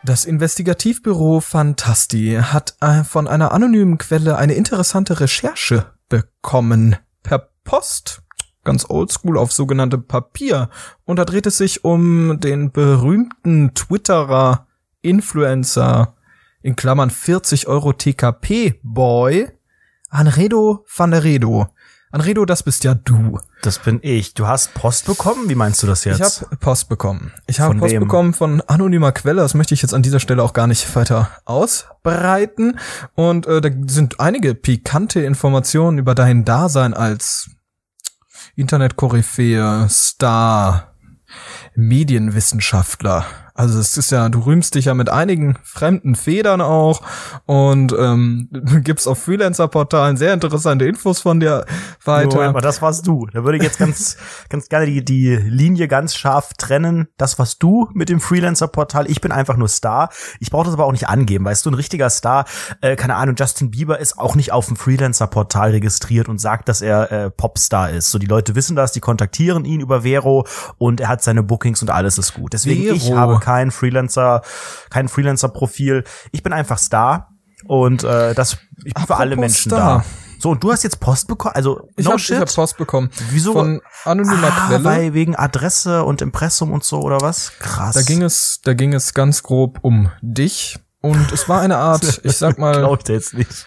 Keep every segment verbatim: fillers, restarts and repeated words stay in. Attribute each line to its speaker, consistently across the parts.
Speaker 1: Das Investigativbüro Fantasti hat äh, von einer anonymen Quelle eine interessante Recherche bekommen. Per Post, ganz oldschool auf sogenannte Papier. Und da dreht es sich um den berühmten Twitterer, Influencer, in Klammern vierzig Euro T K P-Boy, Anredo van der Redo. Anredo, das bist ja du.
Speaker 2: Das bin ich. Du hast Post bekommen? Wie meinst du das jetzt?
Speaker 1: Ich habe Post bekommen. Ich habe
Speaker 2: Von
Speaker 1: Post
Speaker 2: wem?
Speaker 1: bekommen von anonymer Quelle. Das möchte ich jetzt an dieser Stelle auch gar nicht weiter ausbreiten. Und äh, da sind einige pikante Informationen über dein Dasein als Internet-Koryphäe, Star, Medienwissenschaftler. Also es ist ja, du rühmst dich ja mit einigen fremden Federn auch und ähm, gibst auf Freelancer-Portalen sehr interessante Infos von dir weiter.
Speaker 2: Moment mal, das warst du. Da würde ich jetzt ganz ganz gerne die die Linie ganz scharf trennen. Das warst du mit dem Freelancer-Portal. Ich bin einfach nur Star. Ich brauche das aber auch nicht angeben. Weißt du, ein richtiger Star, äh, keine Ahnung, Justin Bieber ist auch nicht auf dem Freelancer-Portal registriert und sagt, dass er äh, Popstar ist. So, die Leute wissen das, die kontaktieren ihn über Vero und er hat seine Bookings und alles ist gut. Deswegen,
Speaker 1: Vero.
Speaker 2: ich habe kein Freelancer, kein Freelancer-Profil. Ich bin einfach Star und äh, das ich bin für alle Menschen
Speaker 1: Star.
Speaker 2: da. So, und du hast jetzt Post bekommen? Also,
Speaker 1: Ich
Speaker 2: no
Speaker 1: habe
Speaker 2: shit?
Speaker 1: hab Post bekommen.
Speaker 2: Wieso?
Speaker 1: Von anonymer
Speaker 2: ah,
Speaker 1: Quelle.
Speaker 2: Weil wegen Adresse und Impressum und so, oder was? Krass.
Speaker 1: Da ging es, da ging es ganz grob um dich und es war eine Art, ich sag mal,
Speaker 2: Glaubt ihr jetzt nicht.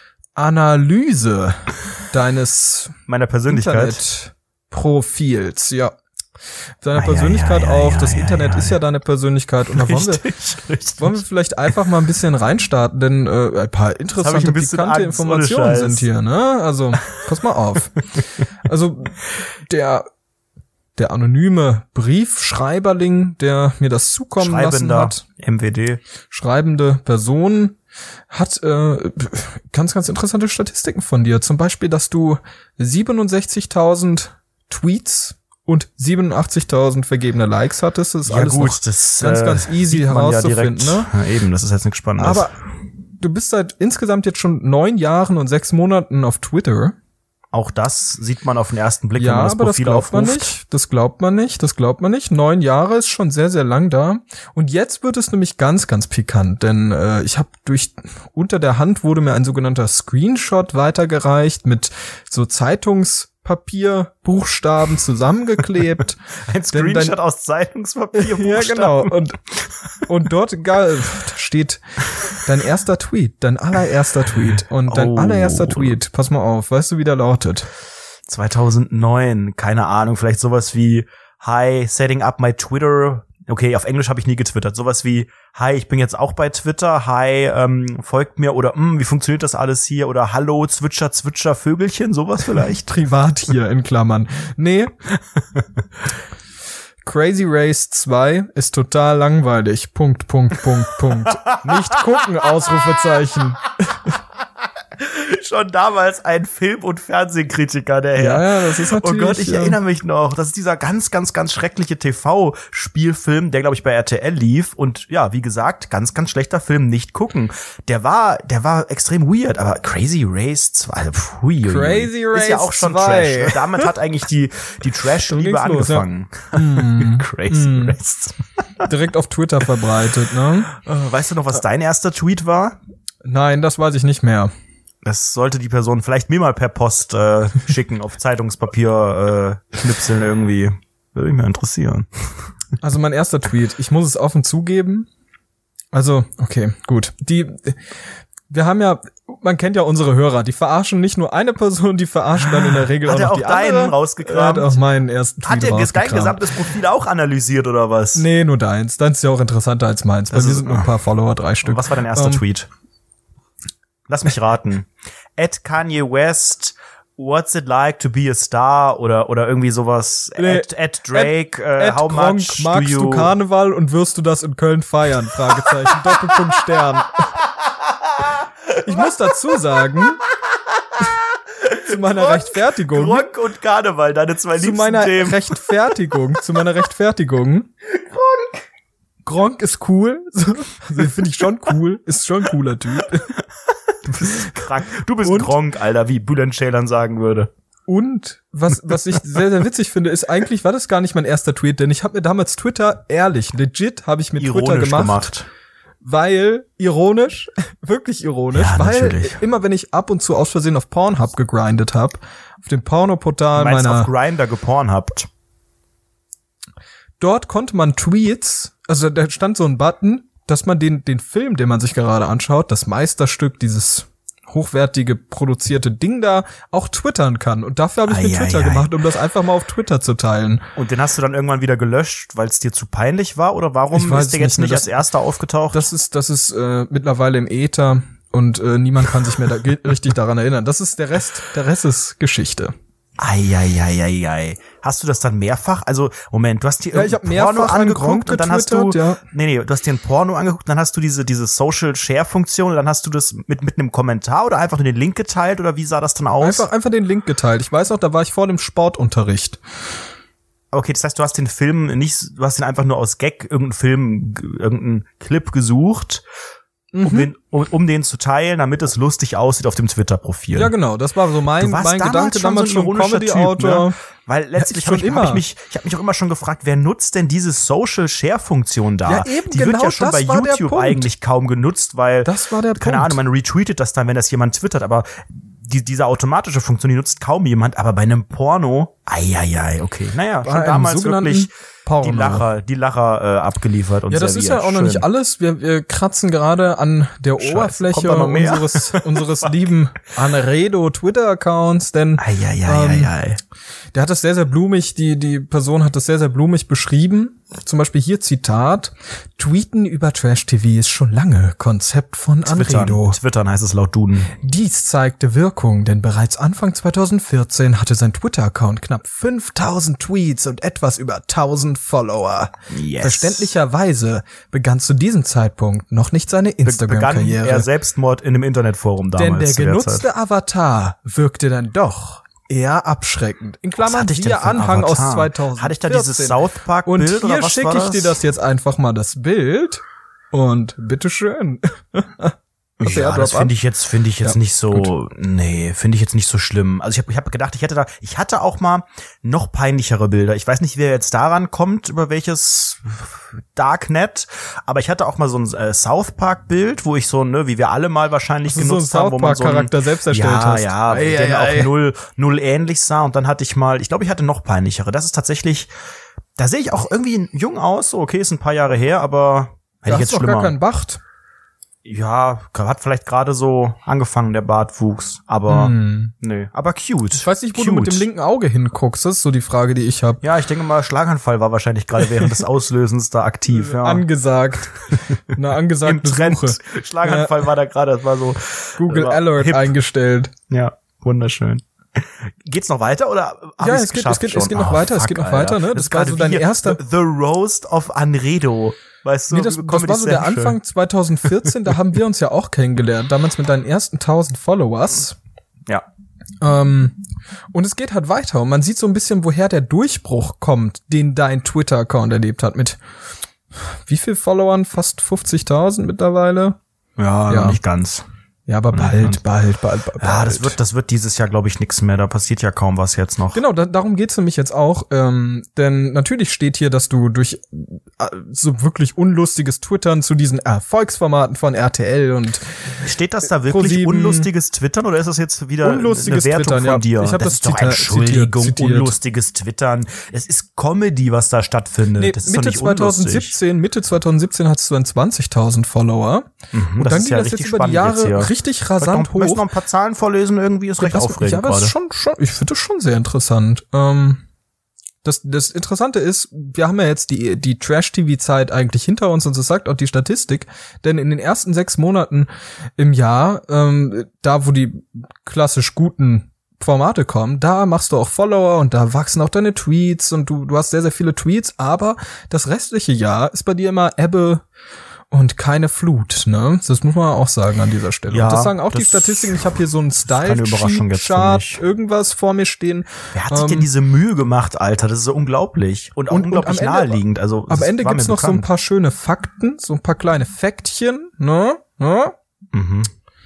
Speaker 1: Analyse deines
Speaker 2: Meiner Persönlichkeit.
Speaker 1: Internetprofils, ja. Deine
Speaker 2: Ah, ja,
Speaker 1: Persönlichkeit
Speaker 2: ja, ja,
Speaker 1: auch.
Speaker 2: ja,
Speaker 1: Das
Speaker 2: ja,
Speaker 1: Internet
Speaker 2: ja,
Speaker 1: ist ja deine Persönlichkeit und da wollen wir,
Speaker 2: Richtig, richtig.
Speaker 1: wollen wir vielleicht einfach mal ein bisschen reinstarten, denn äh, ein paar interessante,
Speaker 2: ein bisschen
Speaker 1: pikante
Speaker 2: Angst, ohne
Speaker 1: Informationen
Speaker 2: Scheiß.
Speaker 1: sind hier, ne? Also, pass mal auf. Also, der der anonyme Briefschreiberling, der mir das zukommen lassen
Speaker 2: Schreibender,
Speaker 1: hat,
Speaker 2: M W D.
Speaker 1: schreibende Person, hat äh, ganz, ganz interessante Statistiken von dir. Zum Beispiel, dass du siebenundsechzigtausend Tweets und siebenundachtzigtausend vergebene Likes hattest. Das ist
Speaker 2: Ja
Speaker 1: alles
Speaker 2: gut,
Speaker 1: noch
Speaker 2: das
Speaker 1: ganz,
Speaker 2: äh,
Speaker 1: ganz easy
Speaker 2: sieht man
Speaker 1: herauszufinden.
Speaker 2: ja direkt.
Speaker 1: Ne?
Speaker 2: Ja, eben, das ist jetzt nichts Spannendes.
Speaker 1: Aber du bist seit insgesamt jetzt schon neun Jahren und sechs Monaten auf Twitter.
Speaker 2: auch das sieht man auf den ersten Blick,
Speaker 1: Ja,
Speaker 2: wenn man das
Speaker 1: aber das
Speaker 2: Profil
Speaker 1: glaubt man
Speaker 2: aufruft.
Speaker 1: nicht. Das glaubt man nicht. Das glaubt man nicht. Neun Jahre ist schon sehr, sehr lang da. Und jetzt wird es nämlich ganz, ganz pikant, denn äh, ich habe durch unter der Hand wurde mir ein sogenannter Screenshot weitergereicht mit so Zeitungspapier, Buchstaben zusammengeklebt.
Speaker 2: Ein Screenshot aus Zeitungspapier.
Speaker 1: Ja, genau. Und und dort geil, da steht dein erster Tweet, dein allererster Tweet und dein
Speaker 2: Oh.
Speaker 1: allererster Tweet. Pass mal auf, weißt du, wie der lautet?
Speaker 2: zweitausendneun, keine Ahnung, vielleicht sowas wie Hi, setting up my Twitter. Okay, auf Englisch habe ich nie getwittert. Sowas wie Hi, ich bin jetzt auch bei Twitter. Hi, ähm, folgt mir oder mm, wie funktioniert das alles hier? Oder Hallo, Zwitscher, Zwitscher, Vögelchen, sowas vielleicht.
Speaker 1: Privat hier in Klammern. Nee. Crazy Race zwei ist total langweilig. Punkt, Punkt, Punkt, Punkt. Nicht gucken, Ausrufezeichen.
Speaker 2: Schon damals ein Film- und Fernsehkritiker, der Herr.
Speaker 1: Ja, ja, das ist natürlich.
Speaker 2: Oh Gott, ich
Speaker 1: ja.
Speaker 2: erinnere mich noch. Das ist dieser ganz, ganz, ganz schreckliche T V-Spielfilm, der, glaube ich, bei R T L lief. Und ja, wie gesagt, ganz, ganz schlechter Film, nicht gucken. Der war, der war extrem weird, aber Crazy Race zwei, pfui,
Speaker 1: Crazy Race
Speaker 2: ist ja auch schon
Speaker 1: zwei.
Speaker 2: Trash. Damit hat eigentlich die, die Trash-Liebe
Speaker 1: Schon ging's los,
Speaker 2: angefangen.
Speaker 1: Ja. Mm,
Speaker 2: Crazy
Speaker 1: mm.
Speaker 2: Race.
Speaker 1: Direkt auf Twitter verbreitet, ne?
Speaker 2: Weißt du noch, was dein erster Tweet war?
Speaker 1: Nein, das weiß ich nicht mehr.
Speaker 2: Das sollte die Person vielleicht mir mal per Post äh, schicken, auf Zeitungspapier äh, schnipseln irgendwie. Würde mich mal interessieren.
Speaker 1: Also mein erster Tweet, ich muss es offen zugeben. Also, okay, gut. Die, wir haben ja, man kennt ja unsere Hörer, die verarschen nicht nur eine Person, die verarschen dann in der Regel
Speaker 2: Hat
Speaker 1: auch
Speaker 2: er
Speaker 1: noch
Speaker 2: auch
Speaker 1: die
Speaker 2: deinen
Speaker 1: andere.
Speaker 2: rausgekramt?
Speaker 1: Er hat auch meinen ersten Tweet
Speaker 2: Hat er dein
Speaker 1: rausgekramt.
Speaker 2: gesamtes Profil auch analysiert oder was?
Speaker 1: Nee, nur deins. Deins ist ja auch interessanter als meins, weil
Speaker 2: Das
Speaker 1: wir
Speaker 2: ist-
Speaker 1: sind nur ein paar Follower, drei Stück.
Speaker 2: Was war dein erster
Speaker 1: Ähm,
Speaker 2: Tweet? Lass mich raten. At Kanye West, what's it like to be a star? Oder oder irgendwie sowas.
Speaker 1: Nee.
Speaker 2: At, at Drake, äh,
Speaker 1: Ed
Speaker 2: how
Speaker 1: Gronk,
Speaker 2: much do
Speaker 1: magst
Speaker 2: you...
Speaker 1: du Karneval und wirst du das in Köln feiern? Fragezeichen, Doppelpunkt Stern. Ich muss dazu sagen, zu meiner
Speaker 2: Gronk,
Speaker 1: Rechtfertigung,
Speaker 2: Gronk und Karneval, deine zwei
Speaker 1: zu
Speaker 2: liebsten
Speaker 1: meiner
Speaker 2: Themen.
Speaker 1: Rechtfertigung, zu meiner Rechtfertigung. Gronk. Gronk ist cool. Also, finde ich schon cool. Ist schon ein cooler Typ.
Speaker 2: Du bist krank. Du bist
Speaker 1: Und?
Speaker 2: Gronk, Alter, wie Bülent Ceylan sagen würde.
Speaker 1: Und was was ich sehr, sehr witzig finde, ist, eigentlich war das gar nicht mein erster Tweet, denn ich habe mir damals Twitter, ehrlich, legit, habe ich mir Twitter
Speaker 2: Ironisch
Speaker 1: gemacht,
Speaker 2: gemacht.
Speaker 1: weil, ironisch, wirklich ironisch,
Speaker 2: Ja,
Speaker 1: weil
Speaker 2: natürlich.
Speaker 1: immer wenn ich ab und zu aus Versehen auf Pornhub gegrindet habe, auf dem Pornoportal
Speaker 2: Du meinst
Speaker 1: meiner,
Speaker 2: auf Grindr geporn habt.
Speaker 1: dort konnte man Tweets, also da stand so ein Button, dass man den, den Film, den man sich gerade anschaut, das Meisterstück, dieses hochwertige produzierte Ding da, auch twittern kann. Und dafür habe ich
Speaker 2: Ei,
Speaker 1: mir
Speaker 2: ei,
Speaker 1: Twitter
Speaker 2: ei.
Speaker 1: gemacht, um das einfach mal auf Twitter zu teilen.
Speaker 2: Und den hast du dann irgendwann wieder gelöscht, weil es dir zu peinlich war? Oder warum
Speaker 1: Ich weiß
Speaker 2: ist der
Speaker 1: es
Speaker 2: jetzt
Speaker 1: nicht,
Speaker 2: nicht
Speaker 1: ne,
Speaker 2: als erster aufgetaucht?
Speaker 1: Das ist, das ist äh, mittlerweile im Äther und äh, niemand kann sich mehr da richtig daran erinnern. Das ist der Rest, der Rest ist Geschichte.
Speaker 2: Eieieiei. Hast du das dann mehrfach? Also, Moment, du hast dir
Speaker 1: Ja, ich hab
Speaker 2: irgendein Porno
Speaker 1: mehrfach an
Speaker 2: angeguckt
Speaker 1: Gronk
Speaker 2: und dann hast du,
Speaker 1: getwittert, ja.
Speaker 2: nee, nee, du hast dir ein Porno angeguckt, dann hast du diese, diese Social Share Funktion und dann hast du das mit, mit einem Kommentar oder einfach nur den Link geteilt oder wie sah das dann aus?
Speaker 1: Einfach, einfach den Link geteilt. Ich weiß noch, da war ich vor dem Sportunterricht.
Speaker 2: Okay, das heißt, du hast den Film nicht, du hast den einfach nur aus Gag irgendeinen Film, g- irgendeinen Clip gesucht, um,
Speaker 1: Mhm.
Speaker 2: den, um, um den zu teilen, damit es lustig aussieht auf dem Twitter-Profil.
Speaker 1: Ja, genau. Das war so mein,
Speaker 2: Du warst
Speaker 1: mein
Speaker 2: damals
Speaker 1: Gedanke,
Speaker 2: schon
Speaker 1: damals
Speaker 2: so ein
Speaker 1: schon
Speaker 2: ironischer Typ,
Speaker 1: Comedy-Autor.
Speaker 2: ne? Weil letztlich
Speaker 1: Ja,
Speaker 2: habe
Speaker 1: schon
Speaker 2: ich, hab
Speaker 1: immer.
Speaker 2: ich mich, ich habe mich auch immer schon gefragt, wer nutzt denn diese Social Share Funktion da?
Speaker 1: Ja, eben
Speaker 2: Die
Speaker 1: genau,
Speaker 2: wird ja schon
Speaker 1: das
Speaker 2: bei
Speaker 1: war der
Speaker 2: YouTube
Speaker 1: Punkt.
Speaker 2: eigentlich kaum genutzt, weil
Speaker 1: Das war der
Speaker 2: keine
Speaker 1: Punkt.
Speaker 2: Ahnung, man retweetet das dann, wenn das jemand twittert, aber die, diese automatische Funktion, die nutzt kaum jemand, aber bei einem Porno, eieiei, okay. Naja,
Speaker 1: Bei
Speaker 2: schon
Speaker 1: einem
Speaker 2: damals
Speaker 1: sogenannten
Speaker 2: wirklich
Speaker 1: Porno.
Speaker 2: die Lacher, die Lacher äh, abgeliefert und
Speaker 1: Ja, das
Speaker 2: serviert.
Speaker 1: ist ja auch noch
Speaker 2: Schön.
Speaker 1: nicht alles. Wir, wir kratzen gerade an der
Speaker 2: Scheiße,
Speaker 1: Oberfläche
Speaker 2: kommt da noch mehr?
Speaker 1: unseres, unseres lieben Anredo Twitter-Accounts, denn
Speaker 2: Eieieiei.
Speaker 1: ähm, der hat das sehr, sehr blumig, die, die Person hat das sehr, sehr blumig beschrieben. Zum Beispiel hier Zitat: Tweeten über Trash-T V ist schon lange Konzept von Anredo.
Speaker 2: Twittern, Twittern heißt es laut Duden.
Speaker 1: Dies zeigte Wirkung, denn bereits Anfang zweitausendvierzehn hatte sein Twitter-Account knapp fünftausend Tweets und etwas über tausend Follower.
Speaker 2: Yes.
Speaker 1: Verständlicherweise begann zu diesem Zeitpunkt noch nicht seine
Speaker 2: Begann er
Speaker 1: Instagram-Karriere.
Speaker 2: Selbstmord in einem Internetforum damals.
Speaker 1: Denn der
Speaker 2: zu der Zeit.
Speaker 1: genutzte Avatar wirkte dann doch eher abschreckend. In
Speaker 2: Was
Speaker 1: Klammern
Speaker 2: hatte ich denn
Speaker 1: sieher
Speaker 2: für einen
Speaker 1: Anhang aus
Speaker 2: Avatar?
Speaker 1: zweitausendvierzehn.
Speaker 2: Hatte ich da dieses South Park
Speaker 1: Und
Speaker 2: Bild oder
Speaker 1: hier
Speaker 2: was
Speaker 1: schicke
Speaker 2: war
Speaker 1: ich
Speaker 2: das?
Speaker 1: dir das jetzt einfach mal, das Bild. Und bitteschön. Okay,
Speaker 2: Ja,
Speaker 1: ja,
Speaker 2: das
Speaker 1: drop
Speaker 2: finde
Speaker 1: ab.
Speaker 2: ich jetzt finde ich jetzt
Speaker 1: Ja,
Speaker 2: nicht so, nee, finde ich jetzt nicht so schlimm. Also ich habe ich hab gedacht, ich hätte da, ich hatte auch mal noch peinlichere Bilder. Ich weiß nicht, wer jetzt daran kommt, über welches Darknet, aber ich hatte auch mal so ein äh, South Park Bild, wo ich so, ne, wie wir alle mal wahrscheinlich
Speaker 1: Dass du so einen
Speaker 2: genutzt haben,
Speaker 1: South
Speaker 2: wo man
Speaker 1: Park
Speaker 2: so einen,
Speaker 1: Charakter selbst erstellt
Speaker 2: ja,
Speaker 1: hast.
Speaker 2: ja,
Speaker 1: Ei,
Speaker 2: der
Speaker 1: ei,
Speaker 2: mir
Speaker 1: ei.
Speaker 2: auch null null ähnlich sah und dann hatte ich mal, ich glaube, ich hatte noch peinlichere. Das ist tatsächlich, da sehe ich auch irgendwie jung aus, so okay, ist ein paar Jahre her, aber hätte
Speaker 1: Da
Speaker 2: ich
Speaker 1: hast
Speaker 2: jetzt
Speaker 1: du doch
Speaker 2: schlimmer.
Speaker 1: gar keinen Bacht.
Speaker 2: Ja, hat vielleicht gerade so angefangen, der Bartwuchs, aber
Speaker 1: Hm.
Speaker 2: nö, aber cute.
Speaker 1: Ich weiß nicht, wo
Speaker 2: cute.
Speaker 1: du mit dem linken Auge hinguckst. Das ist so die Frage, die ich habe.
Speaker 2: Ja, ich denke mal, Schlaganfall war wahrscheinlich gerade während des Auslösens da aktiv, ja.
Speaker 1: Angesagt. Eine
Speaker 2: Im
Speaker 1: angesagte
Speaker 2: Trend.
Speaker 1: Suche.
Speaker 2: Schlaganfall war da gerade, das war so
Speaker 1: Google
Speaker 2: war
Speaker 1: Alert
Speaker 2: hip.
Speaker 1: eingestellt.
Speaker 2: Ja, wunderschön. Geht's noch weiter oder hab
Speaker 1: Ja,
Speaker 2: ich's
Speaker 1: es geht-
Speaker 2: geschafft
Speaker 1: es geht-
Speaker 2: schon?
Speaker 1: es geht noch
Speaker 2: Ah,
Speaker 1: weiter, es
Speaker 2: fuck,
Speaker 1: geht noch
Speaker 2: Alter.
Speaker 1: weiter, ne? Das war
Speaker 2: ist
Speaker 1: so
Speaker 2: gerade
Speaker 1: dein
Speaker 2: wie
Speaker 1: erster-
Speaker 2: The Roast of Anredo. Weißt du,
Speaker 1: Nee, das, das
Speaker 2: Comedy
Speaker 1: war so der
Speaker 2: Central.
Speaker 1: Anfang zweitausendvierzehn, da haben wir uns ja auch kennengelernt, damals mit deinen ersten tausend Followers.
Speaker 2: Ja.
Speaker 1: Ähm, und es geht halt weiter und man sieht so ein bisschen, woher der Durchbruch kommt, den dein Twitter-Account erlebt hat mit wie viel Followern? Fast fünfzigtausend mittlerweile?
Speaker 2: Ja,
Speaker 1: Ja.
Speaker 2: noch nicht ganz.
Speaker 1: Ja, aber bald, bald, bald, bald.
Speaker 2: Ja, das wird, das wird dieses Jahr, glaube ich, nichts mehr. Da passiert ja kaum was jetzt noch.
Speaker 1: Genau, da, darum geht's nämlich jetzt auch. Ähm, denn natürlich steht hier, dass du durch äh, so wirklich unlustiges Twittern zu diesen Erfolgsformaten von R T L und
Speaker 2: Steht das da wirklich
Speaker 1: ProSieben.
Speaker 2: unlustiges Twittern oder ist das jetzt wieder
Speaker 1: Unlustiges
Speaker 2: eine Wertung
Speaker 1: Twittern,
Speaker 2: von
Speaker 1: ja.
Speaker 2: dir?
Speaker 1: Ich hab
Speaker 2: das
Speaker 1: das
Speaker 2: ist doch
Speaker 1: zita-
Speaker 2: Entschuldigung,
Speaker 1: zitiert, zitiert.
Speaker 2: unlustiges Twittern. Es ist Comedy, was da stattfindet.
Speaker 1: nee,
Speaker 2: das ist
Speaker 1: Mitte
Speaker 2: doch nicht unlustig.
Speaker 1: zweitausendsiebzehn, Mitte zweitausendsiebzehn hattest du dann zwanzigtausend Follower.
Speaker 2: Mhm,
Speaker 1: und
Speaker 2: das
Speaker 1: dann
Speaker 2: ist
Speaker 1: ging
Speaker 2: ja
Speaker 1: das jetzt
Speaker 2: richtig
Speaker 1: über die
Speaker 2: spannend
Speaker 1: Jahre
Speaker 2: jetzt hier.
Speaker 1: richtig
Speaker 2: Möchtest
Speaker 1: rasant
Speaker 2: noch, möchtest noch
Speaker 1: hoch.
Speaker 2: ein paar Zahlen vorlesen? Irgendwie ist recht
Speaker 1: Das-
Speaker 2: aufregend
Speaker 1: ja, aber es
Speaker 2: gerade.
Speaker 1: ist schon, schon, ich finde das schon sehr interessant. Ähm, das, das Interessante ist, wir haben ja jetzt die, die Trash-T V-Zeit eigentlich hinter uns und das sagt auch die Statistik, denn in den ersten sechs Monaten im Jahr, ähm, da wo die klassisch guten Formate kommen, da machst du auch Follower und da wachsen auch deine Tweets und du, du hast sehr, sehr viele Tweets, aber das restliche Jahr ist bei dir immer Ebbe und keine Flut, ne? Das muss man auch sagen an dieser Stelle.
Speaker 2: Ja,
Speaker 1: und das sagen auch die
Speaker 2: das
Speaker 1: Statistiken. Ich habe hier so einen
Speaker 2: keine Überraschung jetzt für
Speaker 1: Style-Chart,
Speaker 2: mich.
Speaker 1: irgendwas vor mir stehen.
Speaker 2: Wer hat sich
Speaker 1: Ähm,
Speaker 2: denn diese Mühe gemacht, Alter? Das ist so unglaublich. Und auch
Speaker 1: Und- und
Speaker 2: unglaublich
Speaker 1: am Ende-
Speaker 2: naheliegend. Also, das
Speaker 1: Am Ende
Speaker 2: war
Speaker 1: gibt's
Speaker 2: mir
Speaker 1: noch so ein
Speaker 2: bekannt.
Speaker 1: paar schöne Fakten, so ein paar kleine Faktchen, ne? ne?
Speaker 2: Mhm.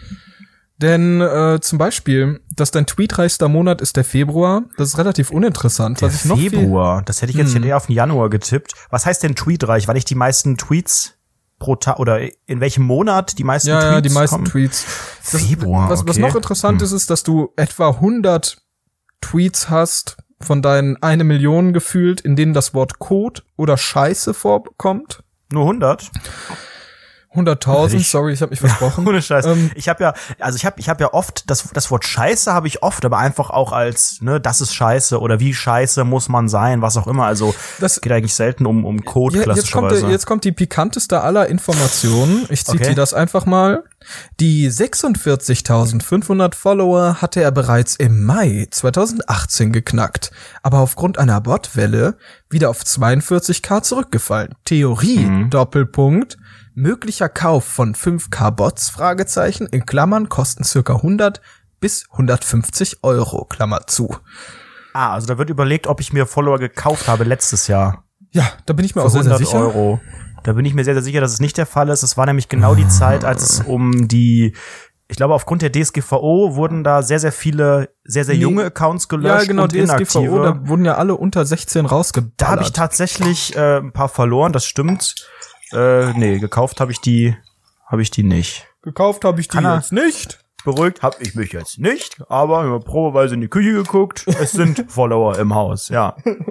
Speaker 1: Denn äh, zum Beispiel, dass dein tweetreichster Monat ist der Februar. Das ist relativ uninteressant.
Speaker 2: Der
Speaker 1: was ich noch viel,
Speaker 2: Februar, das hätte ich jetzt
Speaker 1: Hm.
Speaker 2: eher auf den Januar getippt. Was heißt denn tweetreich? Weil ich die meisten Tweets pro Tag oder in welchem Monat die meisten
Speaker 1: ja,
Speaker 2: Tweets
Speaker 1: Ja, die meisten
Speaker 2: kommen?
Speaker 1: Tweets. Das,
Speaker 2: Februar,
Speaker 1: was,
Speaker 2: okay.
Speaker 1: was noch interessant hm. ist, ist, dass du etwa hundert Tweets hast von deinen eine Million gefühlt, in denen das Wort Code oder Scheiße vorkommt.
Speaker 2: Nur hundert?
Speaker 1: hunderttausend, sorry, ich habe mich versprochen.
Speaker 2: Ja, ohne Scheiß.
Speaker 1: Ähm,
Speaker 2: ich habe ja, also ich habe ich habe ja oft, das das Wort Scheiße habe ich oft, aber einfach auch als, ne, das ist Scheiße oder wie scheiße muss man sein, was auch immer. Also das geht eigentlich selten um um Code,
Speaker 1: ja,
Speaker 2: klassischerweise.
Speaker 1: Jetzt kommt, der, jetzt kommt die pikanteste aller Informationen. Ich zitiere okay. das einfach mal. Die sechsundvierzigtausendfünfhundert Follower hatte er bereits im Mai zweitausendachtzehn geknackt, aber aufgrund einer Botwelle wieder auf zweiundvierzigtausend zurückgefallen. Theorie, mhm. Doppelpunkt, möglicher Kauf von fünf K Bots, Fragezeichen, in Klammern, kosten circa hundert bis hundertfünfzig Euro, Klammer zu.
Speaker 2: Ah, also da wird überlegt, ob ich mir Follower gekauft habe letztes Jahr.
Speaker 1: Ja, da bin ich mir auch sehr, sehr sicher.
Speaker 2: Euro. Da bin ich mir sehr, sehr sicher, dass es nicht der Fall ist. Es war nämlich genau die Zeit, als es um die, ich glaube, aufgrund der D S G V O wurden da sehr, sehr viele, sehr, sehr junge Accounts gelöscht.
Speaker 1: Ja, genau,
Speaker 2: und
Speaker 1: D S G V O,
Speaker 2: inaktive.
Speaker 1: Da wurden ja alle unter sechzehn rausgeballert.
Speaker 2: Da habe ich tatsächlich äh, ein paar verloren, das stimmt. Äh, nee, gekauft habe ich die, habe ich die nicht.
Speaker 1: Gekauft habe ich die
Speaker 2: Kann
Speaker 1: jetzt nicht.
Speaker 2: Beruhigt habe ich mich jetzt nicht, aber ich habe probeweise in die Küche geguckt. Es sind Follower im Haus, ja.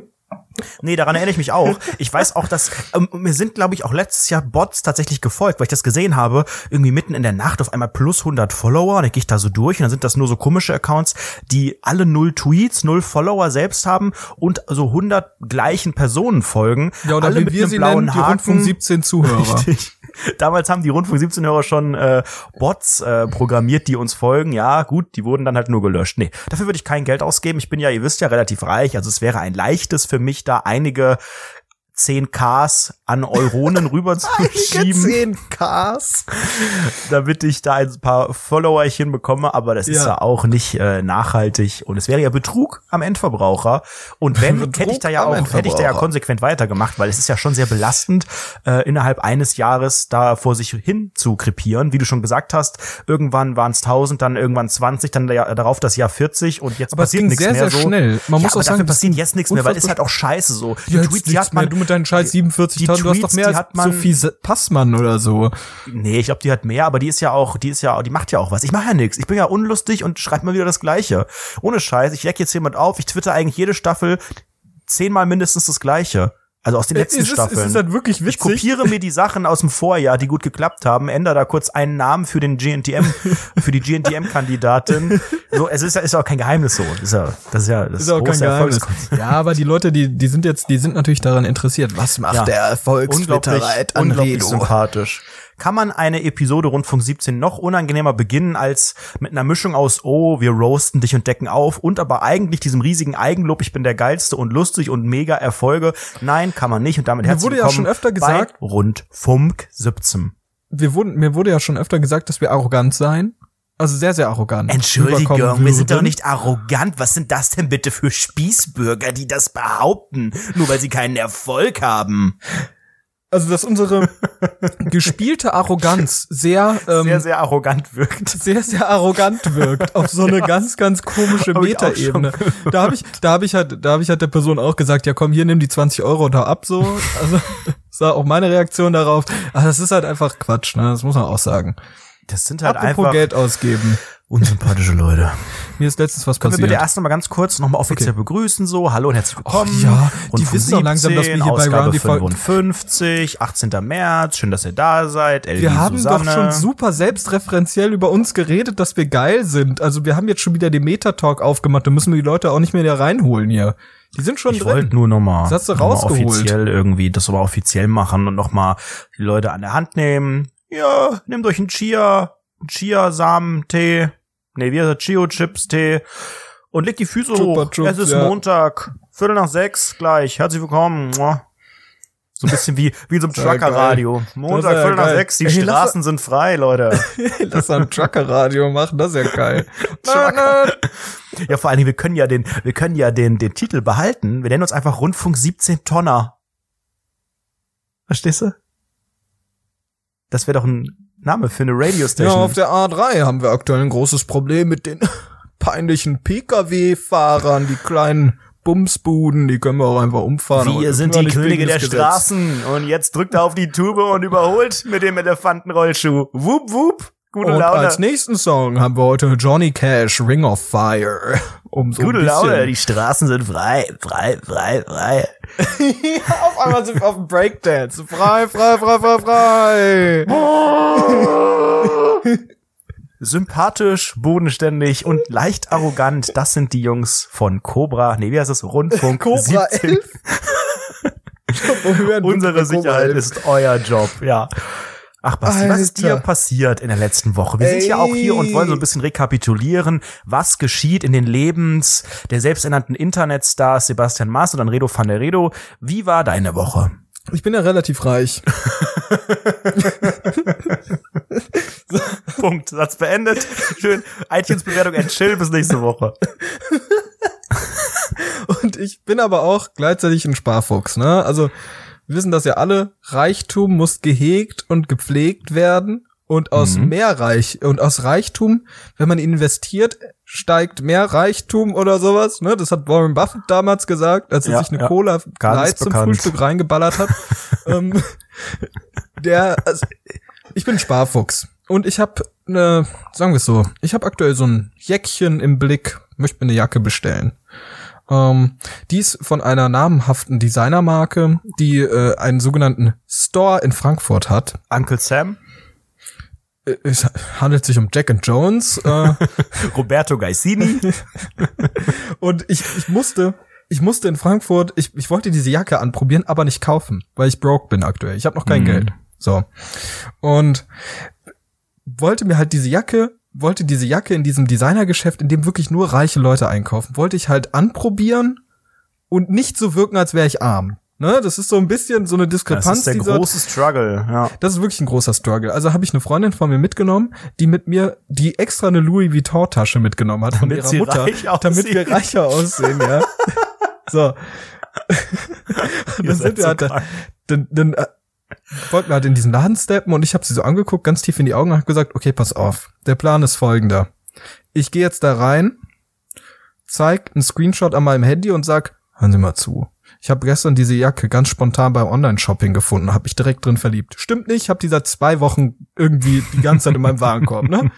Speaker 2: Nee, daran erinnere ich mich auch. Ich weiß auch, dass ähm, mir sind, glaube ich, auch letztes Jahr Bots tatsächlich gefolgt, weil ich das gesehen habe, irgendwie mitten in der Nacht auf einmal plus hundert Follower, und dann gehe ich da so durch und dann sind das nur so komische Accounts, die alle null Tweets, null Follower selbst haben und so hundert gleichen Personen folgen.
Speaker 1: Ja, oder
Speaker 2: alle
Speaker 1: wie
Speaker 2: mit
Speaker 1: wir
Speaker 2: einem
Speaker 1: sie
Speaker 2: blauen
Speaker 1: nennen, die
Speaker 2: Haken.
Speaker 1: Rundfunk siebzehn Zuhörer.
Speaker 2: Richtig. Damals haben die Rundfunk siebzehn-Hörer schon äh, Bots äh, programmiert, die uns folgen. Ja, gut, die wurden dann halt nur gelöscht. Nee, dafür würde ich kein Geld ausgeben. Ich bin ja, ihr wisst ja, relativ reich. Also es wäre ein leichtes für mich, da einige zehn Ks an Euronen rüber zu schieben.
Speaker 1: zehn Ks.
Speaker 2: Damit ich da ein paar Followerchen bekomme, aber das ist ja, ja auch nicht äh, nachhaltig und es wäre ja Betrug am Endverbraucher. Und wenn, hätte ich da ja auch, hätte ich da ja konsequent weitergemacht, weil es ist ja schon sehr belastend, äh, innerhalb eines Jahres da vor sich hin zu krepieren. Wie du schon gesagt hast, irgendwann waren es tausend, dann irgendwann zwanzig, dann ja, darauf das Jahr vierzig und jetzt
Speaker 1: aber
Speaker 2: passiert nichts mehr.
Speaker 1: sehr, sehr
Speaker 2: so.
Speaker 1: Schnell. Man
Speaker 2: ja,
Speaker 1: muss
Speaker 2: aber
Speaker 1: auch sagen,
Speaker 2: dafür passiert jetzt nichts mehr, weil ist halt auch scheiße so.
Speaker 1: Die Tweets, die hat man, du mit deinen scheiß siebenundvierzigtausend, du hast doch mehr als
Speaker 2: man,
Speaker 1: Sophie Passmann oder so.
Speaker 2: Nee, ich glaube, die hat mehr, aber die ist ja auch, die ist ja, die macht ja auch was. Ich mache ja nichts. Ich bin ja unlustig und schreibe mal wieder das Gleiche. Ohne Scheiß, ich leg jetzt jemand auf, ich twitter eigentlich jede Staffel zehnmal mindestens das Gleiche. Also aus den letzten
Speaker 1: es ist,
Speaker 2: Staffeln.
Speaker 1: Es ist halt wirklich witzig.
Speaker 2: Ich kopiere mir die Sachen aus dem Vorjahr, die gut geklappt haben, ändere da kurz einen Namen für den G N T M, für die G N T M-Kandidatin. So, es ist ja, ist ja auch kein Geheimnis so. Ist ja, das ist ja das
Speaker 1: ist auch kein Geheimnis. Ja, aber die Leute, die, die sind jetzt, die sind natürlich daran interessiert. Was macht ja. der Erfolgstwitterer Ed
Speaker 2: Unglaublich sympathisch. Kann man eine Episode Rundfunk siebzehn noch unangenehmer beginnen als mit einer Mischung aus, oh, wir roasten dich und decken auf und aber eigentlich diesem riesigen Eigenlob, ich bin der Geilste und lustig und mega Erfolge. Nein, kann man nicht und damit herzlich willkommen. Mir wurde ja schon öfter gesagt, Rundfunk siebzehn.
Speaker 1: Wir wurden, mir wurde ja schon öfter gesagt, dass wir arrogant seien. Also sehr, sehr arrogant.
Speaker 2: Entschuldigung, wir sind doch nicht arrogant. Was sind das denn bitte für Spießbürger, die das behaupten, nur weil sie keinen Erfolg haben?
Speaker 1: Also, dass unsere gespielte Arroganz sehr, ähm,
Speaker 2: sehr, sehr arrogant wirkt.
Speaker 1: Sehr, sehr arrogant wirkt. Auf so eine ja. ganz, ganz komische Metaebene. Da habe ich, da habe ich halt, da habe ich halt der Person auch gesagt, ja komm, hier, nimm die zwanzig Euro da ab, so. Also, das war auch meine Reaktion darauf. Aber das ist halt einfach Quatsch, ne? Das muss man auch sagen.
Speaker 2: Das sind halt
Speaker 1: Apropos
Speaker 2: einfach
Speaker 1: Geld ausgeben.
Speaker 2: Unsympathische Leute.
Speaker 1: Mir ist letztens was
Speaker 2: Können
Speaker 1: passiert.
Speaker 2: Können wir bitte erst noch mal ganz kurz nochmal offiziell okay. begrüßen, so. Hallo und herzlich willkommen.
Speaker 1: Oh, ja, die wissen doch langsam, dass wir hier
Speaker 2: Ausgabe
Speaker 1: bei Roundy
Speaker 2: fünfundfünfzig, achtzehnter März. Schön, dass ihr da seid. Elvi,
Speaker 1: wir haben
Speaker 2: Susanne.
Speaker 1: doch schon super selbstreferenziell über uns geredet, dass wir geil sind. Also wir haben jetzt schon wieder den Meta-Talk aufgemacht. Da müssen wir die Leute auch nicht mehr da reinholen hier. Die sind schon
Speaker 2: ich
Speaker 1: drin.
Speaker 2: Ich wollte nur nochmal
Speaker 1: das hast du rausgeholt.
Speaker 2: offiziell irgendwie, das aber offiziell machen und nochmal die Leute an der Hand nehmen. Ja, nehmt euch einen Chia, Chia-Samen-Tee. Nee, wie heißt das? Chio-Chips-Tee. Und legt die Füße hoch.
Speaker 1: Chupa,
Speaker 2: es ist
Speaker 1: ja.
Speaker 2: Montag. Viertel nach sechs gleich. Herzlich willkommen. So ein bisschen wie, wie so ein Trucker-Radio. Montag, ja Viertel nach sechs. Die Ey, Straßen sind frei, Leute.
Speaker 1: Lass mal ein Trucker-Radio machen. Das ist ja geil.
Speaker 2: Ja, vor allen Dingen, wir können ja den, wir können ja den, den Titel behalten. Wir nennen uns einfach Rundfunk siebzehn Tonner. Verstehst du? Das wäre doch ein Name für eine Radiostation.
Speaker 1: Ja, auf der A drei haben wir aktuell ein großes Problem mit den peinlichen P K W-Fahrern, die kleinen Bumsbuden, die können wir auch einfach umfahren.
Speaker 2: Wir sind die Könige der Straßen und jetzt drückt er auf die Tube und überholt mit dem Elefantenrollschuh. Wup, wup. Gute
Speaker 1: und
Speaker 2: Laune.
Speaker 1: Als nächsten Song haben wir heute Johnny Cash, Ring of Fire. Um so
Speaker 2: Gute
Speaker 1: ein bisschen
Speaker 2: Laune, die Straßen sind frei, frei, frei, frei.
Speaker 1: Auf einmal sind wir auf dem Breakdance. Frei, frei, frei, frei, frei.
Speaker 2: Sympathisch, bodenständig und leicht arrogant. Das sind die Jungs von Cobra. Nee, wie heißt es? Rundfunk
Speaker 1: Cobra
Speaker 2: siebzehn. Unsere Sicherheit ist euer Job, ja. Ach, Basti, was ist dir passiert in der letzten Woche? Wir Ey. sind ja auch hier und wollen so ein bisschen rekapitulieren, was geschieht in den Lebens der selbsternannten Internetstars Sebastian Maas und Anredo van der Redo. Wie war deine Woche?
Speaker 1: Ich bin ja relativ reich.
Speaker 2: So. Punkt. Satz beendet. Schön. iTunes-Bewertung and chill bis nächste Woche.
Speaker 1: Und ich bin aber auch gleichzeitig ein Sparfuchs, ne? Also, wir wissen das ja alle, Reichtum muss gehegt und gepflegt werden und aus mhm. mehr Reich und aus Reichtum, wenn man investiert, steigt mehr Reichtum oder sowas, ne? Das hat Warren Buffett damals gesagt, als er ja, sich eine ja. Cola Light zum Frühstück reingeballert hat. ähm, der, also, ich bin Sparfuchs und ich habe eine, sagen wir es so, ich habe aktuell so ein Jäckchen im Blick, möchte mir eine Jacke bestellen. Ähm, die ist von einer namhaften Designermarke, die äh, einen sogenannten Store in Frankfurt hat.
Speaker 2: Uncle Sam?
Speaker 1: Es handelt sich um Jack and Jones. Äh,
Speaker 2: Roberto Gaisini.
Speaker 1: Und ich, ich musste, ich musste in Frankfurt, ich, ich wollte diese Jacke anprobieren, aber nicht kaufen, weil ich broke bin aktuell. Ich habe noch kein mm. Geld. So. Und wollte mir halt diese Jacke wollte diese Jacke in diesem Designergeschäft, in dem wirklich nur reiche Leute einkaufen, wollte ich halt anprobieren und nicht so wirken, als wäre ich arm. Ne, das ist so ein bisschen so eine Diskrepanz. Das ist
Speaker 2: der
Speaker 1: dieser,
Speaker 2: große Struggle, ja.
Speaker 1: Das ist wirklich ein großer Struggle. Also habe ich eine Freundin von mir mitgenommen, die mit mir, die extra eine Louis Vuitton Tasche mitgenommen hat von
Speaker 2: damit
Speaker 1: ihrer Mutter, damit wir reicher aussehen, ja. So. Und dann sind wir halt da, dann, dann äh, wollten wir halt in diesen Laden steppen und ich habe sie so angeguckt, ganz tief in die Augen und habe gesagt, okay, pass auf, der Plan ist folgender. Ich gehe jetzt da rein, zeig einen Screenshot an meinem Handy und sag, hören Sie mal zu. Ich habe gestern diese Jacke ganz spontan beim Online-Shopping gefunden, habe mich direkt drin verliebt. Stimmt nicht, habe die seit zwei Wochen irgendwie die ganze Zeit in meinem Warenkorb, ne?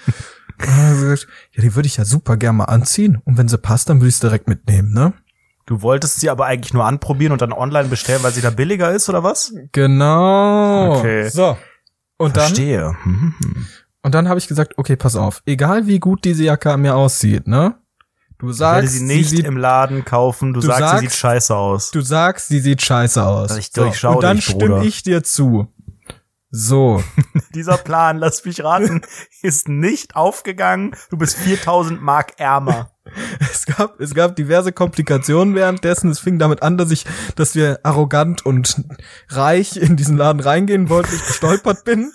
Speaker 1: Ja, die würde ich ja super gerne mal anziehen und wenn sie passt, dann würde ich es direkt mitnehmen, ne?
Speaker 2: Du wolltest sie aber eigentlich nur anprobieren und dann online bestellen, weil sie da billiger ist, oder was?
Speaker 1: Genau.
Speaker 2: Okay.
Speaker 1: So. Und
Speaker 2: Verstehe.
Speaker 1: dann, mhm. und dann habe ich gesagt, okay, pass auf, egal wie gut diese Jacke an mir aussieht, ne? Du sagst,
Speaker 2: ich will sie nicht
Speaker 1: sie sieht,
Speaker 2: im Laden kaufen, du, du sagst, sagst, sie sieht scheiße aus.
Speaker 1: Du sagst, sie sieht scheiße aus.
Speaker 2: Ich durchschaue
Speaker 1: so, und dann
Speaker 2: dich,
Speaker 1: stimme
Speaker 2: Bruder.
Speaker 1: ich dir zu. So.
Speaker 2: Dieser Plan, lass mich raten, ist nicht aufgegangen. Du bist viertausend Mark ärmer.
Speaker 1: Es gab, es gab diverse Komplikationen währenddessen. Es fing damit an, dass ich, dass wir arrogant und reich in diesen Laden reingehen wollten, ich gestolpert bin.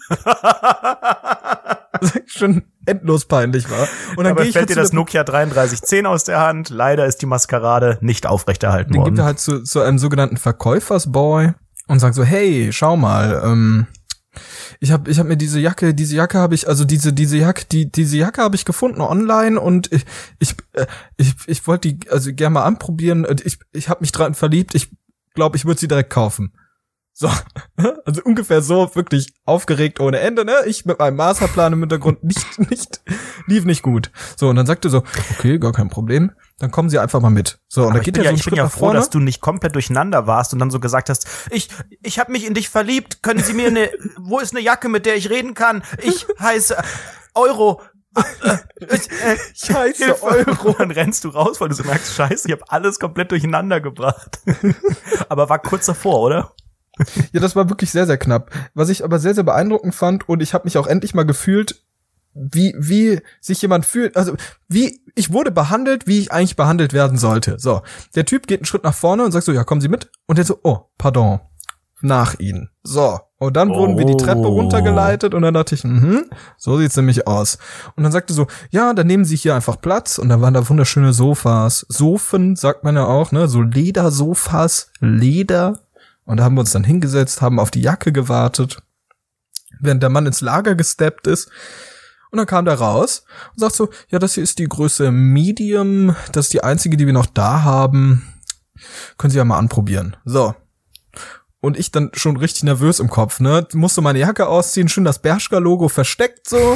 Speaker 1: Was schon endlos peinlich war. Und dann
Speaker 2: Aber
Speaker 1: gehe ich
Speaker 2: fällt
Speaker 1: halt
Speaker 2: dir das Nokia dreiunddreißig zehn aus der Hand. Leider ist die Maskerade nicht aufrechterhalten
Speaker 1: dann
Speaker 2: worden.
Speaker 1: Dann gibt er halt zu, zu einem sogenannten Verkäufersboy und sagt so, hey, schau mal, ähm, ich habe ich hab mir diese Jacke, diese Jacke habe ich, also diese diese Jacke, die diese Jacke habe ich gefunden online und ich ich ich, ich wollte die also gerne mal anprobieren. Ich ich habe mich dran verliebt. Ich glaube, ich würde sie direkt kaufen. So, also ungefähr so, wirklich aufgeregt ohne Ende, ne? Ich mit meinem Masterplan im Hintergrund nicht nicht lief nicht gut. So, und dann sagte so, okay, gar kein Problem. Dann kommen Sie einfach mal mit. So, und dann geht er so einen
Speaker 2: Ich
Speaker 1: Schritt
Speaker 2: bin ja
Speaker 1: nach
Speaker 2: froh,
Speaker 1: vorne.
Speaker 2: dass du nicht komplett durcheinander warst und dann so gesagt hast, ich ich habe mich in dich verliebt. Können Sie mir eine wo ist eine Jacke, mit der ich reden kann? Ich heiße Euro. ich, äh,
Speaker 1: ich heiße
Speaker 2: Hilfe.
Speaker 1: Euro.
Speaker 2: Dann rennst du raus, weil du so merkst, scheiße, ich habe alles komplett durcheinander gebracht. Aber war kurz davor, oder?
Speaker 1: Ja, das war wirklich sehr, sehr knapp. Was ich aber sehr, sehr beeindruckend fand und ich habe mich auch endlich mal gefühlt, wie wie sich jemand fühlt, also wie ich wurde behandelt, wie ich eigentlich behandelt werden sollte. So, der Typ geht einen Schritt nach vorne und sagt so, ja, kommen Sie mit. Und der so, oh, pardon, nach Ihnen. So, und dann oh. wurden wir die Treppe runtergeleitet und dann dachte ich, mhm, so sieht's nämlich aus. Und dann sagte so, ja, dann nehmen Sie hier einfach Platz und dann waren da wunderschöne Sofas. Sofen, sagt man ja auch, ne, so Ledersofas, Leder. Und da haben wir uns dann hingesetzt, haben auf die Jacke gewartet, während der Mann ins Lager gesteppt ist. Und dann kam der raus und sagt so, ja, das hier ist die Größe Medium, das ist die einzige, die wir noch da haben. können Sie ja mal anprobieren. So. Und ich dann schon richtig nervös im Kopf, ne? Musste meine Jacke ausziehen, schön das Bershka-Logo versteckt so.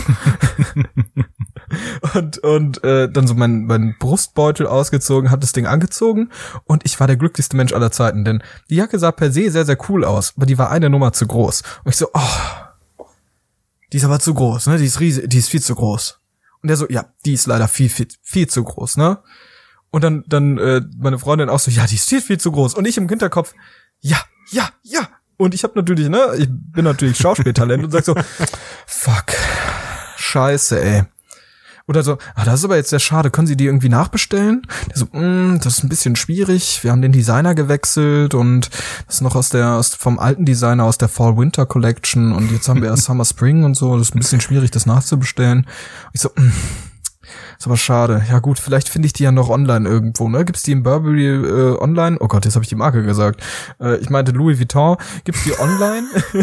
Speaker 1: und und äh, dann so mein, mein Brustbeutel ausgezogen, hab das Ding angezogen und ich war der glücklichste Mensch aller Zeiten, denn die Jacke sah per se sehr, sehr cool aus, aber die war eine Nummer zu groß. Und ich so, oh, die ist aber zu groß, ne? Die ist riesig, die ist viel zu groß. Und der so, ja, die ist leider viel, viel, viel zu groß, ne? Und dann, dann äh, meine Freundin auch so, ja, die ist viel, viel zu groß. Und ich im Hinterkopf, ja, ja, ja. Und ich habe natürlich, ne, ich bin natürlich Schauspieltalent und sag so, fuck, scheiße, ey. Oder so, ah, das ist aber jetzt sehr schade, können Sie die irgendwie nachbestellen? Der so, mm, das ist ein bisschen schwierig, wir haben den Designer gewechselt und das ist noch aus der, aus, vom alten Designer aus der Fall-Winter Collection und jetzt haben wir erst Summer-Spring und so, das ist ein bisschen schwierig, das nachzubestellen. Und ich so, mm, ist aber schade. Ja gut, vielleicht finde ich die ja noch online irgendwo, ne? Gibt's die im Burberry äh, online? Oh Gott, jetzt habe ich die Marke gesagt. Äh, ich meinte Louis Vuitton. Gibt's die online?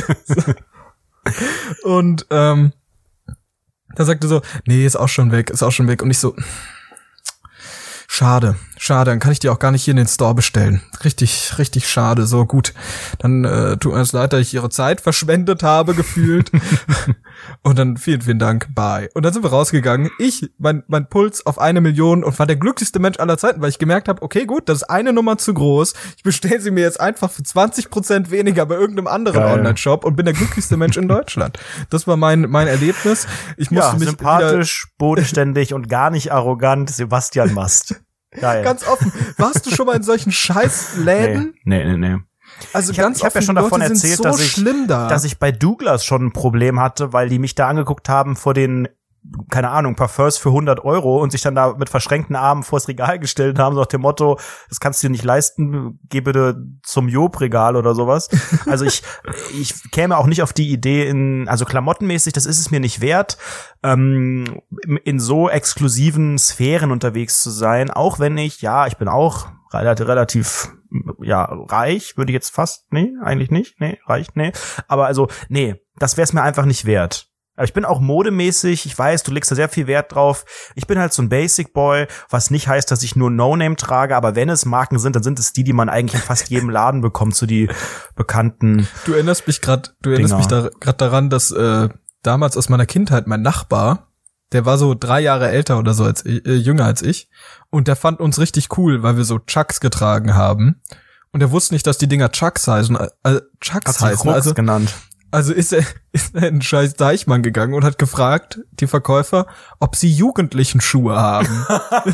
Speaker 1: Und ähm, da sagte so, nee, ist auch schon weg, ist auch schon weg. Und ich so, schade, schade, dann kann ich die auch gar nicht hier in den Store bestellen. Richtig, richtig schade. So gut, dann äh, tut mir das leid, dass ich ihre Zeit verschwendet habe, gefühlt. Und dann vielen, vielen Dank, bye. Und dann sind wir rausgegangen. Ich, mein mein Puls auf eine Million und war der glücklichste Mensch aller Zeiten, weil ich gemerkt habe, okay, gut, das ist eine Nummer zu groß. Ich bestelle sie mir jetzt einfach für zwanzig Prozent weniger bei irgendeinem anderen
Speaker 2: Geil.
Speaker 1: Online-Shop und bin der glücklichste Mensch in Deutschland. Das war mein mein Erlebnis. Ich musste
Speaker 2: ja,
Speaker 1: mich
Speaker 2: sympathisch, bodenständig und gar nicht arrogant, Sebastian Mast. Geil.
Speaker 1: Ganz offen. Warst du schon mal in solchen Scheißläden?
Speaker 2: Nee, nee, nee. nee.
Speaker 1: Also
Speaker 2: ich
Speaker 1: ganz
Speaker 2: hab, ich habe ja schon
Speaker 1: die
Speaker 2: davon
Speaker 1: Leute
Speaker 2: erzählt,
Speaker 1: so
Speaker 2: dass ich,
Speaker 1: schlimm da.
Speaker 2: dass ich bei Douglas schon ein Problem hatte, weil die mich da angeguckt haben vor den, keine Ahnung, Parfums für hundert Euro und sich dann da mit verschränkten Armen vors Regal gestellt haben, so nach dem Motto, das kannst du dir nicht leisten, geh bitte zum Job-Regal oder sowas. Also ich ich käme auch nicht auf die Idee, in also klamottenmäßig, das ist es mir nicht wert, ähm, in so exklusiven Sphären unterwegs zu sein, auch wenn ich, ja, ich bin auch relativ, relativ ja, reich, würde ich jetzt fast, nee, eigentlich nicht, nee, reich, nee, aber also, nee, das wäre es mir einfach nicht wert. Aber ich bin auch modemäßig, ich weiß, du legst da sehr viel Wert drauf. Ich bin halt so ein Basic Boy, was nicht heißt, dass ich nur No-Name trage, aber wenn es Marken sind, dann sind es die, die man eigentlich in fast jedem Laden bekommt, so die bekannten.
Speaker 1: Du erinnerst mich gerade, du erinnerst Dinger. mich da gerade daran, dass äh, damals aus meiner Kindheit mein Nachbar, der war so drei Jahre älter oder so als äh, jünger als ich, und der fand uns richtig cool, weil wir so Chucks getragen haben. Und er wusste nicht, dass die Dinger Chucks heißen, äh, Chucks heißen, also
Speaker 2: genannt.
Speaker 1: Also ist er, ist er in scheiß Deichmann gegangen und hat gefragt, die Verkäufer, ob sie jugendlichen Schuhe haben.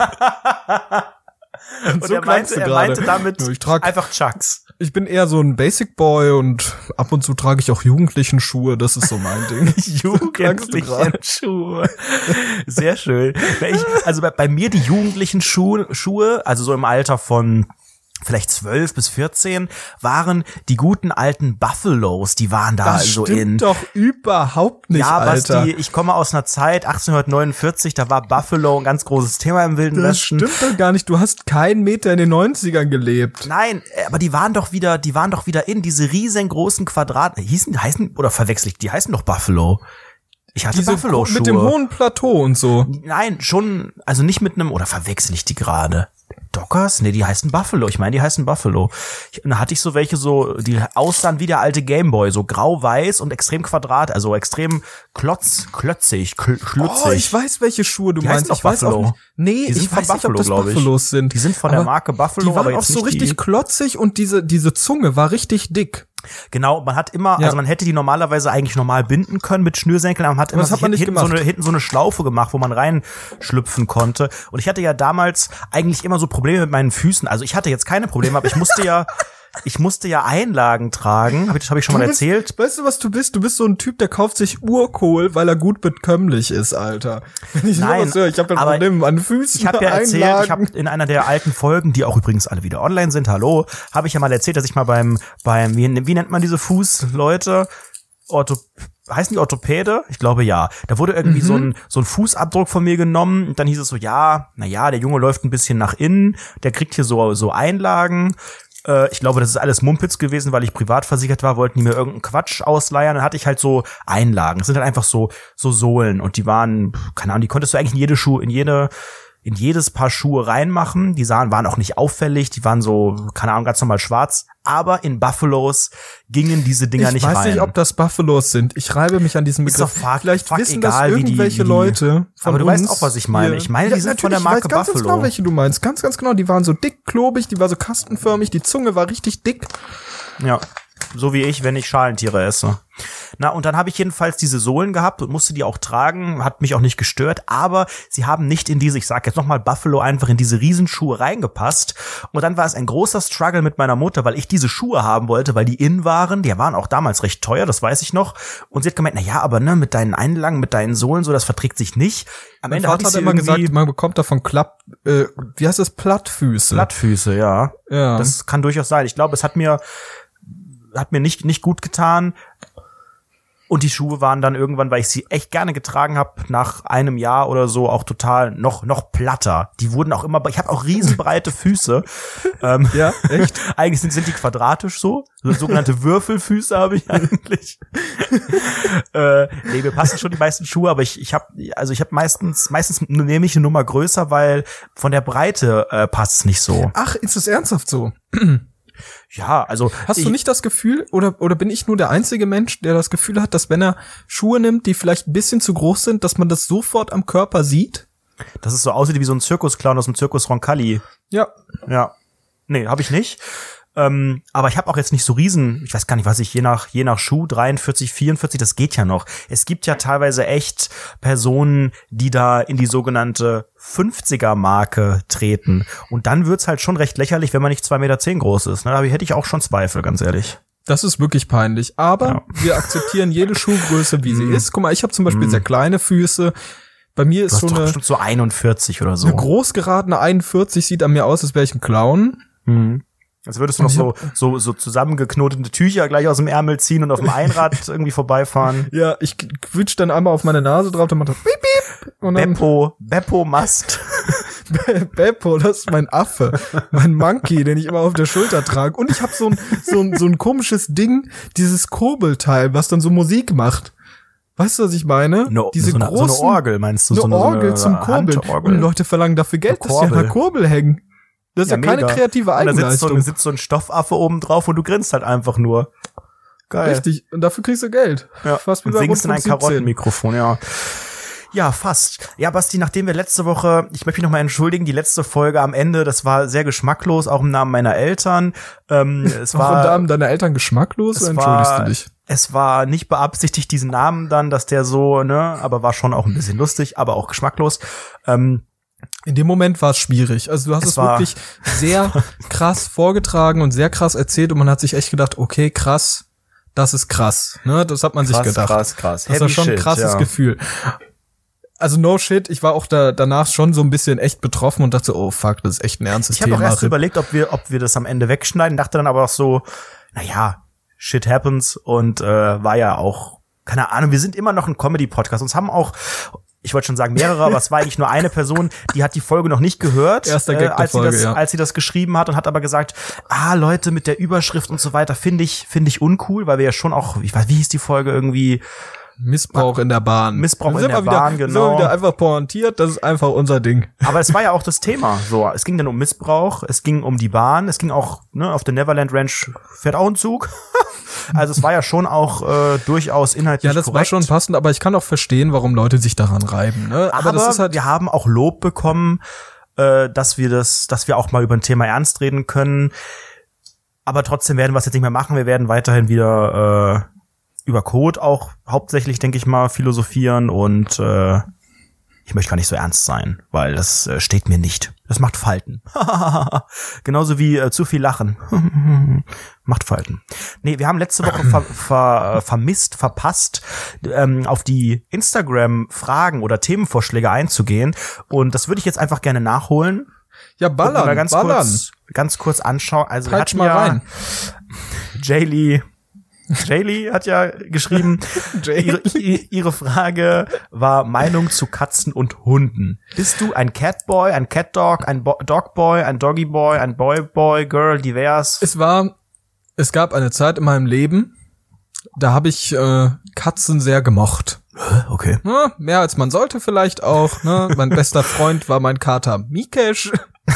Speaker 1: und
Speaker 2: und
Speaker 1: so
Speaker 2: er, meinte, er meinte damit
Speaker 1: ich trag,
Speaker 2: einfach Chucks.
Speaker 1: Ich bin eher so ein Basic Boy und ab und zu trage ich auch jugendlichen Schuhe, das ist so mein Ding.
Speaker 2: Jugendlichen Schuhe. Sehr schön. Ich, also bei, bei mir die jugendlichen Schuhe, Schuhe, also so im Alter von vielleicht zwölf bis vierzehn, waren die guten alten Buffalos, die waren da
Speaker 1: das
Speaker 2: so
Speaker 1: stimmt
Speaker 2: in.
Speaker 1: doch überhaupt nicht,
Speaker 2: ja,
Speaker 1: Alter.
Speaker 2: Basti, ich komme aus einer Zeit, achtzehnhundertneunundvierzig, da war Buffalo ein ganz großes Thema im Wilden
Speaker 1: das
Speaker 2: Westen.
Speaker 1: Das stimmt doch gar nicht, du hast keinen Meter in den neunzigern gelebt.
Speaker 2: Nein, aber die waren doch wieder, die waren doch wieder in, diese riesengroßen Quadrate, hießen, heißen, oder verwechsel ich, die heißen doch Buffalo. Ich hatte
Speaker 1: Diese
Speaker 2: Buffalo-Schuhe.
Speaker 1: Mit dem hohen Plateau und so.
Speaker 2: Nein, schon, also nicht mit einem, oder verwechsel ich die gerade? Dockers? Nee, die heißen Buffalo. Ich meine, die heißen Buffalo. Ich, da hatte ich so welche so, die aussahen wie der alte Gameboy, so grau-weiß und extrem quadrat, also extrem klotz, klötzig, kl schlutzig.
Speaker 1: Oh, ich weiß, welche Schuhe du
Speaker 2: die
Speaker 1: meinst. Ich weiß auch nicht. Nee,
Speaker 2: die sind
Speaker 1: ich
Speaker 2: von
Speaker 1: weiß
Speaker 2: Buffalo,
Speaker 1: nicht, ob das Buffalos sind.
Speaker 2: Die sind von der Marke Buffalo,
Speaker 1: die waren
Speaker 2: aber
Speaker 1: auch
Speaker 2: jetzt
Speaker 1: so
Speaker 2: nicht
Speaker 1: richtig
Speaker 2: die
Speaker 1: klotzig und diese diese Zunge war richtig dick.
Speaker 2: Genau, man hat immer,
Speaker 1: ja.
Speaker 2: also man hätte die normalerweise eigentlich normal binden können mit Schnürsenkeln, aber man hat
Speaker 1: aber
Speaker 2: immer
Speaker 1: hat man nicht
Speaker 2: hinten, so eine, hinten so eine Schlaufe gemacht, wo man reinschlüpfen konnte. Und ich hatte ja damals eigentlich immer so Probleme mit meinen Füßen. Also ich hatte jetzt keine Probleme, aber ich musste ja Ich musste ja Einlagen tragen, habe ich, das hab ich schon mal
Speaker 1: bist,
Speaker 2: erzählt.
Speaker 1: Weißt du, was du bist? Du bist so ein Typ, der kauft sich Urkohl, weil er gut bekömmlich ist, Alter. Wenn ich
Speaker 2: Nein,
Speaker 1: sowas höre, ich habe ein Problem mit meinen Füßen.
Speaker 2: Ich habe ja erzählt,
Speaker 1: Einlagen.
Speaker 2: ich habe in einer der alten Folgen, die auch übrigens alle wieder online sind, hallo, habe ich ja mal erzählt, dass ich mal beim, beim wie, wie nennt man diese Fußleute? Ortho heißen die Orthopäde? Ich glaube ja. Da wurde irgendwie mhm. so ein so ein Fußabdruck von mir genommen und dann hieß es so, ja, na ja, der Junge läuft ein bisschen nach innen, der kriegt hier so so Einlagen. Äh, ich glaube, das ist alles Mumpitz gewesen, weil ich privat versichert war, wollten die mir irgendeinen Quatsch ausleihen, dann hatte ich halt so Einlagen. Das sind halt einfach so so Sohlen und die waren, keine Ahnung, die konntest du eigentlich in jede Schuh, in jede in jedes Paar Schuhe reinmachen. Die sahen, waren auch nicht auffällig, die waren so, keine Ahnung, ganz normal schwarz. Aber in Buffalos gingen diese Dinger nicht rein.
Speaker 1: Ich weiß nicht, ob das Buffalos sind. Ich reibe mich an diesen Begriff.
Speaker 2: Ist doch fuck,
Speaker 1: Vielleicht
Speaker 2: fuck
Speaker 1: wissen
Speaker 2: egal,
Speaker 1: das irgendwelche
Speaker 2: wie die, wie die,
Speaker 1: Leute von
Speaker 2: aber du
Speaker 1: uns
Speaker 2: weißt auch, was ich meine.
Speaker 1: hier.
Speaker 2: Ich meine,
Speaker 1: ja,
Speaker 2: die sind von der Marke
Speaker 1: ich weiß ganz,
Speaker 2: Buffalo.
Speaker 1: Ganz genau, welche du meinst. Ganz, ganz genau. Die waren so dick, klobig, die war so kastenförmig, die Zunge war richtig dick.
Speaker 2: Ja, so wie ich, wenn ich Schalentiere esse. Na, und dann habe ich jedenfalls diese Sohlen gehabt und musste die auch tragen, hat mich auch nicht gestört, aber sie haben nicht in diese, ich sag jetzt nochmal Buffalo, einfach in diese Riesenschuhe reingepasst. Und dann war es ein großer Struggle mit meiner Mutter, weil ich diese Schuhe haben wollte, weil die in waren, die waren auch damals recht teuer, das weiß ich noch. Und sie hat gemeint, na ja, aber ne, mit deinen Einlagen, mit deinen Sohlen, so, das verträgt sich nicht. Am
Speaker 1: Mein
Speaker 2: Ende
Speaker 1: Vater
Speaker 2: hat
Speaker 1: hat
Speaker 2: sie
Speaker 1: immer gesagt, man bekommt davon Klapp, äh, wie heißt das, Plattfüße.
Speaker 2: Plattfüße, ja.
Speaker 1: Ja.
Speaker 2: Das kann durchaus sein. Ich glaube, es hat mir, hat mir nicht, nicht gut getan. Und die Schuhe waren dann irgendwann, weil ich sie echt gerne getragen habe, nach einem Jahr oder so auch total noch noch platter. Die wurden auch immer, ich habe auch riesenbreite Füße. ähm,
Speaker 1: ja, echt?
Speaker 2: Eigentlich sind, sind die quadratisch so. So sogenannte Würfelfüße habe ich eigentlich. äh, nee, mir passen schon die meisten Schuhe, aber ich ich habe also ich habe meistens meistens nehme ich eine Nummer größer, weil von der Breite äh, passt es nicht so.
Speaker 1: Ach, ist es ernsthaft so?
Speaker 2: Ja, also
Speaker 1: hast
Speaker 2: ich,
Speaker 1: du nicht das Gefühl, oder oder bin ich nur der einzige Mensch, der das Gefühl hat, dass wenn er Schuhe nimmt, die vielleicht ein bisschen zu groß sind, dass man das sofort am Körper sieht?
Speaker 2: Dass es so aussieht wie so ein Zirkusclown aus dem Zirkus Roncalli.
Speaker 1: Ja.
Speaker 2: Ja. Nee, habe ich nicht. Ähm, aber ich habe auch jetzt nicht so riesen, ich weiß gar nicht, was ich je nach je nach Schuh dreiundvierzig, vierundvierzig, das geht ja noch. Es gibt ja teilweise echt Personen, die da in die sogenannte fünfziger Marke treten. Und dann wird's halt schon recht lächerlich, wenn man nicht zwei Meter zehn groß ist. Ne? Da hätte ich auch schon Zweifel, ganz ehrlich.
Speaker 1: Das ist wirklich peinlich. Aber
Speaker 2: ja.
Speaker 1: wir akzeptieren jede Schuhgröße, wie sie
Speaker 2: mm.
Speaker 1: ist. Guck mal, ich habe zum Beispiel mm. sehr kleine Füße. Bei mir ist
Speaker 2: du hast
Speaker 1: so
Speaker 2: doch
Speaker 1: eine
Speaker 2: bestimmt so einundvierzig oder so.
Speaker 1: Eine großgeradene einundvierzig sieht an mir aus, als wäre ich ein Clown.
Speaker 2: Mhm. Als würdest du noch so, so, so zusammengeknotete Tücher gleich aus dem Ärmel ziehen und auf dem Einrad irgendwie vorbeifahren.
Speaker 1: Ja, ich quitsch dann einmal auf meine Nase drauf, dann macht das piep, piep. Und dann
Speaker 2: Beppo, Beppo Mast.
Speaker 1: Beppo, das ist mein Affe. Mein Monkey, den ich immer auf der Schulter trage. Und ich habe so ein, so ein, so ein komisches Ding, dieses Kurbelteil, was dann so Musik macht. Weißt du, was ich meine?
Speaker 2: No,
Speaker 1: Diese
Speaker 2: so eine,
Speaker 1: großen,
Speaker 2: so eine Orgel, meinst du?
Speaker 1: Eine
Speaker 2: so eine
Speaker 1: Orgel
Speaker 2: so eine
Speaker 1: zum Kurbeln.
Speaker 2: Handorgel.
Speaker 1: Und Leute verlangen dafür Geld, dass sie an
Speaker 2: Kurbel.
Speaker 1: der Kurbel hängen. Das ist ja, ja keine
Speaker 2: mega.
Speaker 1: kreative
Speaker 2: Und da sitzt so,
Speaker 1: Eigenleistung.
Speaker 2: ein, sitzt so ein Stoffaffe oben drauf und du grinst halt einfach nur. Geil.
Speaker 1: Richtig. Und dafür kriegst du Geld.
Speaker 2: Ja.
Speaker 1: Fast wie
Speaker 2: und
Speaker 1: bei
Speaker 2: singst in ein
Speaker 1: Rundfunk siebzehn.
Speaker 2: Karottenmikrofon, ja. Ja, fast. Ja, Basti, nachdem wir letzte Woche, ich möchte mich nochmal entschuldigen, die letzte Folge am Ende, das war sehr geschmacklos, auch im Namen meiner Eltern. Ähm, es
Speaker 1: auch
Speaker 2: war,
Speaker 1: im Namen deiner Eltern geschmacklos, oder entschuldigst du dich?
Speaker 2: Es war nicht beabsichtigt, diesen Namen dann, dass der so, ne, aber war schon auch ein bisschen lustig, aber auch geschmacklos. Ähm,
Speaker 1: In dem Moment war es schwierig. Also du hast es,
Speaker 2: es war
Speaker 1: wirklich sehr krass vorgetragen und sehr krass erzählt und man hat sich echt gedacht, okay, krass, das ist krass. Ne, das hat man
Speaker 2: krass,
Speaker 1: sich gedacht.
Speaker 2: Krass, krass,
Speaker 1: Das war schon ein
Speaker 2: shit,
Speaker 1: krasses
Speaker 2: ja.
Speaker 1: Gefühl. Also no shit, ich war auch da danach schon so ein bisschen echt betroffen und dachte, oh fuck, das ist echt ein ernstes
Speaker 2: Ich habe
Speaker 1: Thema.
Speaker 2: auch erst überlegt, ob wir, ob wir das am Ende wegschneiden, dachte dann aber auch so, na ja, shit happens und äh, war ja auch, keine Ahnung, wir sind immer noch ein Comedy-Podcast. Uns haben auch, ich wollte schon sagen mehrere, aber es war eigentlich nur eine Person, die hat die Folge noch nicht gehört,
Speaker 1: Erster Gag
Speaker 2: äh,
Speaker 1: der
Speaker 2: als
Speaker 1: Folge,
Speaker 2: sie das,
Speaker 1: ja.
Speaker 2: als sie das geschrieben hat und hat aber gesagt, ah Leute, mit der Überschrift und so weiter finde ich, finde ich uncool, weil wir ja schon auch, ich weiß, wie hieß die Folge irgendwie?
Speaker 1: Missbrauch in der Bahn.
Speaker 2: Missbrauch
Speaker 1: Sind
Speaker 2: in der
Speaker 1: wir
Speaker 2: Bahn,
Speaker 1: wieder,
Speaker 2: genau.
Speaker 1: Sind wir wieder einfach pointiert, das ist einfach unser Ding.
Speaker 2: Aber es war ja auch das Thema. So, es ging dann um Missbrauch, es ging um die Bahn, es ging auch, ne, auf der Neverland Ranch fährt auch ein Zug. Also es war ja schon auch äh, durchaus inhaltlich
Speaker 1: Ja, das
Speaker 2: korrekt.
Speaker 1: war schon passend, aber ich kann auch verstehen, warum Leute sich daran reiben. Ne? Aber,
Speaker 2: Aber
Speaker 1: das ist halt,
Speaker 2: wir haben auch Lob bekommen, äh, dass wir das, dass wir auch mal über ein Thema ernst reden können. Aber trotzdem werden wir es jetzt nicht mehr machen. Wir werden weiterhin wieder äh, über Code auch hauptsächlich, denke ich mal, philosophieren und äh, ich möchte gar nicht so ernst sein, weil das äh, steht mir nicht. Das macht Falten. Genauso wie äh, zu viel Lachen. Macht Falten. Nee, wir haben letzte Woche ver ver äh, vermisst, verpasst, ähm, auf die Instagram-Fragen oder Themenvorschläge einzugehen. Und das würde ich jetzt einfach gerne nachholen.
Speaker 1: ja,
Speaker 2: Und
Speaker 1: ballern,
Speaker 2: mal ganz
Speaker 1: ballern.
Speaker 2: kurz, ganz kurz anschauen. Also wir
Speaker 1: Peitsch
Speaker 2: hatten
Speaker 1: mal
Speaker 2: ja
Speaker 1: rein.
Speaker 2: Jaylee Jaylee hat ja geschrieben, ihre, ihre Frage war Meinung zu Katzen und Hunden. Bist du ein Catboy, ein Catdog, ein Bo- Dogboy, ein Doggyboy, ein Boyboy, Girl, divers?
Speaker 1: Es war, es gab eine Zeit in meinem Leben, da habe ich äh, Katzen sehr gemocht.
Speaker 2: Okay.
Speaker 1: Ja, mehr als man sollte vielleicht auch. Ne? Mein bester Freund war mein Kater Mikesh.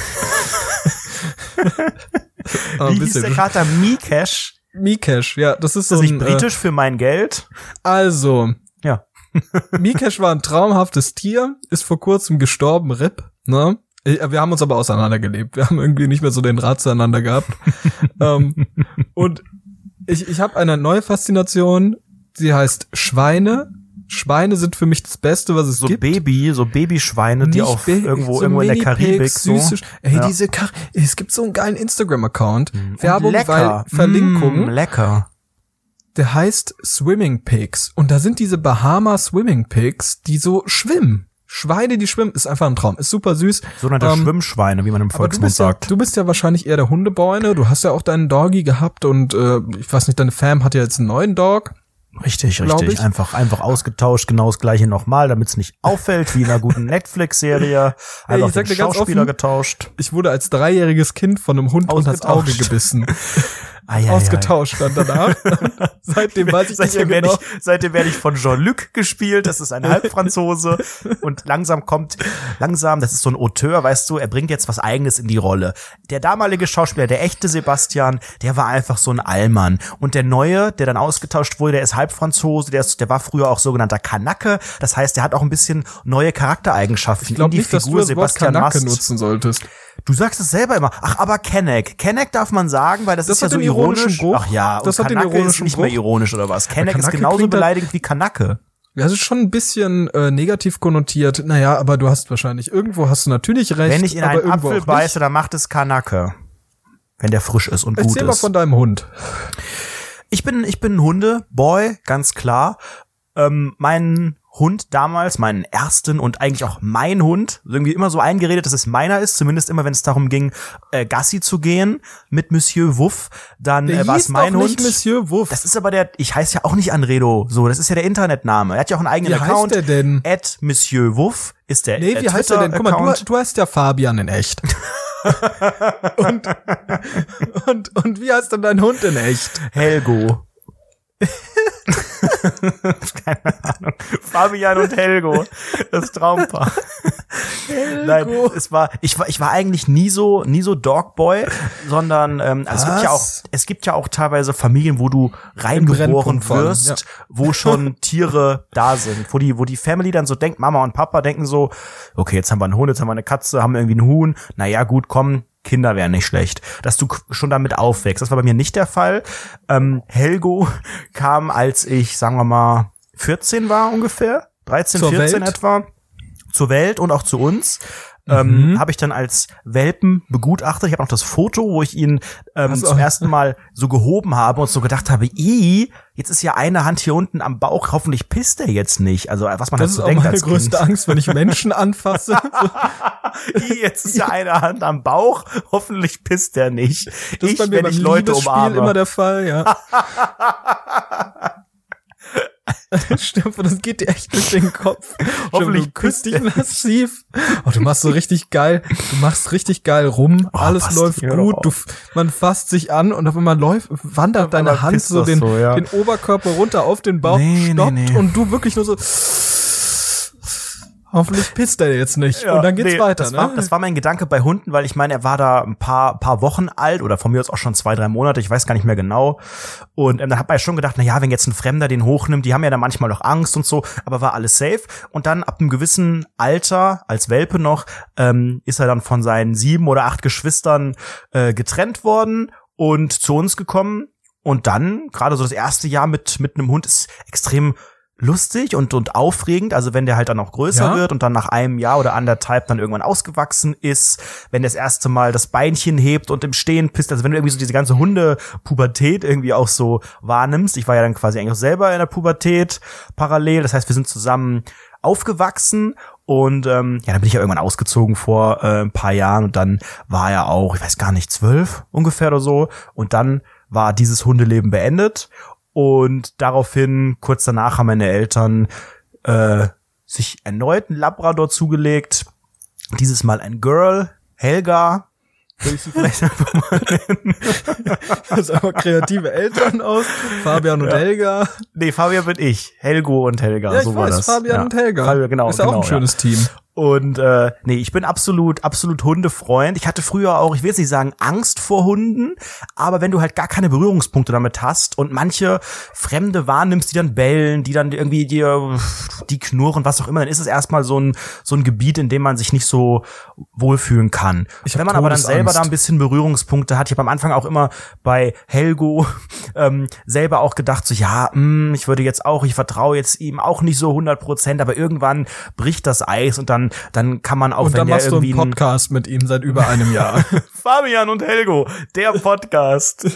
Speaker 2: Wie hieß der Kater Mikesh?
Speaker 1: Mikesh, ja, das ist,
Speaker 2: ist das
Speaker 1: so
Speaker 2: nicht
Speaker 1: ein,
Speaker 2: britisch äh, für mein Geld?
Speaker 1: Also,
Speaker 2: ja.
Speaker 1: Mikesh war ein traumhaftes Tier, ist vor kurzem gestorben, R I P, ne? Wir haben uns aber auseinandergelebt. Wir haben irgendwie nicht mehr so den Draht zueinander gehabt. um, und ich, ich habe eine neue Faszination, sie heißt Schweine. Schweine sind für mich das Beste, was es
Speaker 2: so
Speaker 1: gibt.
Speaker 2: So Baby, so Babyschweine, die auf Be- irgendwo, so irgendwo in der Karibik so.
Speaker 1: Süße, ey, ja. diese Kar- es gibt so einen geilen Instagram-Account.
Speaker 2: Mm,
Speaker 1: Werbung,
Speaker 2: lecker.
Speaker 1: weil Verlinkung.
Speaker 2: Mm, lecker.
Speaker 1: Der heißt Swimming Pigs. Und da sind diese Bahama Swimming Pigs, die so schwimmen. Schweine, die schwimmen, ist einfach ein Traum. Ist super süß.
Speaker 2: Sogenannte ähm, Schwimmschweine, wie man im Volksmund sagt.
Speaker 1: Ja, du bist ja wahrscheinlich eher der Hundeboy, ne? Du hast ja auch deinen Doggy gehabt und äh, ich weiß nicht, deine Fam hat ja jetzt einen neuen Dog.
Speaker 2: Richtig, richtig. Ich. Einfach, einfach ausgetauscht, genau das gleiche nochmal, damit es nicht auffällt, wie in einer guten Netflix-Serie. Einfach
Speaker 1: hey,
Speaker 2: den Schauspieler offen, getauscht.
Speaker 1: Ich wurde als dreijähriges Kind von einem Hund unter das Auge gebissen. Ah, ja, ausgetauscht ja, ja. dann danach. Seitdem weiß ich
Speaker 2: seitdem
Speaker 1: nicht mehr genau.
Speaker 2: Ich, seitdem werde ich von Jean-Luc gespielt. Das ist ein Halbfranzose. Und langsam kommt, langsam, das ist so ein Auteur, weißt du, er bringt jetzt was Eigenes in die Rolle. Der damalige Schauspieler, der echte Sebastian, der war einfach so ein Allmann. Und der neue, der dann ausgetauscht wurde, der ist Halbfranzose, der, ist, der war früher auch sogenannter Kanake. Das heißt, der hat auch ein bisschen neue Charaktereigenschaften
Speaker 1: ich glaub
Speaker 2: in die
Speaker 1: nicht,
Speaker 2: Figur
Speaker 1: dass du das
Speaker 2: Sebastian
Speaker 1: Wort Kanake
Speaker 2: Mast
Speaker 1: nutzen solltest.
Speaker 2: Du sagst es selber immer. Ach, aber Kenneck. Kenneck darf man sagen, weil das, das ist ja so ironisch.
Speaker 1: Bruch.
Speaker 2: Ach ja,
Speaker 1: das
Speaker 2: und
Speaker 1: hat
Speaker 2: Kanake
Speaker 1: den ironischen
Speaker 2: ist nicht
Speaker 1: Bruch.
Speaker 2: mehr ironisch oder was. Kenneck ist genauso beleidigend wie Kanake.
Speaker 1: Ja, es ist schon ein bisschen äh, negativ konnotiert. Naja, aber du hast wahrscheinlich, irgendwo hast du natürlich recht.
Speaker 2: Wenn ich in einen Apfel beiße, dann macht es Kanake. Wenn der frisch ist und
Speaker 1: Erzähl
Speaker 2: gut ist.
Speaker 1: Erzähl mal von deinem Hund.
Speaker 2: Ich bin, ich bin ein Hundeboy, ganz klar. Ähm, mein Hund damals, meinen ersten und eigentlich auch mein Hund, irgendwie immer so eingeredet, dass es meiner ist, zumindest immer, wenn es darum ging, äh, Gassi zu gehen mit Monsieur Wuff, dann äh, war es mein
Speaker 1: doch
Speaker 2: Hund.
Speaker 1: Nicht Monsieur Wuff.
Speaker 2: Das ist aber der, ich heiße ja auch nicht Anredo, so, das ist ja der Internetname. Er hat ja auch einen eigenen
Speaker 1: wie
Speaker 2: Account.
Speaker 1: Wie heißt der denn?
Speaker 2: At Monsieur Wuff ist der
Speaker 1: Nee, wie
Speaker 2: äh,
Speaker 1: heißt der denn? Guck mal, du, du heißt ja Fabian in echt. und, und, und wie heißt denn dein Hund in echt?
Speaker 2: Helgo. Keine Ahnung. Fabian und Helgo. Das Traumpaar. Helgo. Nein, es war, ich war, ich war eigentlich nie so, nie so Dogboy, sondern, ähm, also es gibt ja auch, es gibt ja auch teilweise Familien, wo du reingeboren wirst, ja. wo schon Tiere da sind, wo die, wo die Family dann so denkt, Mama und Papa denken so, okay, jetzt haben wir einen Hund, jetzt haben wir eine Katze, haben wir irgendwie einen Huhn, naja, gut, komm, Kinder wären nicht schlecht, dass du schon damit aufwächst. Das war bei mir nicht der Fall. Ähm, Helgo kam, als ich, sagen wir mal, vierzehn war ungefähr, dreizehn,
Speaker 1: zur
Speaker 2: vierzehn
Speaker 1: Welt.
Speaker 2: etwa, zur Welt und auch zu uns.
Speaker 1: Mhm.
Speaker 2: Ähm, habe ich dann als Welpen begutachtet. Ich habe noch das Foto, wo ich ihn ähm,
Speaker 1: also.
Speaker 2: zum ersten Mal so gehoben habe und so gedacht habe, ih, jetzt ist ja eine Hand hier unten am Bauch, hoffentlich pisst er jetzt nicht. Also was man
Speaker 1: das
Speaker 2: halt so
Speaker 1: ist
Speaker 2: denkt
Speaker 1: auch meine
Speaker 2: als
Speaker 1: größte
Speaker 2: Kind.
Speaker 1: Angst, wenn ich Menschen anfasse.
Speaker 2: ih, jetzt ist ja eine Hand am Bauch, hoffentlich pisst er nicht.
Speaker 1: Das
Speaker 2: ich,
Speaker 1: ist bei mir
Speaker 2: wenn
Speaker 1: beim
Speaker 2: ich Leute
Speaker 1: Liebesspiel
Speaker 2: umarme.
Speaker 1: immer der Fall, ja. Stimmt, das geht dir echt durch den Kopf.
Speaker 2: Hoffentlich
Speaker 1: du küsst dich massiv. Oh, du machst so richtig geil, du machst richtig geil rum, oh, alles läuft gut, du, man fasst sich an und auf einmal läuft, wandert deine
Speaker 2: einmal
Speaker 1: Hand so den,
Speaker 2: so, ja.
Speaker 1: den Oberkörper runter auf den Bauch,
Speaker 2: nee,
Speaker 1: stoppt
Speaker 2: nee, nee.
Speaker 1: und du wirklich nur so, hoffentlich pisst er jetzt nicht.
Speaker 2: Ja,
Speaker 1: und dann geht's
Speaker 2: nee,
Speaker 1: weiter,
Speaker 2: das
Speaker 1: ne?
Speaker 2: War, das war mein Gedanke bei Hunden, weil ich meine, er war da ein paar paar Wochen alt oder von mir aus auch schon zwei, drei Monate, ich weiß gar nicht mehr genau. Und ähm, dann hat man ja schon gedacht, na ja, wenn jetzt ein Fremder den hochnimmt, die haben ja dann manchmal auch Angst und so, aber war alles safe. Und dann ab einem gewissen Alter, als Welpe noch, ähm, ist er dann von seinen sieben oder acht Geschwistern äh, getrennt worden und zu uns gekommen. Und dann, gerade so das erste Jahr mit mit einem Hund ist extrem lustig und und aufregend, also wenn der halt dann auch größer
Speaker 1: ja?
Speaker 2: wird und dann nach einem Jahr oder anderthalb dann irgendwann ausgewachsen ist, wenn der das erste Mal das Beinchen hebt und im Stehen pisst, also wenn du irgendwie so diese ganze Hunde-Pubertät irgendwie auch so wahrnimmst, ich war ja dann quasi eigentlich auch selber in der Pubertät parallel, das heißt, wir sind zusammen aufgewachsen und ähm, ja, dann bin ich ja irgendwann ausgezogen vor äh, ein paar Jahren und dann war er auch, ich weiß gar nicht, zwölf ungefähr oder so und dann war dieses Hundeleben beendet. Und daraufhin, kurz danach, haben meine Eltern äh, sich erneut einen Labrador zugelegt. Dieses Mal ein Girl, Helga. Würde ich sie vielleicht einfach mal nennen.
Speaker 1: Das ist aber kreative Eltern aus. Fabian und ja. Helga.
Speaker 2: Nee, Fabian bin ich. Helgo und Helga,
Speaker 1: ja, ich
Speaker 2: so
Speaker 1: weiß,
Speaker 2: war das.
Speaker 1: Fabian
Speaker 2: ja.
Speaker 1: und Helga.
Speaker 2: Fabian, genau,
Speaker 1: ist ja
Speaker 2: genau,
Speaker 1: auch ein schönes
Speaker 2: ja.
Speaker 1: Team.
Speaker 2: Und äh, nee, ich bin absolut, absolut Hundefreund. Ich hatte früher auch, ich will jetzt nicht sagen Angst vor Hunden, aber wenn du halt gar keine Berührungspunkte damit hast und manche Fremde wahrnimmst, die dann bellen, die dann irgendwie dir, die knurren, was auch immer, dann ist es erstmal so ein so ein Gebiet, in dem man sich nicht so wohlfühlen kann.
Speaker 1: Ich
Speaker 2: wenn man aber dann selber da ein bisschen Berührungspunkte hat, ich habe am Anfang auch immer bei Helgo ähm, selber auch gedacht, so ja, mh, ich würde jetzt auch, ich vertraue jetzt ihm auch nicht so hundert Prozent, aber irgendwann bricht das Eis und dann dann kann man auch,
Speaker 1: und
Speaker 2: wenn
Speaker 1: dann
Speaker 2: der
Speaker 1: machst
Speaker 2: irgendwie
Speaker 1: du einen Podcast mit ihm seit über einem Jahr.
Speaker 2: Fabian und Helgo, der Podcast.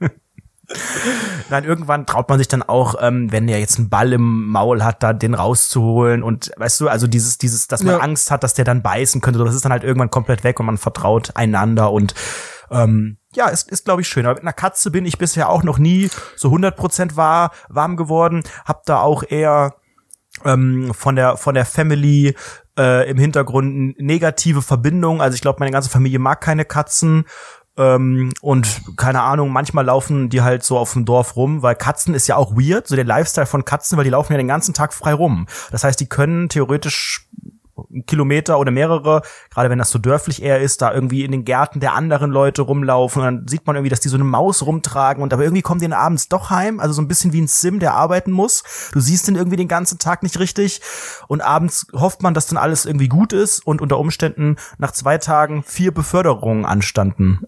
Speaker 2: Nein, irgendwann traut man sich dann auch, ähm, wenn er jetzt einen Ball im Maul hat, da den rauszuholen und weißt du, also dieses, dieses, dass man
Speaker 1: ja.
Speaker 2: Angst hat, dass der dann beißen könnte, das ist dann halt irgendwann komplett weg und man vertraut einander und ähm, ja, ist, ist glaube ich schön. Aber mit einer Katze bin ich bisher auch noch nie so hundert Prozent war, warm geworden, hab da auch eher ähm, von der von der Family äh, im Hintergrund negative Verbindung. Also ich glaube, meine ganze Familie mag keine Katzen. Ähm, und keine Ahnung, manchmal laufen die halt so auf dem Dorf rum, weil Katzen ist ja auch weird, so der Lifestyle von Katzen, weil die laufen ja den ganzen Tag frei rum. Das heißt, die können theoretisch Kilometer oder mehrere, gerade wenn das so dörflich eher ist, da irgendwie in den Gärten der anderen Leute rumlaufen und dann sieht man irgendwie, dass die so eine Maus rumtragen und aber irgendwie kommen die dann abends doch heim, also so ein bisschen wie ein Sim, der arbeiten muss. Du siehst den irgendwie den ganzen Tag nicht richtig und abends hofft man, dass dann alles irgendwie gut ist und unter Umständen nach zwei Tagen vier Beförderungen anstanden.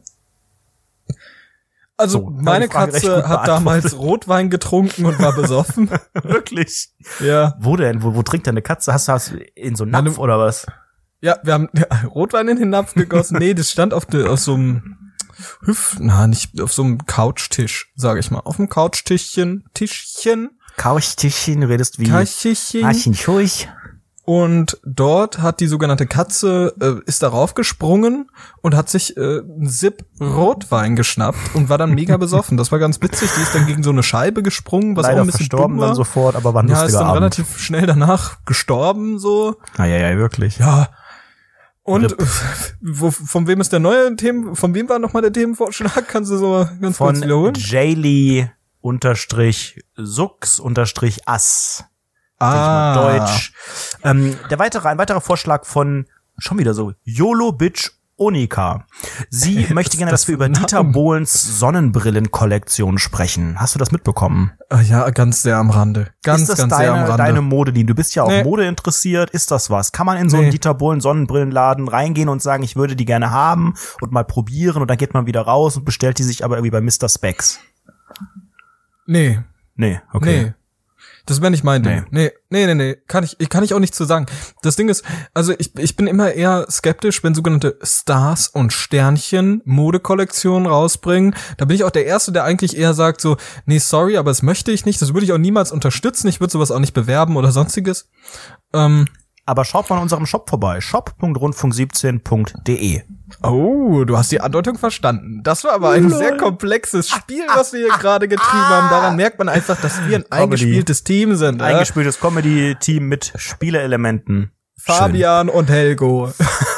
Speaker 1: Also
Speaker 2: so,
Speaker 1: meine Katze hat damals Rotwein getrunken und war besoffen.
Speaker 2: Wirklich?
Speaker 1: Ja.
Speaker 2: Wo denn? Wo, wo trinkt deine Katze? Hast du hast du in so einen Napf
Speaker 1: Meine,
Speaker 2: oder was?
Speaker 1: Ja, wir haben ja, Rotwein in den Napf gegossen. Nee, das stand auf, de, auf so einem Hüf, na, nicht auf so einem Couchtisch, sage ich mal. Auf dem Couchtischchen, Tischchen.
Speaker 2: Couchtischchen, redest wie
Speaker 1: Couchtischchen.
Speaker 2: Martin Schurch.
Speaker 1: Und dort hat die sogenannte Katze, äh, ist darauf gesprungen und hat sich äh, einen Sip Rotwein geschnappt und war dann mega besoffen. Das war ganz witzig. Die ist dann gegen so eine Scheibe gesprungen, was
Speaker 2: Leider
Speaker 1: auch ein bisschen
Speaker 2: verstorben
Speaker 1: dumm war.
Speaker 2: dann sofort, aber war ein
Speaker 1: ja,
Speaker 2: lustiger
Speaker 1: ist dann
Speaker 2: Abend.
Speaker 1: relativ schnell danach gestorben, so.
Speaker 2: Ah, ja, ja, wirklich.
Speaker 1: Ja. Und wo, von wem ist der neue Themen, von wem war nochmal der Themenvorschlag? Kannst du so ganz
Speaker 2: von
Speaker 1: kurz wiederholen?
Speaker 2: Jaylee unterstrich Sux unterstrich Ass.
Speaker 1: Ah.
Speaker 2: Deutsch. Ähm, der weitere, ein weiterer Vorschlag von, schon wieder so, YOLO Bitch Onika. Sie möchte gerne, dass wir über Dieter Bohlens Sonnenbrillenkollektion sprechen. Hast du das mitbekommen?
Speaker 1: Ja, ganz sehr am Rande. Ganz,
Speaker 2: ist das
Speaker 1: ganz
Speaker 2: deine,
Speaker 1: sehr am Rande.
Speaker 2: deine Modelinie? Du bist ja auch
Speaker 1: nee.
Speaker 2: Mode interessiert. Ist das was? Kann man in so einen
Speaker 1: nee.
Speaker 2: Dieter Bohlen Sonnenbrillenladen reingehen und sagen, ich würde die gerne haben und mal probieren und dann geht man wieder raus und bestellt die sich aber irgendwie bei Mister Specs?
Speaker 1: Nee.
Speaker 2: Nee, okay.
Speaker 1: Nee. Das wäre nicht mein Ding. Nee, nee, nee, nee. Kann ich, kann ich auch nicht zu sagen. Das Ding ist, also ich, ich bin immer eher skeptisch, wenn sogenannte Stars und Sternchen Modekollektionen rausbringen. Da bin ich auch der Erste, der eigentlich eher sagt so, nee, sorry, aber das möchte ich nicht. Das würde ich auch niemals unterstützen. Ich würde sowas auch nicht bewerben oder sonstiges. Ähm,
Speaker 2: Aber schaut mal in unserem Shop vorbei. shop punkt rundfunk siebzehn punkt de.
Speaker 1: Oh, du hast die Andeutung verstanden. Das war aber ein sehr komplexes Spiel, was wir hier gerade getrieben haben. Daran merkt man einfach, dass wir ein
Speaker 2: Comedy.
Speaker 1: eingespieltes Team sind.
Speaker 2: Ein eingespieltes Comedy-Team mit Spieleelementen.
Speaker 1: Fabian Schön. Und Helgo.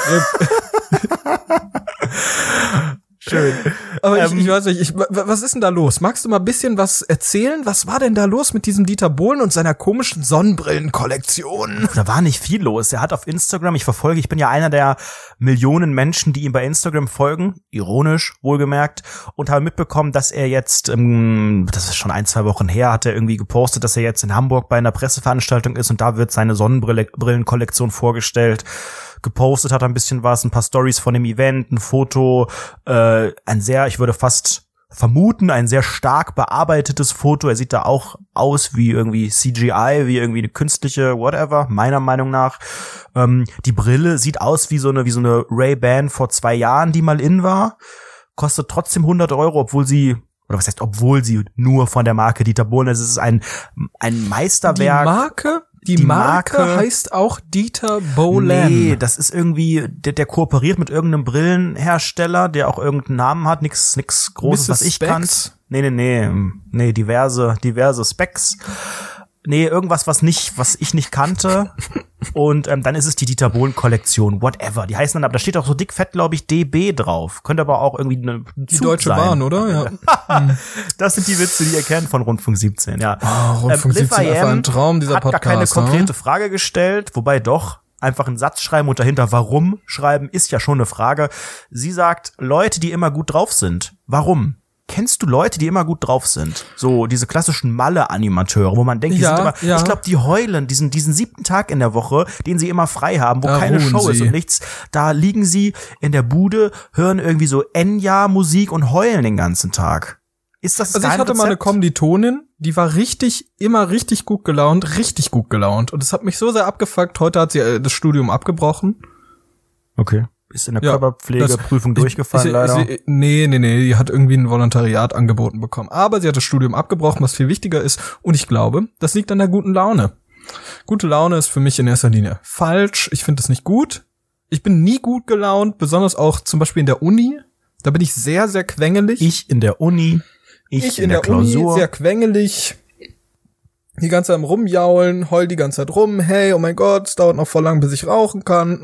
Speaker 1: Schön. Aber ähm, ich, ich weiß nicht, ich, was ist denn da los? Magst du mal ein bisschen was erzählen? Was war denn da los mit diesem Dieter Bohlen und seiner komischen Sonnenbrillenkollektion?
Speaker 2: Da war nicht viel los. Er hat auf Instagram, ich verfolge, ich bin ja einer der Millionen Menschen, die ihm bei Instagram folgen, ironisch wohlgemerkt, und habe mitbekommen, dass er jetzt, ähm, das ist schon ein, zwei Wochen her, hat er irgendwie gepostet, dass er jetzt in Hamburg bei einer Presseveranstaltung ist und da wird seine Sonnenbrillenkollektion vorgestellt. Gepostet hat er ein bisschen was, ein paar Stories von dem Event, ein Foto, äh, ein sehr, ich würde fast vermuten, ein sehr stark bearbeitetes Foto. Er sieht da auch aus wie irgendwie C G I, wie irgendwie eine künstliche whatever, meiner Meinung nach. Ähm, die Brille sieht aus wie so eine wie so eine Ray-Ban vor zwei Jahren, die mal in war. Kostet trotzdem hundert Euro, obwohl sie, oder was heißt, obwohl sie nur von der Marke Dieter Bohlen ist. Es ist ein, ein Meisterwerk.
Speaker 1: Die Marke? Die,
Speaker 2: Die
Speaker 1: Marke,
Speaker 2: Marke
Speaker 1: heißt auch Dieter Bohlen.
Speaker 2: Nee, das ist irgendwie, der, der kooperiert mit irgendeinem Brillenhersteller, der auch irgendeinen Namen hat, nix, nix Großes,
Speaker 1: Misses
Speaker 2: was ich
Speaker 1: Specs?
Speaker 2: kann. Nee, nee, nee, nee, diverse, diverse Specs. Nee, irgendwas, was nicht, was ich nicht kannte. Und ähm, dann ist es die Dieter Bohlen-Kollektion, whatever. Die heißen dann, aber da steht auch so dickfett, glaube ich, D B drauf. Könnte aber auch irgendwie eine
Speaker 1: Die Zug Deutsche sein. Bahn, oder? Ja.
Speaker 2: Das sind die Witze, die ihr kennt von Rundfunk siebzehn, ja.
Speaker 1: Oh, Rundfunk ähm, siebzehn, einfach ein Traum, dieser
Speaker 2: hat
Speaker 1: Podcast.
Speaker 2: Hat gar keine konkrete
Speaker 1: ne?
Speaker 2: Frage gestellt, wobei doch, einfach einen Satz schreiben und dahinter warum schreiben, ist ja schon eine Frage. Sie sagt, Leute, die immer gut drauf sind. Warum? Kennst du Leute, die immer gut drauf sind? So diese klassischen Malle-Animateure, wo man denkt, die
Speaker 1: ja,
Speaker 2: sind immer,
Speaker 1: ja.
Speaker 2: ich glaube, die heulen, diesen diesen siebten Tag in der Woche, den sie immer frei haben, wo
Speaker 1: da
Speaker 2: keine Show
Speaker 1: sie.
Speaker 2: ist und nichts. Da liegen sie in der Bude, hören irgendwie so Enya-Musik und heulen den ganzen Tag. Ist das
Speaker 1: Also ich hatte
Speaker 2: Rezept?
Speaker 1: mal eine Kommilitonin, die war richtig, immer richtig gut gelaunt, richtig gut gelaunt. Und das hat mich so sehr abgefuckt. Heute hat sie äh, das Studium abgebrochen.
Speaker 2: Okay. Ist in der
Speaker 1: Ja,
Speaker 2: Körperpflegeprüfung
Speaker 1: das-
Speaker 2: durchgefallen,
Speaker 1: ist,
Speaker 2: leider.
Speaker 1: Ist, ist, nee, nee, nee, die hat irgendwie ein Volontariat angeboten bekommen. Aber sie hat das Studium abgebrochen, was viel wichtiger ist. Und ich glaube, das liegt an der guten Laune. Gute Laune ist für mich in erster Linie falsch. Ich finde es nicht gut. Ich bin nie gut gelaunt, besonders auch zum Beispiel in der Uni. Da bin ich sehr, sehr quengelig.
Speaker 2: Ich in der Uni, ich,
Speaker 1: Ich
Speaker 2: in,
Speaker 1: in
Speaker 2: der,
Speaker 1: der
Speaker 2: Klausur.
Speaker 1: Uni sehr quengelig, die ganze Zeit am Rumjaulen, heul die ganze Zeit rum, hey, oh mein Gott, es dauert noch voll lang, bis ich rauchen kann,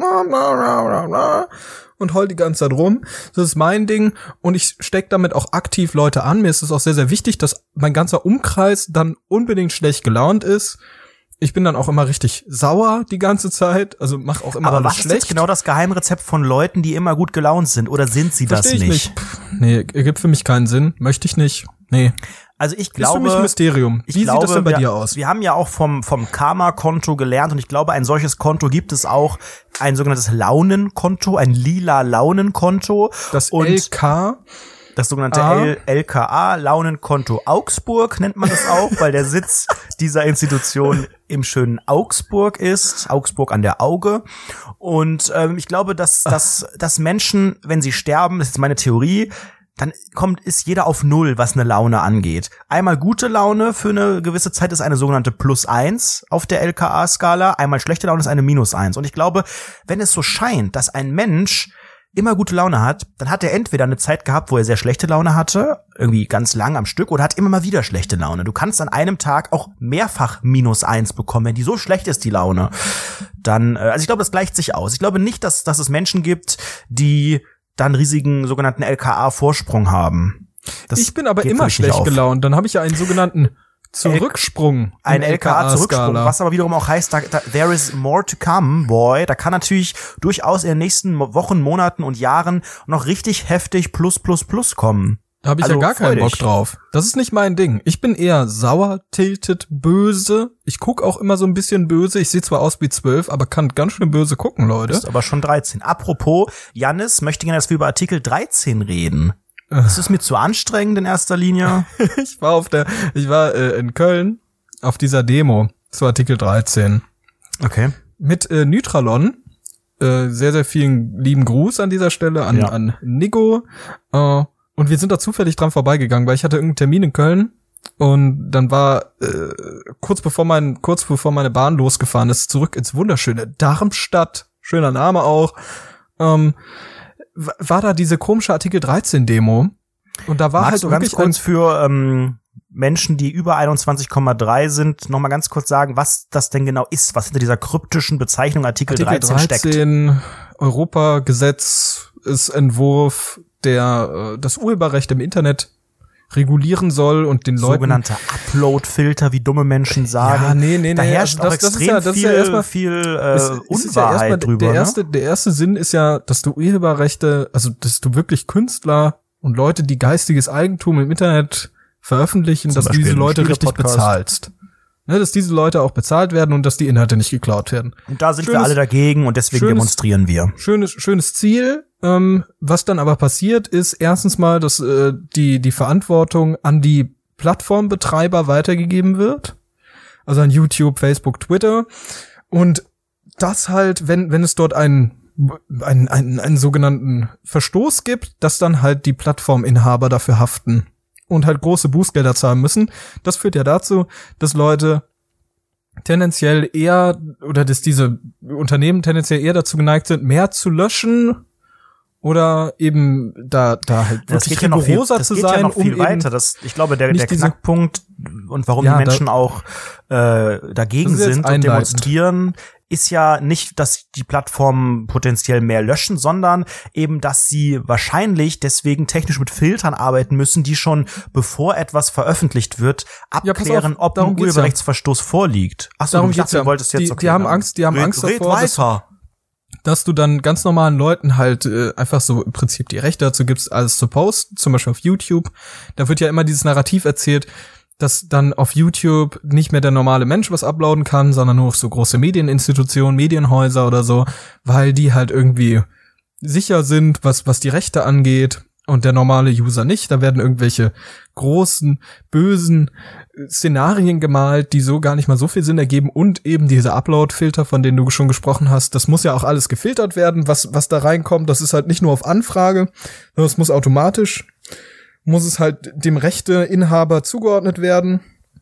Speaker 1: und heul die ganze Zeit rum. Das ist mein Ding und ich steck damit auch aktiv Leute an. Mir ist es auch sehr, sehr wichtig, dass mein ganzer Umkreis dann unbedingt schlecht gelaunt ist. Ich bin dann auch immer richtig sauer die ganze Zeit, also mach auch immer
Speaker 2: Aber
Speaker 1: alles
Speaker 2: was ist
Speaker 1: schlecht.
Speaker 2: jetzt genau das Geheimrezept von Leuten, die immer gut gelaunt sind? Oder sind sie das
Speaker 1: Versteh ich
Speaker 2: nicht?
Speaker 1: nicht. Pff, nee, ergibt für mich keinen Sinn. Möchte ich nicht. Nee.
Speaker 2: Also ich
Speaker 1: Ist
Speaker 2: glaube,
Speaker 1: für mich ein Mysterium.
Speaker 2: ich
Speaker 1: Wie
Speaker 2: glaube,
Speaker 1: sieht das denn bei
Speaker 2: wir,
Speaker 1: dir aus?
Speaker 2: Wir haben ja auch vom vom Karma-Konto gelernt und ich glaube, ein solches Konto gibt es auch, ein sogenanntes Launenkonto, ein lila Launenkonto.
Speaker 1: Das
Speaker 2: und
Speaker 1: L K
Speaker 2: das sogenannte
Speaker 1: A.
Speaker 2: L- LKA, Launenkonto Augsburg nennt man das auch, weil der Sitz dieser Institution im schönen Augsburg ist, Augsburg an der Auge. Und ähm, ich glaube, dass, dass, dass Menschen, wenn sie sterben, das ist meine Theorie, dann kommt, ist jeder auf Null, was eine Laune angeht. Einmal gute Laune für eine gewisse Zeit ist eine sogenannte Plus eins auf der L K A-Skala, einmal schlechte Laune ist eine Minus eins. Und ich glaube, wenn es so scheint, dass ein Mensch immer gute Laune hat, dann hat er entweder eine Zeit gehabt, wo er sehr schlechte Laune hatte, irgendwie ganz lang am Stück, oder hat immer mal wieder schlechte Laune. Du kannst an einem Tag auch mehrfach minus eins bekommen, wenn die so schlecht ist, die Laune. Dann, äh, also ich glaube, das gleicht sich aus. Ich glaube nicht, dass, dass es Menschen gibt, die dann riesigen sogenannten L K A-Vorsprung haben. Das
Speaker 1: ich bin aber
Speaker 2: geht für
Speaker 1: immer
Speaker 2: mich nicht
Speaker 1: schlecht
Speaker 2: auf.
Speaker 1: gelaunt. Dann habe ich ja einen sogenannten Zurücksprung.
Speaker 2: Ein
Speaker 1: im
Speaker 2: L K A-Zurücksprung,
Speaker 1: Skala.
Speaker 2: was aber wiederum auch heißt, da, da, there is more to come, boy. Da kann natürlich durchaus in den nächsten Mo- Wochen, Monaten und Jahren noch richtig heftig plus, plus, plus kommen.
Speaker 1: Da habe ich
Speaker 2: Also,
Speaker 1: ja gar
Speaker 2: freu
Speaker 1: keinen
Speaker 2: dich.
Speaker 1: Bock drauf. Das ist nicht mein Ding. Ich bin eher sauer, tilted, böse. Ich guck auch immer so ein bisschen böse. Ich sehe zwar aus wie zwölf, aber kann ganz schön böse gucken, Leute.
Speaker 2: Ist aber schon dreizehn. Apropos, Jannis möchte gerne, dass wir über Artikel dreizehn reden. Das ist mir zu anstrengend in erster Linie.
Speaker 1: Ich war auf der, ich war äh, in Köln auf dieser Demo zu Artikel dreizehn
Speaker 2: Okay.
Speaker 1: mit äh, Nytralon. Äh, sehr, sehr vielen lieben Gruß an dieser Stelle an,
Speaker 2: Ja.
Speaker 1: an Nico. Äh, und wir sind da zufällig dran vorbeigegangen, weil ich hatte irgendeinen Termin in Köln. Und dann war äh, kurz bevor mein kurz bevor meine Bahn losgefahren ist, zurück ins wunderschöne Darmstadt, schöner Name auch, ähm, w- war da diese komische Artikel dreizehn Demo. Und da war
Speaker 2: Magst
Speaker 1: halt
Speaker 2: du ganz
Speaker 1: wirklich
Speaker 2: kurz
Speaker 1: ein,
Speaker 2: für ähm, Menschen, die über einundzwanzig Komma drei sind, noch mal ganz kurz sagen, was das denn genau ist, was hinter dieser kryptischen Bezeichnung Artikel,
Speaker 1: Artikel
Speaker 2: dreizehn steckt?
Speaker 1: dreizehn Europagesetz ist Entwurf, der äh, das Urheberrecht im Internet regulieren soll und den Leuten
Speaker 2: Sogenannte Upload-Filter, wie dumme Menschen sagen.
Speaker 1: Ja, nee, nee,
Speaker 2: da
Speaker 1: nee,
Speaker 2: herrscht
Speaker 1: also
Speaker 2: auch
Speaker 1: das- das ist
Speaker 2: extrem
Speaker 1: ja- das ist
Speaker 2: viel,
Speaker 1: ja erstmal-
Speaker 2: viel äh,
Speaker 1: Es- es ist ja
Speaker 2: Unwahrheit
Speaker 1: erstmal
Speaker 2: drüber.
Speaker 1: der
Speaker 2: ne?
Speaker 1: erste, der erste Sinn ist ja, dass du Urheberrechte, also dass du wirklich Künstler und Leute, die geistiges Eigentum im Internet veröffentlichen,
Speaker 2: Zum
Speaker 1: dass du
Speaker 2: Beispiel
Speaker 1: diese
Speaker 2: einen
Speaker 1: Leute richtig
Speaker 2: Spiele-Podcast.
Speaker 1: bezahlst. Ne, dass diese Leute auch bezahlt werden und dass die Inhalte nicht geklaut werden.
Speaker 2: Und da sind wir
Speaker 1: Schönes-
Speaker 2: alle dagegen und deswegen
Speaker 1: schönes-
Speaker 2: demonstrieren wir.
Speaker 1: Schönes, schönes Ziel. Ähm, was dann aber passiert, ist erstens mal, dass äh, die die Verantwortung an die Plattformbetreiber weitergegeben wird. Also an YouTube, Facebook, Twitter. Und das halt, wenn wenn es dort einen einen, einen, einen sogenannten Verstoß gibt, dass dann halt die Plattforminhaber dafür haften und halt große Bußgelder zahlen müssen. Das führt ja dazu, dass Leute tendenziell eher, oder dass diese Unternehmen tendenziell eher dazu geneigt sind, mehr zu löschen oder eben da da halt
Speaker 2: Das
Speaker 1: wirklich
Speaker 2: geht ja noch viel,
Speaker 1: rigoroser
Speaker 2: das
Speaker 1: zu
Speaker 2: geht
Speaker 1: sein,
Speaker 2: ja noch viel
Speaker 1: um
Speaker 2: weiter.
Speaker 1: eben
Speaker 2: Das, ich glaube, der,
Speaker 1: nicht
Speaker 2: der
Speaker 1: diese-
Speaker 2: Knackpunkt und warum
Speaker 1: Ja,
Speaker 2: die Menschen
Speaker 1: da,
Speaker 2: auch äh, dagegen sind und demonstrieren, ist ja nicht, dass die Plattformen potenziell mehr löschen, sondern eben, dass sie wahrscheinlich deswegen technisch mit Filtern arbeiten müssen, die schon, bevor etwas veröffentlicht wird, abklären,
Speaker 1: ja, auf,
Speaker 2: ob ein Urheberrechtsverstoß ja. vorliegt. Ach so,
Speaker 1: darum
Speaker 2: ich dachte,
Speaker 1: ja.
Speaker 2: du wolltest jetzt
Speaker 1: die,
Speaker 2: okay,
Speaker 1: die haben Angst, die haben
Speaker 2: red,
Speaker 1: Angst
Speaker 2: red
Speaker 1: davor, dass, dass du dann ganz normalen Leuten halt äh, einfach so im Prinzip die Rechte dazu gibst, alles zu posten, zum Beispiel auf YouTube. Da wird ja immer dieses Narrativ erzählt, dass dann auf YouTube nicht mehr der normale Mensch was uploaden kann, sondern nur auf so große Medieninstitutionen, Medienhäuser oder so, weil die halt irgendwie sicher sind, was was die Rechte angeht und der normale User nicht. Da werden irgendwelche großen, bösen Szenarien gemalt, die so gar nicht mal so viel Sinn ergeben und eben diese Upload-Filter, von denen du schon gesprochen hast. Das muss ja auch alles gefiltert werden, was was da reinkommt. Das ist halt nicht nur auf Anfrage, sondern es muss automatisch muss es halt dem Rechteinhaber zugeordnet werden.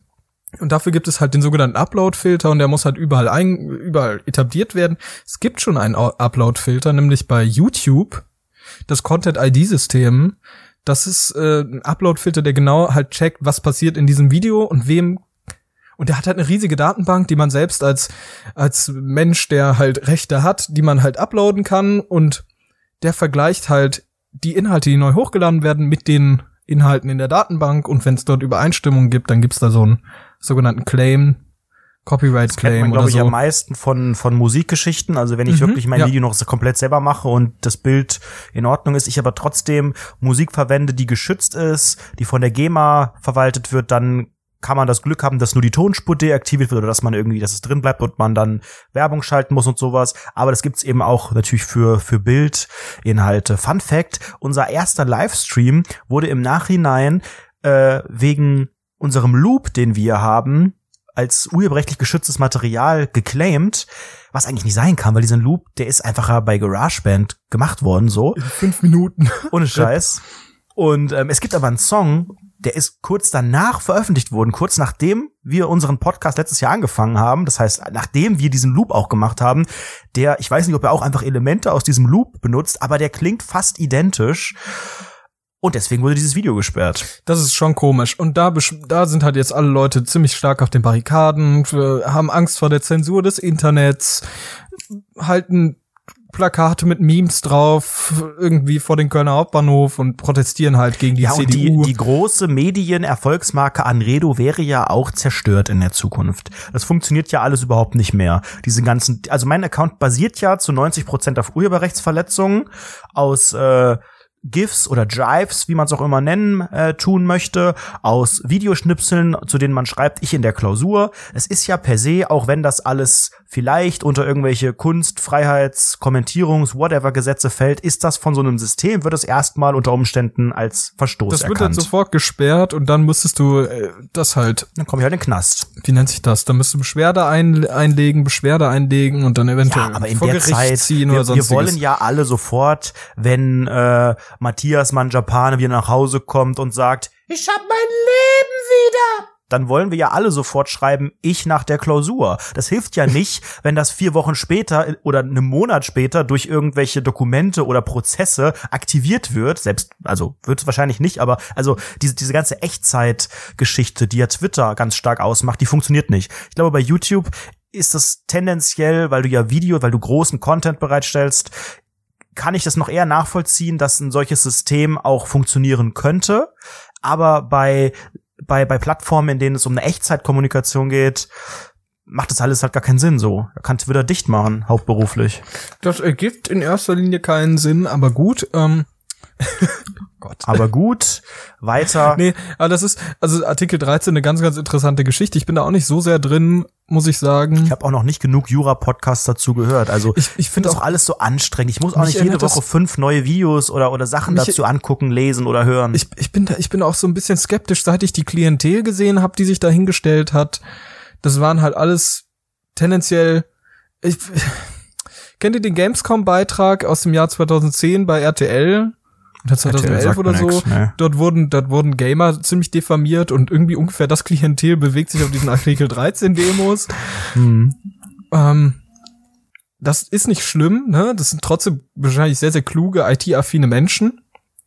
Speaker 1: Und dafür gibt es halt den sogenannten Upload-Filter und der muss halt überall ein, überall etabliert werden. Es gibt schon einen Upload-Filter, nämlich bei YouTube, das Content-I D-System. Das ist äh, ein Upload-Filter, der genau halt checkt, was passiert in diesem Video und wem. Und der hat halt eine riesige Datenbank, die man selbst als als Mensch, der halt Rechte hat, die man halt uploaden kann. Und der vergleicht halt die Inhalte, die neu hochgeladen werden, mit den Inhalten in der Datenbank, und wenn es dort Übereinstimmungen gibt, dann gibt's da so einen sogenannten Claim, Copyright Claim, das kennt man,
Speaker 2: glaube ich,
Speaker 1: so.
Speaker 2: am meisten von von Musikgeschichten. Also wenn ich mhm, wirklich mein ja. Video noch komplett selber mache und das Bild in Ordnung ist, ich aber trotzdem Musik verwende, die geschützt ist, die von der GEMA verwaltet wird, dann kann man das Glück haben, dass nur die Tonspur deaktiviert wird oder dass man irgendwie, dass es drin bleibt und man dann Werbung schalten muss und sowas. Aber das gibt's eben auch natürlich für für Bildinhalte. Fun Fact: Unser erster Livestream wurde im Nachhinein äh, wegen unserem Loop, den wir haben, als urheberrechtlich geschütztes Material geclaimed, was eigentlich nicht sein kann, weil diesen Loop, der ist einfach bei GarageBand gemacht worden, so.
Speaker 1: In fünf Minuten.
Speaker 2: Ohne Scheiß. Und ähm, es gibt aber einen Song, der ist kurz danach veröffentlicht worden, kurz nachdem wir unseren Podcast letztes Jahr angefangen haben. Das heißt, nachdem wir diesen Loop auch gemacht haben, der, ich weiß nicht, ob er auch einfach Elemente aus diesem Loop benutzt, aber der klingt fast identisch. Und deswegen wurde dieses Video gesperrt.
Speaker 1: Das ist schon komisch. Und da, da sind halt jetzt alle Leute ziemlich stark auf den Barrikaden, haben Angst vor der Zensur des Internets, halten Plakate mit Memes drauf, irgendwie vor den Kölner Hauptbahnhof und protestieren halt gegen die
Speaker 2: ja,
Speaker 1: C D U.
Speaker 2: Und die, die große Medienerfolgsmarke Anredo wäre ja auch zerstört in der Zukunft. Das funktioniert ja alles überhaupt nicht mehr. Diese ganzen, also mein Account basiert ja zu neunzig Prozent auf Urheberrechtsverletzungen aus äh, GIFs oder Drives, wie man es auch immer nennen, äh, tun möchte, aus Videoschnipseln, zu denen man schreibt, ich in der Klausur. Es ist ja per se, auch wenn das alles vielleicht unter irgendwelche Kunst-, Freiheits-, Kommentierungs-, whatever Gesetze fällt, ist das von so einem System, wird es erstmal unter Umständen als Verstoß
Speaker 1: das
Speaker 2: erkannt.
Speaker 1: Das wird dann sofort gesperrt und dann müsstest du äh, das halt.
Speaker 2: Dann komme ich halt in den Knast.
Speaker 1: Wie nennt sich das? Dann müsst du Beschwerde ein, einlegen, Beschwerde einlegen und dann eventuell
Speaker 2: ja, aber in
Speaker 1: vor
Speaker 2: der
Speaker 1: Gericht
Speaker 2: Zeit,
Speaker 1: ziehen
Speaker 2: wir,
Speaker 1: oder sonstiges.
Speaker 2: Wir wollen ja alle sofort, wenn äh, Matthias Manjapane wieder nach Hause kommt und sagt, ich hab mein Leben wieder, dann wollen wir ja alle sofort schreiben, ich nach der Klausur. Das hilft ja nicht, wenn das vier Wochen später oder einen Monat später durch irgendwelche Dokumente oder Prozesse aktiviert wird. Selbst, also wird es wahrscheinlich nicht, aber also diese diese ganze Echtzeitgeschichte, die ja Twitter ganz stark ausmacht, die funktioniert nicht. Ich glaube, bei YouTube ist das tendenziell, weil du ja Video, weil du großen Content bereitstellst, kann ich das noch eher nachvollziehen, dass ein solches System auch funktionieren könnte. Aber bei bei bei Plattformen, in denen es um eine Echtzeitkommunikation geht, macht das alles halt gar keinen Sinn so. Da kannst du wieder dicht machen, hauptberuflich.
Speaker 1: Das ergibt in erster Linie keinen Sinn, aber gut. Ähm
Speaker 2: Gott. Aber gut, weiter.
Speaker 1: Nee, aber das ist, also Artikel dreizehn, eine ganz, ganz interessante Geschichte. Ich bin da auch nicht so sehr drin, muss ich sagen.
Speaker 2: Ich habe auch noch nicht genug Jura-Podcasts dazu gehört. Also
Speaker 1: ich, ich finde
Speaker 2: das auch alles so anstrengend. Ich muss auch nicht jede Woche fünf neue Videos oder oder Sachen mich, dazu angucken, lesen oder hören.
Speaker 1: Ich, ich bin da, ich bin auch so ein bisschen skeptisch, seit ich die Klientel gesehen habe, die sich da hingestellt hat. Das waren halt alles tendenziell. Ich, kennt ihr den Gamescom-Beitrag aus dem Jahr zweitausendzehn bei R T L? zweitausendelf oder so, nix, ne. dort wurden, dort wurden Gamer ziemlich diffamiert und irgendwie ungefähr das Klientel bewegt sich auf diesen Artikel dreizehn Demos.
Speaker 2: Hm.
Speaker 1: Ähm, das ist nicht schlimm, ne? Das sind trotzdem wahrscheinlich sehr, sehr kluge, I T-affine Menschen.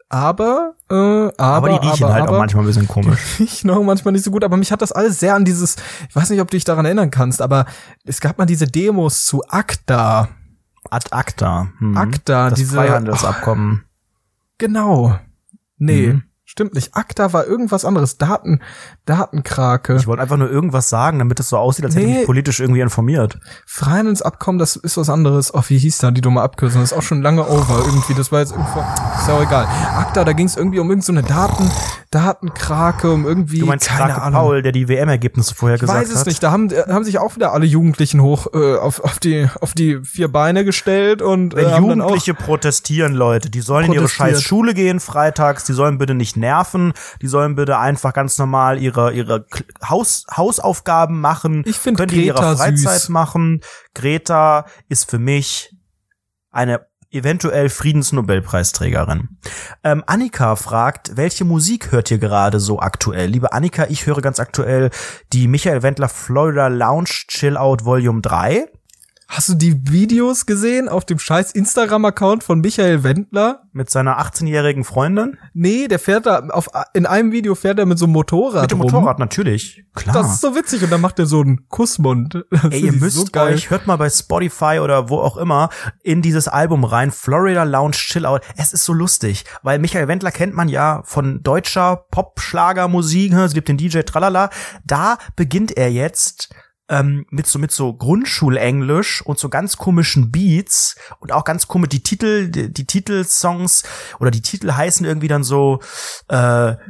Speaker 1: aber, äh, aber,
Speaker 2: aber die riechen
Speaker 1: aber,
Speaker 2: halt
Speaker 1: aber,
Speaker 2: auch manchmal ein bisschen komisch.
Speaker 1: Die riechen auch manchmal nicht so gut, aber mich hat das alles sehr an dieses, ich weiß nicht, ob du dich daran erinnern kannst, aber es gab mal diese Demos zu ACTA.
Speaker 2: Ad acta. Hm.
Speaker 1: ACTA,
Speaker 2: das
Speaker 1: diese
Speaker 2: Freihandelsabkommen.
Speaker 1: Oh, genau. Nee.
Speaker 2: Mhm.
Speaker 1: Stimmt nicht. ACTA war irgendwas anderes. Daten, Datenkrake.
Speaker 2: Ich wollte einfach nur irgendwas sagen, damit es so aussieht, als hätte ich
Speaker 1: Nee.
Speaker 2: mich politisch irgendwie informiert.
Speaker 1: Freihandelsabkommen, das ist was anderes. Oh, wie hieß da die dumme Abkürzung? Das ist auch schon lange over irgendwie. Das war jetzt irgendwo, ist ja auch egal. ACTA, da ging es irgendwie um irgend so eine Daten, Datenkrake, um irgendwie,
Speaker 2: Du meinst
Speaker 1: keine
Speaker 2: Krake
Speaker 1: Ahnung.
Speaker 2: Paul, der die W M-Ergebnisse vorher
Speaker 1: Ich
Speaker 2: gesagt hat?
Speaker 1: weiß es nicht. Da haben, äh, haben sich auch wieder alle Jugendlichen hoch äh, auf, auf die auf die vier Beine gestellt und
Speaker 2: Wenn
Speaker 1: äh, haben dann
Speaker 2: Jugendliche protestieren, Leute, die sollen in ihre
Speaker 1: Protestiert.
Speaker 2: scheiß Schule gehen freitags, die sollen bitte nicht nerven, die sollen bitte einfach ganz normal ihre ihre K- Haus, Hausaufgaben machen,
Speaker 1: Ich find
Speaker 2: können die in ihrer
Speaker 1: Greta
Speaker 2: Freizeit
Speaker 1: süß.
Speaker 2: machen. Greta ist für mich eine eventuell Friedensnobelpreisträgerin. Ähm, Annika fragt, welche Musik hört ihr gerade so aktuell? Liebe Annika, ich höre ganz aktuell die Michael Wendler Florida Lounge Chill Out Volume drei.
Speaker 1: Hast du die Videos gesehen auf dem scheiß Instagram-Account von Michael Wendler?
Speaker 2: Mit seiner achtzehnjährigen Freundin?
Speaker 1: Nee, der fährt da auf in einem Video fährt er mit so einem Motorrad
Speaker 2: Mit dem
Speaker 1: rum.
Speaker 2: Motorrad, natürlich. Klar.
Speaker 1: Das ist so witzig und dann macht er so einen Kussmund. Das
Speaker 2: Ey, ihr
Speaker 1: ist
Speaker 2: müsst
Speaker 1: so geil.
Speaker 2: euch, hört mal bei Spotify oder wo auch immer, in dieses Album rein, Florida Lounge Chill Out. Es ist so lustig, weil Michael Wendler kennt man ja von deutscher Pop-Schlagermusik, es gibt den D J Tralala. Da beginnt er jetzt ähm, mit so mit so Grundschulenglisch und so ganz komischen Beats und auch ganz komisch die Titel, die, die Titelsongs oder die Titel heißen irgendwie dann so äh, äh,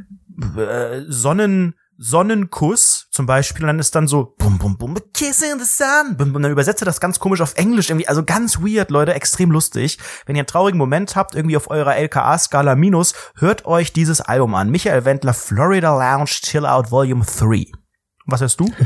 Speaker 2: Sonnen Sonnenkuss zum Beispiel, und dann ist dann so bum bum bum, a kiss in the sun, bum, bum, dann übersetzt er das ganz komisch auf Englisch irgendwie, also ganz weird, Leute, extrem lustig. Wenn ihr einen traurigen Moment habt, irgendwie auf eurer L K A-Skala minus, hört euch dieses Album an. Michael Wendler, Florida Lounge Chill Out Volume drei. Was hörst du?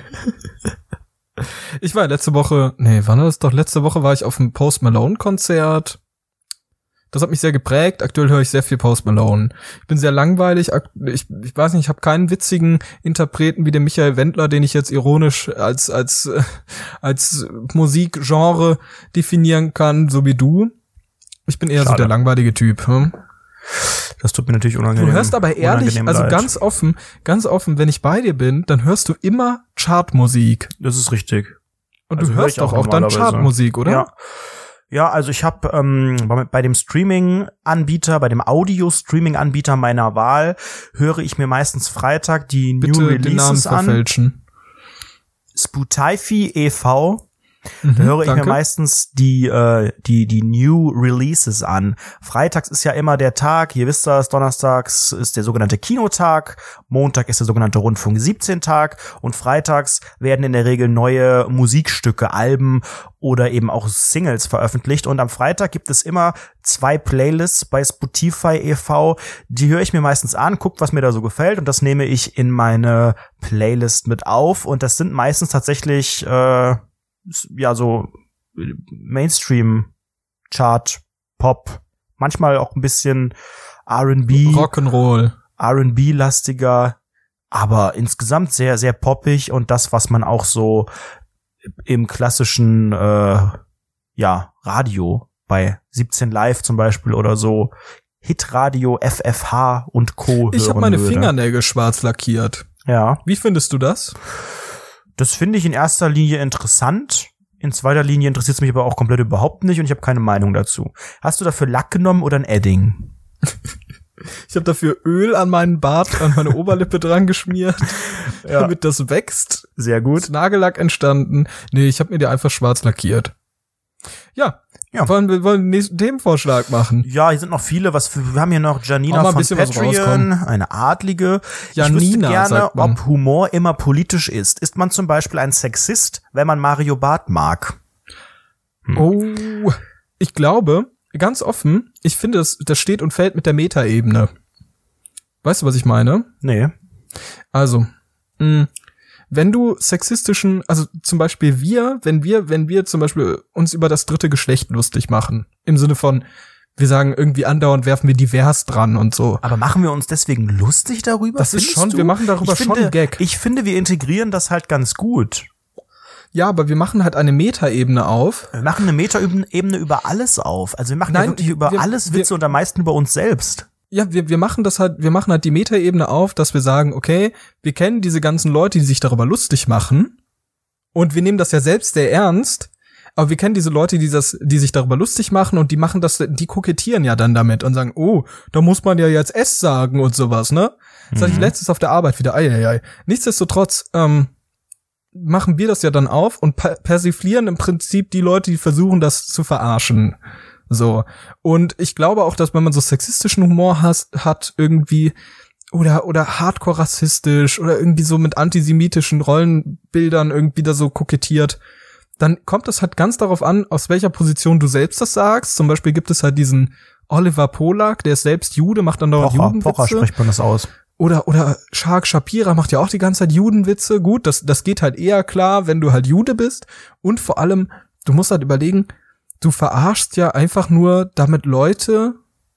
Speaker 1: Ich war letzte Woche, nee, wann war das doch? Letzte Woche war ich auf einem Post Malone Konzert. Das hat mich sehr geprägt. Aktuell höre ich sehr viel Post Malone. Ich bin sehr langweilig. Ich, ich weiß nicht, ich habe keinen witzigen Interpreten wie den Michael Wendler, den ich jetzt ironisch als als äh, als Musikgenre definieren kann, so wie du. Ich bin eher
Speaker 2: Schade.
Speaker 1: so der langweilige Typ. Hm?
Speaker 2: Das tut mir natürlich unangenehm.
Speaker 1: Du hörst aber ehrlich,
Speaker 2: unangenehm
Speaker 1: also
Speaker 2: leid.
Speaker 1: ganz offen, ganz offen, wenn ich bei dir bin, dann hörst du immer Chartmusik.
Speaker 2: Das ist richtig.
Speaker 1: Und
Speaker 2: Also
Speaker 1: du
Speaker 2: höre
Speaker 1: hörst
Speaker 2: ich auch
Speaker 1: doch auch dann
Speaker 2: normalerweise.
Speaker 1: Chartmusik, oder?
Speaker 2: Ja. Ja, also ich habe ähm, bei, bei dem Streaming-Anbieter, bei dem Audio-Streaming-Anbieter meiner Wahl, höre ich mir meistens Freitag die
Speaker 1: Bitte
Speaker 2: New
Speaker 1: den Namen
Speaker 2: Releases an.
Speaker 1: verfälschen.
Speaker 2: Spotify e V.
Speaker 1: Mhm,
Speaker 2: Da höre ich
Speaker 1: danke.
Speaker 2: mir meistens die äh, die die New Releases an. Freitags ist ja immer der Tag, ihr wisst das, donnerstags ist der sogenannte Kinotag, Montag ist der sogenannte Rundfunk siebzehn Tag und freitags werden in der Regel neue Musikstücke, Alben oder eben auch Singles veröffentlicht und am Freitag gibt es immer zwei Playlists bei Spotify e V, die höre ich mir meistens an, guckt, was mir da so gefällt und das nehme ich in meine Playlist mit auf und das sind meistens tatsächlich äh, ja, so Mainstream, Chart, Pop, manchmal auch ein bisschen R and B,
Speaker 1: Rock'n'Roll.
Speaker 2: R and B-lastiger, aber insgesamt sehr, sehr poppig und das, was man auch so im klassischen, äh, ja, Radio bei siebzehn Live zum Beispiel oder so, Hitradio, F F H und Co.
Speaker 1: Ich habe
Speaker 2: hören
Speaker 1: meine
Speaker 2: würde.
Speaker 1: Fingernägel schwarz lackiert.
Speaker 2: Ja.
Speaker 1: Wie findest du das?
Speaker 2: Das finde ich in erster Linie interessant. In zweiter Linie interessiert es mich aber auch komplett überhaupt nicht und ich habe keine Meinung dazu. Hast du dafür Lack genommen oder ein Edding?
Speaker 1: Ich habe dafür Öl an meinen Bart, an meine Oberlippe dran geschmiert,
Speaker 2: Ja.
Speaker 1: damit das wächst.
Speaker 2: Sehr gut.
Speaker 1: Ist Nagellack entstanden. Nee, ich habe mir die einfach schwarz lackiert. Ja,
Speaker 2: Ja.
Speaker 1: wollen wir wollen den nächsten Themenvorschlag machen.
Speaker 2: Ja, hier sind noch viele. Was für, wir haben hier noch Janina
Speaker 1: Auch mal ein
Speaker 2: von
Speaker 1: bisschen was
Speaker 2: Patreon,
Speaker 1: rauskommen.
Speaker 2: eine Adlige.
Speaker 1: Janina,
Speaker 2: ich wüsste gerne,
Speaker 1: sagt man.
Speaker 2: ob Humor immer politisch ist. Ist man zum Beispiel ein Sexist, wenn man Mario Barth mag? Hm.
Speaker 1: Oh, ich glaube, ganz offen, ich finde, das, das steht und fällt mit der Metaebene. Weißt du, was ich meine?
Speaker 2: Nee.
Speaker 1: Also, mh, wenn du sexistischen, also zum Beispiel wir, wenn wir, wenn wir zum Beispiel uns über das dritte Geschlecht lustig machen, im Sinne von, wir sagen irgendwie andauernd, werfen wir divers dran und so.
Speaker 2: Aber machen wir uns deswegen lustig darüber?
Speaker 1: Das ist
Speaker 2: findest
Speaker 1: schon,
Speaker 2: du?
Speaker 1: wir machen darüber
Speaker 2: ich
Speaker 1: schon
Speaker 2: finde,
Speaker 1: einen Gag.
Speaker 2: Ich finde, wir integrieren das halt ganz gut.
Speaker 1: Ja, aber wir machen halt eine Metaebene auf.
Speaker 2: Wir machen eine Metaebene über alles auf. Also wir machen
Speaker 1: Nein,
Speaker 2: ja wirklich über
Speaker 1: wir-
Speaker 2: alles
Speaker 1: wir-
Speaker 2: Witze und am meisten über uns selbst.
Speaker 1: ja, wir, wir machen das halt, wir machen halt die Metaebene auf, dass wir sagen, okay, wir kennen diese ganzen Leute, die sich darüber lustig machen und wir nehmen das ja selbst sehr ernst, aber wir kennen diese Leute, die das, die sich darüber lustig machen und die machen das, die kokettieren ja dann damit und sagen, oh, da muss man ja jetzt S sagen und sowas, ne? Das mhm. hatte ich letztens auf der Arbeit wieder, ei, ei, ei. Nichtsdestotrotz, ähm, machen wir das ja dann auf und persiflieren im Prinzip die Leute, die versuchen, das zu verarschen. So. Und ich glaube auch, dass wenn man so sexistischen Humor has, hat irgendwie oder oder hardcore rassistisch oder irgendwie so mit antisemitischen Rollenbildern irgendwie da so kokettiert, dann kommt es halt ganz darauf an, aus welcher Position du selbst das sagst. Zum Beispiel gibt es halt diesen Oliver Polak, der ist selbst Jude, macht dann dauernd Judenwitze.
Speaker 2: Pocher spricht man das aus.
Speaker 1: Oder, oder Shark Shapira macht ja auch die ganze Zeit Judenwitze. Gut, das, das geht halt eher klar, wenn du halt Jude bist. Und vor allem, du musst halt überlegen, du verarschst ja einfach nur damit Leute,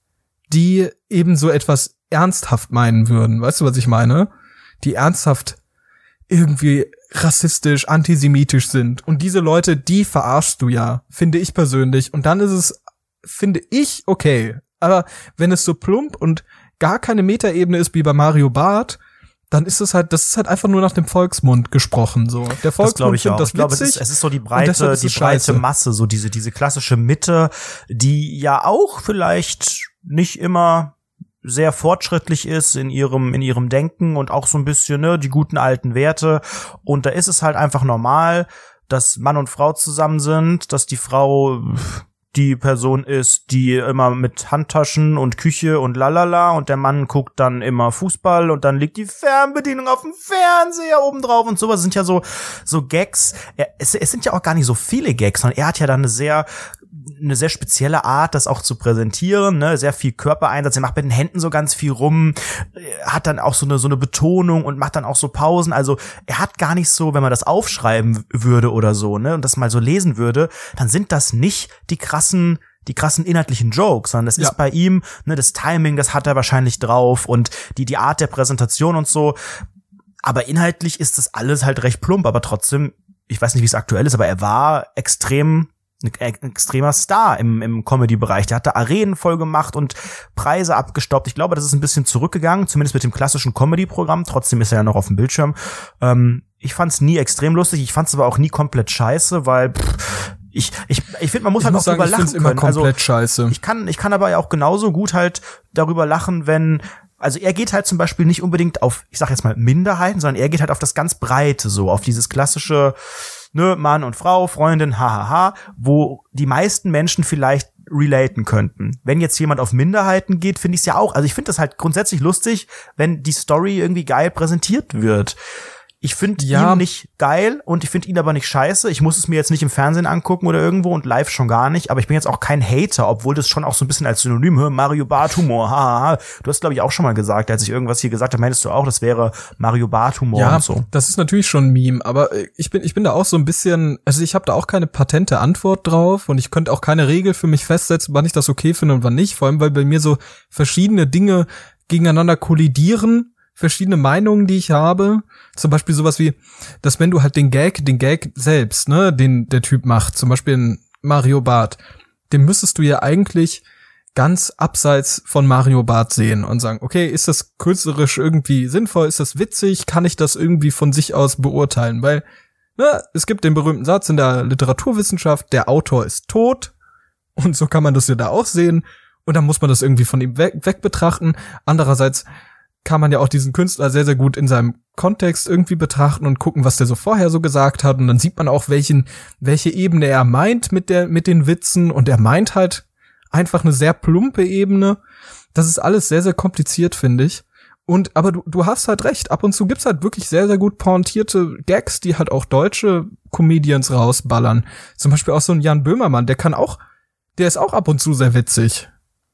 Speaker 1: die eben so etwas ernsthaft meinen würden. Weißt du, was ich meine? Die ernsthaft irgendwie rassistisch, antisemitisch sind. Und diese Leute, die verarschst du ja, finde ich persönlich. Und dann ist es, finde ich, okay. Aber wenn es so plump und gar keine Metaebene ist wie bei Mario Barth, dann ist es halt, das ist halt einfach nur nach dem Volksmund gesprochen, so. Der Volksmund findet das witzig. Ich glaube, es ist,
Speaker 2: es ist so die breite, die breite Masse, so diese, diese klassische Mitte, die ja auch vielleicht nicht immer sehr fortschrittlich ist in ihrem, in ihrem Denken und auch so ein bisschen, ne, die guten alten Werte. Und da ist es halt einfach normal, dass Mann und Frau zusammen sind, dass die Frau die Person ist, die immer mit Handtaschen und Küche und lalala und der Mann guckt dann immer Fußball und dann liegt die Fernbedienung auf dem Fernseher oben drauf und sowas. Das sind ja so so Gags. Es, es sind ja auch gar nicht so viele Gags, sondern er hat ja dann eine sehr eine sehr spezielle Art, das auch zu präsentieren, ne, sehr viel Körpereinsatz, er macht mit den Händen so ganz viel rum, hat dann auch so eine so eine Betonung und macht dann auch so Pausen, also er hat gar nicht so, wenn man das aufschreiben würde oder so, ne, und das mal so lesen würde, dann sind das nicht die krassen die krassen inhaltlichen Jokes, sondern das ja. ist bei ihm, ne, das Timing, das hat er wahrscheinlich drauf und die die Art der Präsentation und so, aber inhaltlich ist das alles halt recht plump, aber trotzdem, ich weiß nicht, wie es aktuell ist, aber er war extrem ein extremer Star im, im Comedy-Bereich. Der hat da Arenen voll gemacht und Preise abgestaubt. Ich glaube, das ist ein bisschen zurückgegangen, zumindest mit dem klassischen Comedy-Programm. Trotzdem ist er ja noch auf dem Bildschirm. Ähm, ich fand's nie extrem lustig. Ich fand's aber auch nie komplett scheiße, weil pff, ich ich ich finde, man muss ich halt muss auch sagen, drüber lachen
Speaker 1: immer
Speaker 2: können.
Speaker 1: Komplett
Speaker 2: also
Speaker 1: scheiße.
Speaker 2: Ich kann ich kann aber ja auch genauso gut halt darüber lachen, wenn also er geht halt zum Beispiel nicht unbedingt auf, ich sag jetzt mal Minderheiten, sondern er geht halt auf das ganz Breite, so auf dieses klassische, ne, Mann und Frau, Freundin, hahaha, wo die meisten Menschen vielleicht relaten könnten. Wenn jetzt jemand auf Minderheiten geht, finde ich es ja auch, also ich finde das halt grundsätzlich lustig, wenn die Story irgendwie geil präsentiert wird. Ich finde
Speaker 1: ja.
Speaker 2: ihn nicht geil und ich finde ihn aber nicht scheiße. Ich muss es mir jetzt nicht im Fernsehen angucken oder irgendwo und live schon gar nicht. Aber ich bin jetzt auch kein Hater, obwohl das schon auch so ein bisschen als Synonym, hör, Mario Barth Humor, hahaha. Du hast, glaube ich, auch schon mal gesagt, als ich irgendwas hier gesagt habe, meintest du auch, das wäre Mario Barth Humor
Speaker 1: ja,
Speaker 2: und so.
Speaker 1: Das ist natürlich schon ein Meme, aber ich bin ich bin da auch so ein bisschen, also ich habe da auch keine patente Antwort drauf und ich könnte auch keine Regel für mich festsetzen, wann ich das okay finde und wann nicht. Vor allem, weil bei mir so verschiedene Dinge gegeneinander kollidieren. Verschiedene Meinungen, die ich habe, zum Beispiel sowas wie, dass wenn du halt den Gag, den Gag selbst, ne, den der Typ macht, zum Beispiel in Mario Barth, den müsstest du ja eigentlich ganz abseits von Mario Barth sehen und sagen, okay, ist das künstlerisch irgendwie sinnvoll, ist das witzig, kann ich das irgendwie von sich aus beurteilen, weil, ne, es gibt den berühmten Satz in der Literaturwissenschaft, der Autor ist tot und so kann man das ja da auch sehen und dann muss man das irgendwie von ihm weg, weg betrachten. Andererseits kann man ja auch diesen Künstler sehr, sehr gut in seinem Kontext irgendwie betrachten und gucken, was der so vorher so gesagt hat. Und dann sieht man auch, welchen, welche Ebene er meint mit der, mit den Witzen. Und er meint halt einfach eine sehr plumpe Ebene. Das ist alles sehr, sehr kompliziert, finde ich. Und, aber du, du hast halt recht. Ab und zu gibt's halt wirklich sehr, sehr gut pointierte Gags, die halt auch deutsche Comedians rausballern. Zum Beispiel auch so ein Jan Böhmermann, der kann auch, der ist auch ab und zu sehr witzig.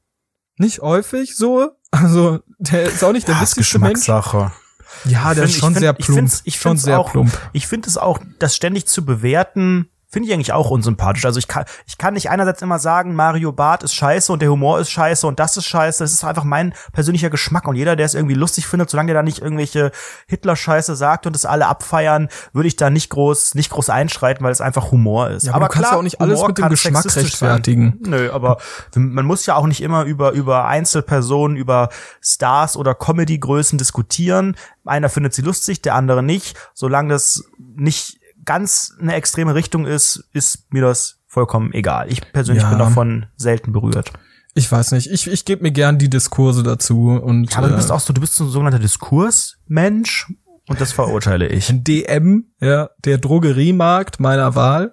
Speaker 1: Nicht häufig so, also der ist auch nicht der
Speaker 2: ja,
Speaker 1: witzigste Mensch.
Speaker 2: Ja,
Speaker 1: der ist schon
Speaker 2: find,
Speaker 1: sehr plump.
Speaker 2: Ich finde es auch,
Speaker 1: plump.
Speaker 2: Ich finde es auch, das ständig zu bewerten, Finde ich eigentlich auch unsympathisch. Also ich kann, ich kann nicht einerseits immer sagen, Mario Barth ist scheiße und der Humor ist scheiße und das ist scheiße. Das ist einfach mein persönlicher Geschmack. Und jeder, der es irgendwie lustig findet, solange der da nicht irgendwelche Hitler-Scheiße sagt und es alle abfeiern, würde ich da nicht groß, nicht groß einschreiten, weil es einfach Humor ist.
Speaker 1: Ja, aber, aber du kannst
Speaker 2: klar,
Speaker 1: ja auch nicht alles
Speaker 2: Humor
Speaker 1: mit dem Geschmack rechtfertigen.
Speaker 2: Sein. Nö, aber man muss ja auch nicht immer über, über Einzelpersonen, über Stars oder Comedy-Größen diskutieren. Einer findet sie lustig, der andere nicht. Solange das nicht ganz eine extreme Richtung ist, ist mir das vollkommen egal. Ich persönlich
Speaker 1: ja.
Speaker 2: bin davon selten berührt.
Speaker 1: Ich weiß nicht. Ich, ich gebe mir gern die Diskurse dazu. Und,
Speaker 2: ja, aber du bist auch so, du bist so ein sogenannter Diskursmensch und das verurteile ich.
Speaker 1: D M, ja, der Drogeriemarkt meiner Wahl.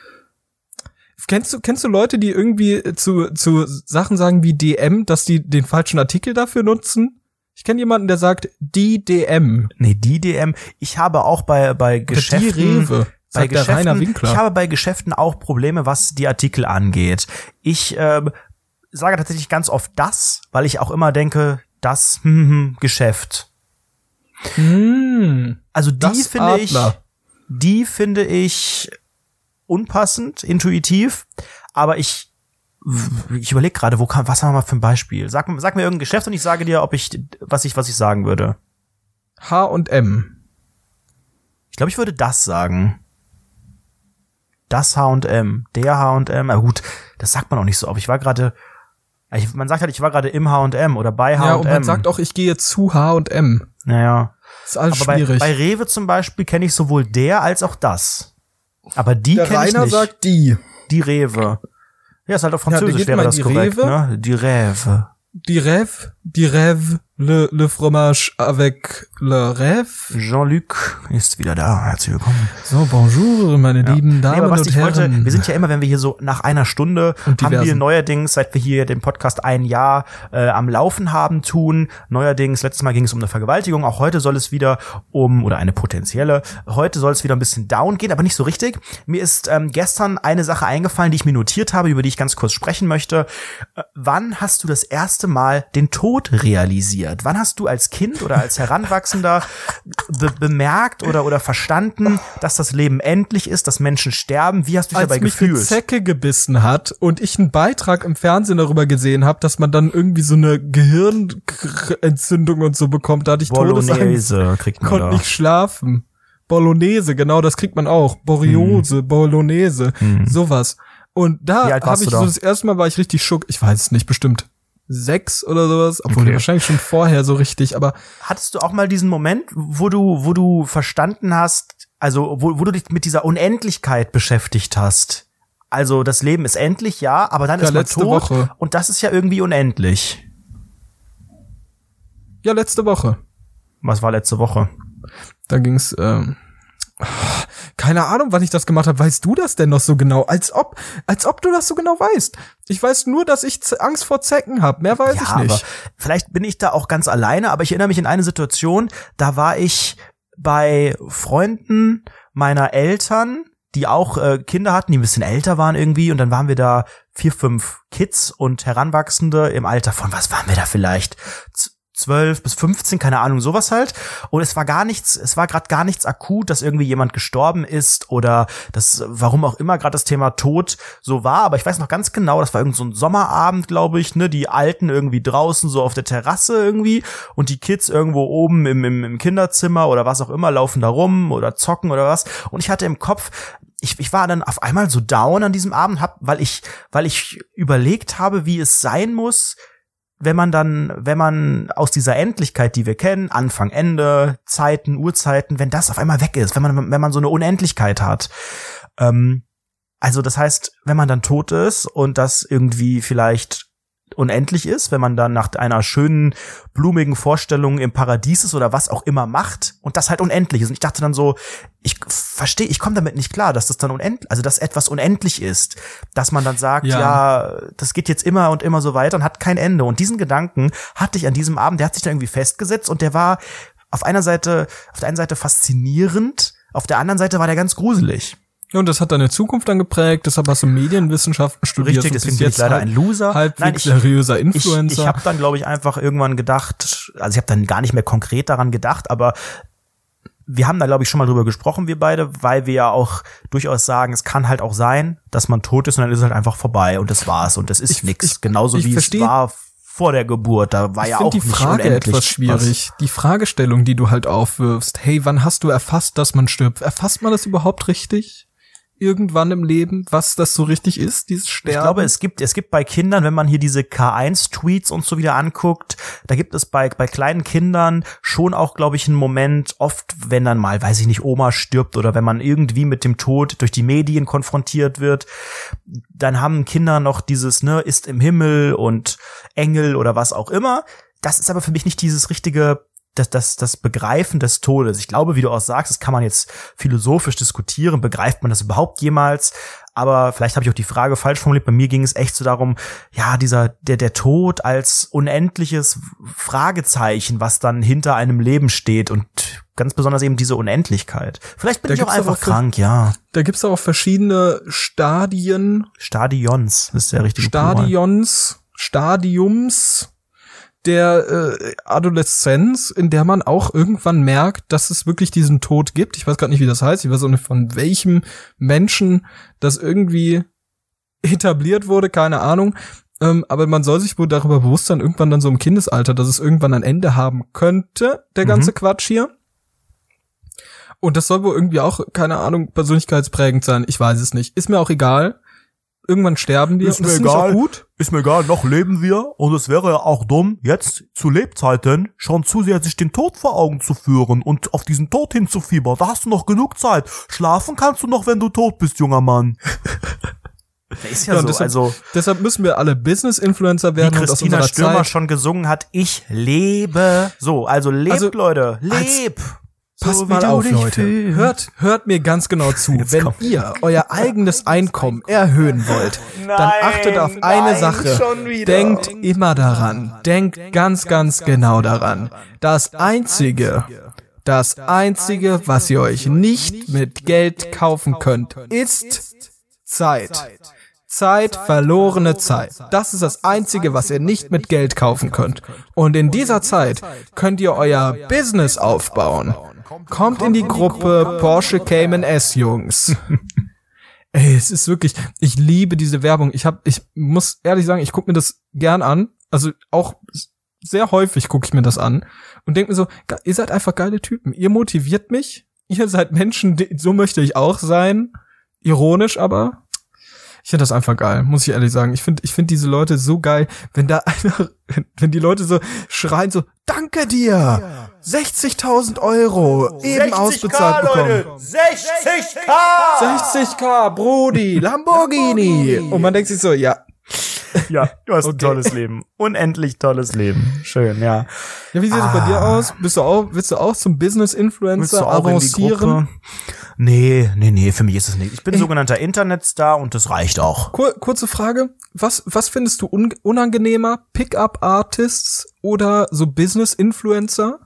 Speaker 1: Kennst du, kennst du Leute, die irgendwie zu, zu Sachen sagen wie D M, dass die den falschen Artikel dafür nutzen? Ich kenne jemanden, der sagt die D M.
Speaker 2: Nee, die D M. Ich habe auch bei bei Geschäften,
Speaker 1: die Rewe,
Speaker 2: bei
Speaker 1: sagt der
Speaker 2: Geschäften,
Speaker 1: Rainer Winkler.
Speaker 2: Ich habe bei Geschäften auch Probleme, was die Artikel angeht. Ich äh, sage tatsächlich ganz oft das, weil ich auch immer denke, das hm, hm, Geschäft.
Speaker 1: Hm,
Speaker 2: also die finde ich,
Speaker 1: Adler.
Speaker 2: die finde ich unpassend, intuitiv, aber ich Ich überlege gerade, wo kann, was haben wir mal für ein Beispiel? Sag, sag mir irgendein Geschäft und ich sage dir, ob ich, was ich, was ich sagen würde.
Speaker 1: H und M.
Speaker 2: Ich glaube, ich würde das sagen. Das H und M. Der H und M. Na gut, das sagt man auch nicht so oft. Ich war gerade, man sagt halt, ich war gerade im H und M oder bei H und M.
Speaker 1: Ja, und man sagt auch, ich gehe zu H und M.
Speaker 2: Naja.
Speaker 1: Das ist alles
Speaker 2: aber
Speaker 1: schwierig.
Speaker 2: Bei, bei Rewe zum Beispiel kenne ich sowohl der als auch das. Aber die kenne ich nicht.
Speaker 1: Der Rainer sagt die.
Speaker 2: Die Rewe. Ja, ist halt auf Französisch,
Speaker 1: ja,
Speaker 2: wäre das korrekt,
Speaker 1: Rewe,
Speaker 2: ne? Die Rewe.
Speaker 1: Die Rêve, die Rêve, le, le fromage avec le Rêve.
Speaker 2: Jean-Luc ist wieder da. Herzlich willkommen.
Speaker 1: So, bonjour, meine ja. lieben Damen nee, aber was und ich Herren.
Speaker 2: Wollte, wir sind ja immer, wenn wir hier so nach einer Stunde, haben wir neuerdings, seit wir hier den Podcast ein Jahr äh, am Laufen haben, tun. Neuerdings, letztes Mal ging es um eine Vergewaltigung. Auch heute soll es wieder um, oder eine potenzielle, heute soll es wieder ein bisschen down gehen, aber nicht so richtig. Mir ist ähm, gestern eine Sache eingefallen, die ich mir notiert habe, über die ich ganz kurz sprechen möchte. Äh, wann hast du das erste Mal den Tod realisiert? Wann hast du als Kind oder als Heranwachsender be- bemerkt oder oder verstanden, dass das Leben endlich ist, dass Menschen sterben? Wie hast du dich
Speaker 1: als
Speaker 2: dabei
Speaker 1: mich
Speaker 2: gefühlt?
Speaker 1: Als mich eine Zecke gebissen hat und ich einen Beitrag im Fernsehen darüber gesehen habe, dass man dann irgendwie so eine Gehirnentzündung und so bekommt, da hatte ich
Speaker 2: Bolognese
Speaker 1: Todesangst,
Speaker 2: kriegt man
Speaker 1: konnte
Speaker 2: da.
Speaker 1: nicht schlafen. Bolognese, genau, das kriegt man auch. Borreliose, hm. Bolognese, hm. sowas. Und da habe ich so das erste Mal war ich richtig schock. Ich weiß es nicht, bestimmt sechs oder sowas, obwohl okay. wahrscheinlich schon vorher so richtig, aber
Speaker 2: hattest du auch mal diesen Moment, wo du wo du verstanden hast, also wo, wo du dich mit dieser Unendlichkeit beschäftigt hast? Also das Leben ist endlich, ja, aber dann
Speaker 1: ja,
Speaker 2: ist man tot
Speaker 1: Woche.
Speaker 2: Und das ist ja irgendwie unendlich.
Speaker 1: Ja, letzte Woche.
Speaker 2: Was war letzte Woche?
Speaker 1: Da ging's ähm keine Ahnung, wann ich das gemacht habe. Weißt du das denn noch so genau? Als ob, als ob du das so genau weißt. Ich weiß nur, dass ich Angst vor Zecken habe. Mehr weiß
Speaker 2: ja,
Speaker 1: ich nicht.
Speaker 2: Aber vielleicht bin ich da auch ganz alleine, aber ich erinnere mich in eine Situation, da war ich bei Freunden meiner Eltern, die auch äh, Kinder hatten, die ein bisschen älter waren irgendwie, und dann waren wir da vier, fünf Kids und Heranwachsende im Alter von, was waren wir da vielleicht? zwölf bis fünfzehn, keine Ahnung, sowas halt. Und es war gar nichts, es war gerade gar nichts akut, dass irgendwie jemand gestorben ist oder das, warum auch immer gerade das Thema Tod so war. Aber ich weiß noch ganz genau, das war irgend so ein Sommerabend, glaube ich, ne, die Alten irgendwie draußen so auf der Terrasse irgendwie und die Kids irgendwo oben im, im, im Kinderzimmer oder was auch immer laufen da rum oder zocken oder was. Und ich hatte im Kopf, Ich, ich war dann auf einmal so down an diesem Abend, hab, weil ich, weil ich überlegt habe, wie es sein muss, wenn man dann, wenn man aus dieser Endlichkeit, die wir kennen, Anfang, Ende, Zeiten, Uhrzeiten, wenn das auf einmal weg ist, wenn man, wenn man so eine Unendlichkeit hat. Ähm, also das heißt, wenn man dann tot ist und das irgendwie vielleicht unendlich ist, wenn man dann nach einer schönen, blumigen Vorstellung im Paradies ist oder was auch immer macht und das halt unendlich ist. Und ich dachte dann so, ich verstehe, ich komme damit nicht klar, dass das dann unendlich, also dass etwas unendlich ist, dass man dann sagt, ja. ja, das geht jetzt immer und immer so weiter und hat kein Ende. Und diesen Gedanken hatte ich an diesem Abend, der hat sich da irgendwie festgesetzt und der war auf einer Seite, auf der einen Seite faszinierend, auf der anderen Seite war der ganz gruselig.
Speaker 1: Ja, und das hat deine Zukunft dann geprägt, deshalb hast du Medienwissenschaften studiert.
Speaker 2: Richtig, deswegen bin ich leider ein Loser.
Speaker 1: Halbwegs seriöser Influencer.
Speaker 2: Ich, ich habe dann, glaube ich, einfach irgendwann gedacht, also ich habe dann gar nicht mehr konkret daran gedacht, aber wir haben da, glaube ich, schon mal drüber gesprochen, wir beide, weil wir ja auch durchaus sagen, es kann halt auch sein, dass man tot ist und dann ist es halt einfach vorbei und das war's und das ist
Speaker 1: ich,
Speaker 2: nix.
Speaker 1: Ich,
Speaker 2: Genauso
Speaker 1: ich
Speaker 2: wie
Speaker 1: versteh,
Speaker 2: es war vor der Geburt. Da war
Speaker 1: ich
Speaker 2: ja
Speaker 1: find
Speaker 2: auch
Speaker 1: die
Speaker 2: nicht
Speaker 1: Frage
Speaker 2: unendlich
Speaker 1: etwas schwierig.
Speaker 2: was.
Speaker 1: Die Fragestellung, die du halt aufwirfst. Hey, wann hast du erfasst, dass man stirbt? Erfasst man das überhaupt richtig? Irgendwann im Leben, was das so richtig ist, dieses Sterben?
Speaker 2: Ich glaube, es gibt, es gibt bei Kindern, wenn man hier diese K eins Tweets und so wieder anguckt, da gibt es bei, bei kleinen Kindern schon auch, glaube ich, einen Moment, oft, wenn dann mal, weiß ich nicht, Oma stirbt oder wenn man irgendwie mit dem Tod durch die Medien konfrontiert wird, dann haben Kinder noch dieses, ne, ist im Himmel und Engel oder was auch immer. Das ist aber für mich nicht dieses richtige, Das, das, das Begreifen des Todes. Ich glaube, wie du auch sagst, das kann man jetzt philosophisch diskutieren. Begreift man das überhaupt jemals? Aber vielleicht habe ich auch die Frage falsch formuliert. Bei mir ging es echt so darum, ja, dieser, der, der Tod als unendliches Fragezeichen, was dann hinter einem Leben steht und ganz besonders eben diese Unendlichkeit. Vielleicht bin
Speaker 1: da
Speaker 2: ich auch einfach
Speaker 1: auch
Speaker 2: krank, ja.
Speaker 1: Da gibt's auch verschiedene Stadien.
Speaker 2: Stadions ist der richtige
Speaker 1: Stadions, Stadiums der äh, Adoleszenz, in der man auch irgendwann merkt, dass es wirklich diesen Tod gibt. Ich weiß gerade nicht, wie das heißt. Ich weiß auch nicht, von welchem Menschen das irgendwie etabliert wurde, keine Ahnung. Ähm, aber man soll sich wohl darüber bewusst sein, irgendwann dann so im Kindesalter, dass es irgendwann ein Ende haben könnte, der ganze mhm. Quatsch hier. Und das soll wohl irgendwie auch, keine Ahnung, persönlichkeitsprägend sein. Ich weiß es nicht. Ist mir auch egal. Irgendwann sterben wir.
Speaker 2: Ist mir egal. Gut. Ist mir egal. Noch leben wir. Und es wäre ja auch dumm, jetzt zu Lebzeiten schon zu sehr sich den Tod vor Augen zu führen und auf diesen Tod hinzufiebern. Da hast du noch genug Zeit. Schlafen kannst du noch, wenn du tot bist, junger Mann. Ist ja, ja so,
Speaker 1: deshalb,
Speaker 2: also
Speaker 1: deshalb müssen wir alle Business-Influencer werden.
Speaker 2: Wie Christina
Speaker 1: und aus
Speaker 2: Stürmer
Speaker 1: Zeit
Speaker 2: schon gesungen hat, ich lebe. So, also lebt, also, Leute, leb.
Speaker 1: Passt so, mal auf, Leute. Fühlst. Hört, hört mir ganz genau zu. Jetzt Wenn kommt. ihr euer eigenes Einkommen erhöhen wollt, nein, dann achtet auf eine nein, Sache. Denkt immer daran. Denkt ganz, ganz genau daran. Das Einzige, das Einzige, was ihr euch nicht mit Geld kaufen könnt, ist Zeit. Zeit, verlorene Zeit. Das ist das Einzige, was ihr nicht mit Geld kaufen könnt. Und in dieser Zeit könnt ihr euer Business aufbauen. Kommt in die Gruppe Porsche Cayman S, Jungs. Ey, es ist wirklich, ich liebe diese Werbung. Ich hab, ich muss ehrlich sagen, ich gucke mir das gern an. Also auch sehr häufig gucke ich mir das an und denke mir so, ihr seid einfach geile Typen. Ihr motiviert mich. Ihr seid Menschen, die, so möchte ich auch sein. Ironisch, aber ich finde das einfach geil, muss ich ehrlich sagen. Ich finde ich finde diese Leute so geil, wenn da einer, wenn die Leute so schreien so, danke dir, sechzigtausend Euro, eben ausbezahlt bekommen.
Speaker 2: sechzig K!
Speaker 1: sechzig K, Brody, Lamborghini. Und man denkt sich so, ja.
Speaker 2: Ja, du hast okay. ein tolles Leben. Unendlich tolles Leben. Schön, ja.
Speaker 1: Ja, wie sieht es ah. bei dir aus? Bist du auch, willst du auch zum Business-Influencer avancieren?
Speaker 2: Nee, nee, nee, für mich ist es nicht. Ich bin Ey. sogenannter Internetstar und das reicht auch.
Speaker 1: Kur- kurze Frage. Was, was findest du un- unangenehmer? Pickup-Artists oder so Business-Influencer?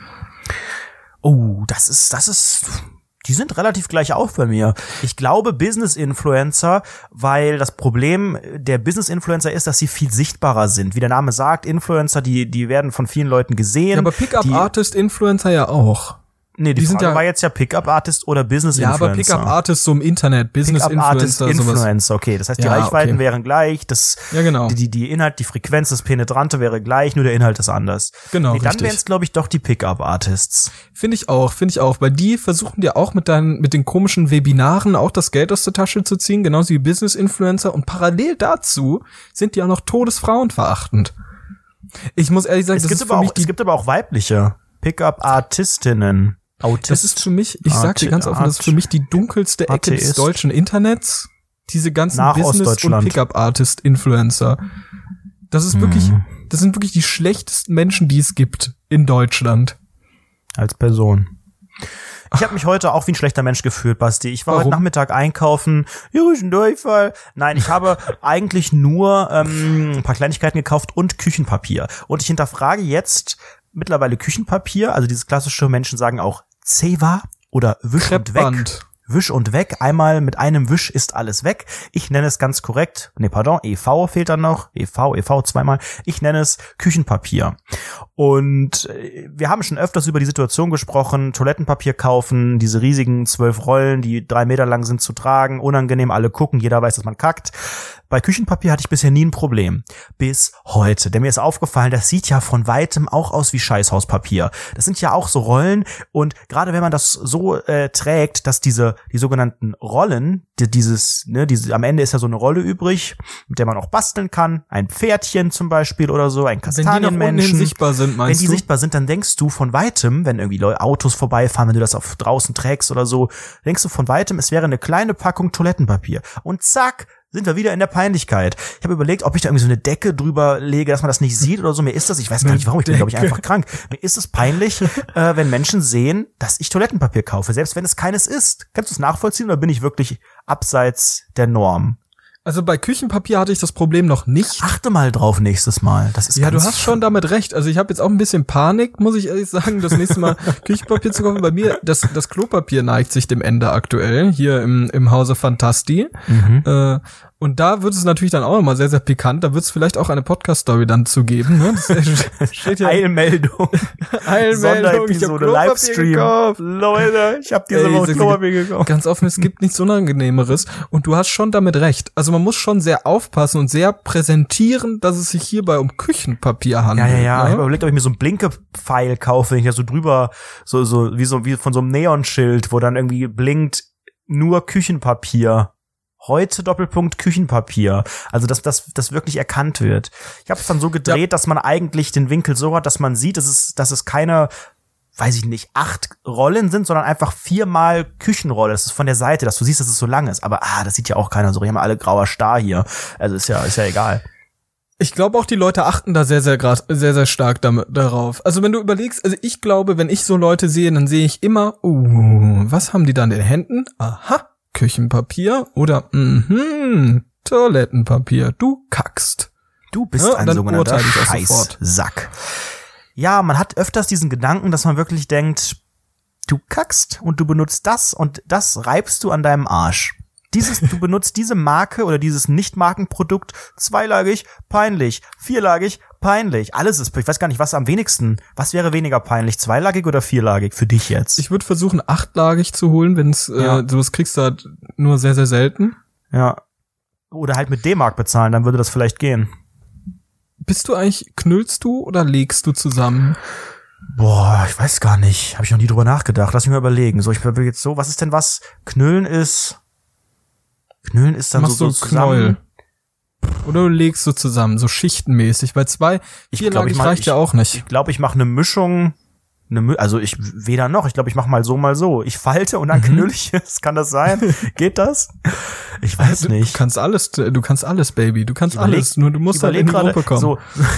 Speaker 2: Oh, das ist, das ist, die sind relativ gleich auf bei mir. Ich glaube Business-Influencer, weil das Problem der Business-Influencer ist, dass sie viel sichtbarer sind. Wie der Name sagt, Influencer, die, die werden von vielen Leuten gesehen. Ja,
Speaker 1: aber Pickup-Artist-Influencer ja auch.
Speaker 2: Nee, die, die Frage sind ja, war jetzt ja Pickup-Artist oder Business-Influencer.
Speaker 1: Ja, aber Pickup-Artist so im Internet, Business-Influencer,
Speaker 2: Influencer, okay. Das heißt, die ja, Reichweiten okay. wären gleich, das,
Speaker 1: ja, genau.
Speaker 2: die, die Inhalt, die Frequenz, das Penetrante wäre gleich, nur der Inhalt ist anders.
Speaker 1: Genau,
Speaker 2: nee, dann
Speaker 1: richtig.
Speaker 2: wären es, glaube ich, doch die Pickup-Artists.
Speaker 1: Finde ich auch, finde ich auch, weil die versuchen dir auch mit deinen, mit den komischen Webinaren auch das Geld aus der Tasche zu ziehen, genauso wie Business-Influencer, und parallel dazu sind die auch noch todesfrauenverachtend. Ich muss ehrlich sagen,
Speaker 2: es
Speaker 1: das
Speaker 2: gibt
Speaker 1: ist
Speaker 2: aber
Speaker 1: für mich
Speaker 2: auch,
Speaker 1: die,
Speaker 2: es gibt aber auch weibliche Pickup-Artistinnen. Autist.
Speaker 1: Das ist für mich, ich sag dir ganz offen, das ist für mich die dunkelste Ecke Atheist. des deutschen Internets. Diese ganzen
Speaker 2: Nach
Speaker 1: Business- und Pickup-Artist-Influencer. Das ist hm. wirklich, das sind wirklich die schlechtesten Menschen, die es gibt in Deutschland.
Speaker 2: Als Person. Ich habe mich heute auch wie ein schlechter Mensch gefühlt, Basti. Ich war
Speaker 1: Warum?
Speaker 2: heute Nachmittag einkaufen. Hier ist ein Durchfall. Nein, ich habe eigentlich nur ähm, ein paar Kleinigkeiten gekauft und Küchenpapier. Und ich hinterfrage jetzt mittlerweile Küchenpapier, also dieses klassische, Menschen sagen auch Zewa oder Wisch und Weg. Wisch und weg. Einmal mit einem Wisch ist alles weg. Ich nenne es ganz korrekt, nee, pardon, E V fehlt dann noch. E V, E V zweimal. Ich nenne es Küchenpapier. Und wir haben schon öfters über die Situation gesprochen, Toilettenpapier kaufen, diese riesigen zwölf Rollen, die drei Meter lang sind zu tragen, unangenehm, alle gucken, jeder weiß, dass man kackt. Bei Küchenpapier hatte ich bisher nie ein Problem. Bis heute. Denn mir ist aufgefallen, das sieht ja von weitem auch aus wie Scheißhauspapier. Das sind ja auch so Rollen und gerade wenn man das so äh, trägt, dass diese die sogenannten Rollen, die, dieses, ne, diese, am Ende ist ja so eine Rolle übrig, mit der man auch basteln kann. Ein Pferdchen zum Beispiel oder so, ein Kastanienmenschen.
Speaker 1: Wenn die nach unten sichtbar sind, meinst
Speaker 2: Wenn die
Speaker 1: du?
Speaker 2: sichtbar sind, dann denkst du von weitem, wenn irgendwie Leute, Autos vorbeifahren, wenn du das auf draußen trägst oder so, denkst du von weitem, es wäre eine kleine Packung Toilettenpapier. Und zack, sind wir wieder in der Peinlichkeit. Ich habe überlegt, ob ich da irgendwie so eine Decke drüber lege, dass man das nicht sieht oder so. Mir ist das, ich weiß gar nicht warum, ich bin, glaube ich, einfach krank. Mir ist es peinlich, äh, wenn Menschen sehen, dass ich Toilettenpapier kaufe, selbst wenn es keines ist. Kannst du es nachvollziehen oder bin ich wirklich abseits der Norm?
Speaker 1: Also bei Küchenpapier hatte ich das Problem noch nicht.
Speaker 2: Achte mal drauf nächstes Mal. Das ist
Speaker 1: ja, du
Speaker 2: ganz
Speaker 1: hast schon damit recht. Also ich habe jetzt auch ein bisschen Panik, muss ich ehrlich sagen, das nächste Mal Küchenpapier zu kaufen. Bei mir, das, das Klopapier neigt sich dem Ende aktuell, hier im, im Hause Fantasti. Mhm. Äh, und da wird es natürlich dann auch nochmal sehr, sehr pikant. Da wird es vielleicht auch eine Podcast-Story dann zu geben. Ne? Das steht ja
Speaker 2: Eilmeldung.
Speaker 1: Eilmeldung. Ich habe Klopapier
Speaker 2: Livestream.
Speaker 1: gekauft.
Speaker 2: Leute, ich habe diese
Speaker 1: Ey,
Speaker 2: Woche Klopapier gekauft.
Speaker 1: Ganz offen, es gibt nichts Unangenehmeres. Und du hast schon damit recht. Also man muss schon sehr aufpassen und sehr präsentieren, dass es sich hierbei um Küchenpapier handelt.
Speaker 2: Ja, ja, ja.
Speaker 1: Ne?
Speaker 2: Ich habe überlegt, ob ich mir so ein Blinke-Pfeil kaufe, wenn ich da so drüber, so, so, wie so, wie von so einem Neonschild, wo dann irgendwie blinkt nur Küchenpapier. Heute Doppelpunkt Küchenpapier. Also, dass das, das wirklich erkannt wird. Ich habe es dann so gedreht, ja. dass man eigentlich den Winkel so hat, dass man sieht, dass es, dass es keine, weiß ich nicht, acht Rollen sind, sondern einfach viermal Küchenrolle. Das ist von der Seite, dass du siehst, dass es so lang ist. Aber, ah, das sieht ja auch keiner so. Wir haben alle grauer Star hier. Also, ist ja, ist ja egal.
Speaker 1: Ich glaube auch, die Leute achten da sehr, sehr grad, sehr, sehr stark damit, darauf. Also wenn du überlegst, also ich glaube, wenn ich so Leute sehe, dann sehe ich immer, uh, was haben die da in den Händen? Aha, Küchenpapier oder mhm, Toilettenpapier. Du kackst.
Speaker 2: Du bist ja, ein sogenannter Scheißsack. Ja, man hat öfters diesen Gedanken, dass man wirklich denkt, du kackst und du benutzt das und das reibst du an deinem Arsch. Dieses, du benutzt diese Marke oder dieses Nicht-Markenprodukt zweilagig, peinlich, vierlagig, peinlich. Alles ist, ich weiß gar nicht, was am wenigsten, was wäre weniger peinlich, zweilagig oder vierlagig für dich jetzt?
Speaker 1: Ich würde versuchen, achtlagig zu holen, wenn es,
Speaker 2: ja.
Speaker 1: äh, sowas kriegst du halt nur sehr, sehr selten.
Speaker 2: Ja. Oder halt mit D-Mark bezahlen, dann würde das vielleicht gehen.
Speaker 1: Bist du eigentlich, knüllst du oder legst du zusammen?
Speaker 2: Boah, ich weiß gar nicht. Habe ich noch nie drüber nachgedacht. Lass mich mal überlegen. So, ich bin jetzt so, was ist denn was? Knüllen ist, Knüllen ist dann
Speaker 1: Machst
Speaker 2: so, so zusammen.
Speaker 1: Oder du legst so zusammen, so schichtenmäßig, weil zwei, vierlagig reicht ich, ja auch nicht.
Speaker 2: Ich glaube, ich mache eine Mischung, eine, also ich weder noch, ich glaube, ich mache mal so, mal so. Ich falte und dann mhm. knüll ich es, kann das sein? Geht das? Ich weiß
Speaker 1: du,
Speaker 2: nicht.
Speaker 1: Du kannst alles, du kannst alles, Baby, du kannst
Speaker 2: überleg,
Speaker 1: alles, nur du musst halt in die Gruppe kommen.
Speaker 2: So,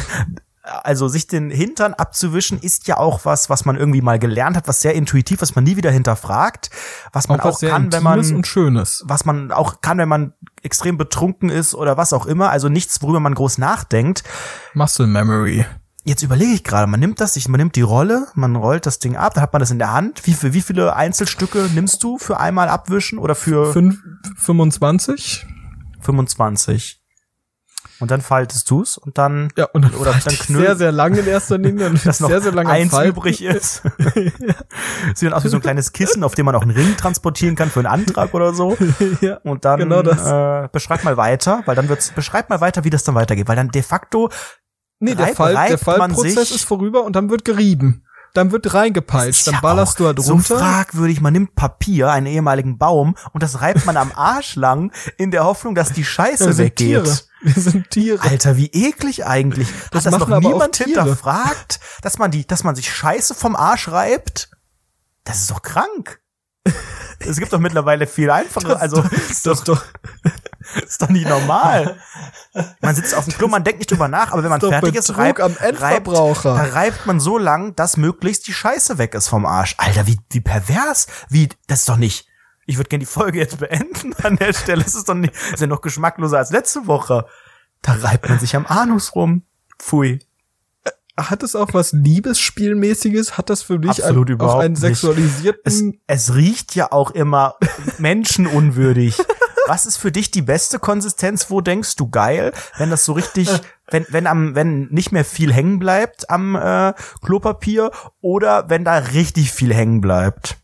Speaker 2: also sich den Hintern abzuwischen ist ja auch was, was man irgendwie mal gelernt hat, was sehr intuitiv, was man nie wieder hinterfragt, was man
Speaker 1: auch,
Speaker 2: auch
Speaker 1: was sehr
Speaker 2: kann, wenn man
Speaker 1: und Schönes,
Speaker 2: was man auch kann, wenn man extrem betrunken ist oder was auch immer, also nichts, worüber man groß nachdenkt.
Speaker 1: Muscle Memory.
Speaker 2: Jetzt überlege ich gerade, man nimmt das, man nimmt die Rolle, man rollt das Ding ab, dann hat man das in der Hand. Wie viel, wie viele Einzelstücke nimmst du für einmal abwischen oder für
Speaker 1: Fünf, fünfundzwanzig?
Speaker 2: fünfundzwanzig. Und dann faltest du's und dann
Speaker 1: ja und dann,
Speaker 2: oder dann knüll
Speaker 1: sehr sehr lang in erster Linie und
Speaker 2: dass noch
Speaker 1: sehr sehr lange
Speaker 2: eins
Speaker 1: Falten.
Speaker 2: übrig ist. Sieht dann aus wie so ein kleines Kissen, auf dem man auch einen Ring transportieren kann für einen Antrag oder so.
Speaker 1: Ja,
Speaker 2: und dann
Speaker 1: genau das.
Speaker 2: Äh, beschreib mal weiter, weil dann wird's beschreib mal weiter, wie das dann weitergeht, weil dann de facto
Speaker 1: nee der
Speaker 2: reib,
Speaker 1: Fall der
Speaker 2: Fallprozess
Speaker 1: Fallprozess ist vorüber und dann wird gerieben. Dann wird reingepeitscht, dann ja ballerst du halt runter.
Speaker 2: So fragwürdig, man nimmt Papier, einen ehemaligen Baum, und das reibt man am Arsch lang, in der Hoffnung, dass die Scheiße
Speaker 1: ja, wir
Speaker 2: weggeht.
Speaker 1: Sind Tiere. Wir sind Tiere.
Speaker 2: Alter, wie eklig eigentlich.
Speaker 1: Das
Speaker 2: Hat das
Speaker 1: machen
Speaker 2: noch
Speaker 1: aber
Speaker 2: niemand
Speaker 1: auch Tiere.
Speaker 2: hinterfragt, dass man die, dass man sich Scheiße vom Arsch reibt? Das ist doch krank. Es gibt doch mittlerweile viel einfacher,
Speaker 1: das,
Speaker 2: also,
Speaker 1: das, das doch,
Speaker 2: ist doch nicht normal. Man sitzt auf dem Klo, man denkt nicht drüber nach, aber wenn man fertig ist, reibt,
Speaker 1: am
Speaker 2: reibt, da reibt man so lang, dass möglichst die Scheiße weg ist vom Arsch. Alter, wie, wie pervers, wie, das ist doch nicht, ich würde gerne die Folge jetzt beenden an der Stelle, das ist doch nicht, ist ja noch geschmackloser als letzte Woche. Da reibt man sich am Anus rum. Pfui.
Speaker 1: hat es auch was Liebesspielmäßiges? Hat das für dich
Speaker 2: Absolut
Speaker 1: ein,
Speaker 2: überhaupt
Speaker 1: auch einen
Speaker 2: nicht.
Speaker 1: sexualisierten...
Speaker 2: Es, es riecht ja auch immer menschenunwürdig. Was ist für dich die beste Konsistenz? Wo denkst du geil, wenn das so richtig, wenn wenn am wenn nicht mehr viel hängen bleibt am äh, Klopapier oder wenn da richtig viel hängen bleibt?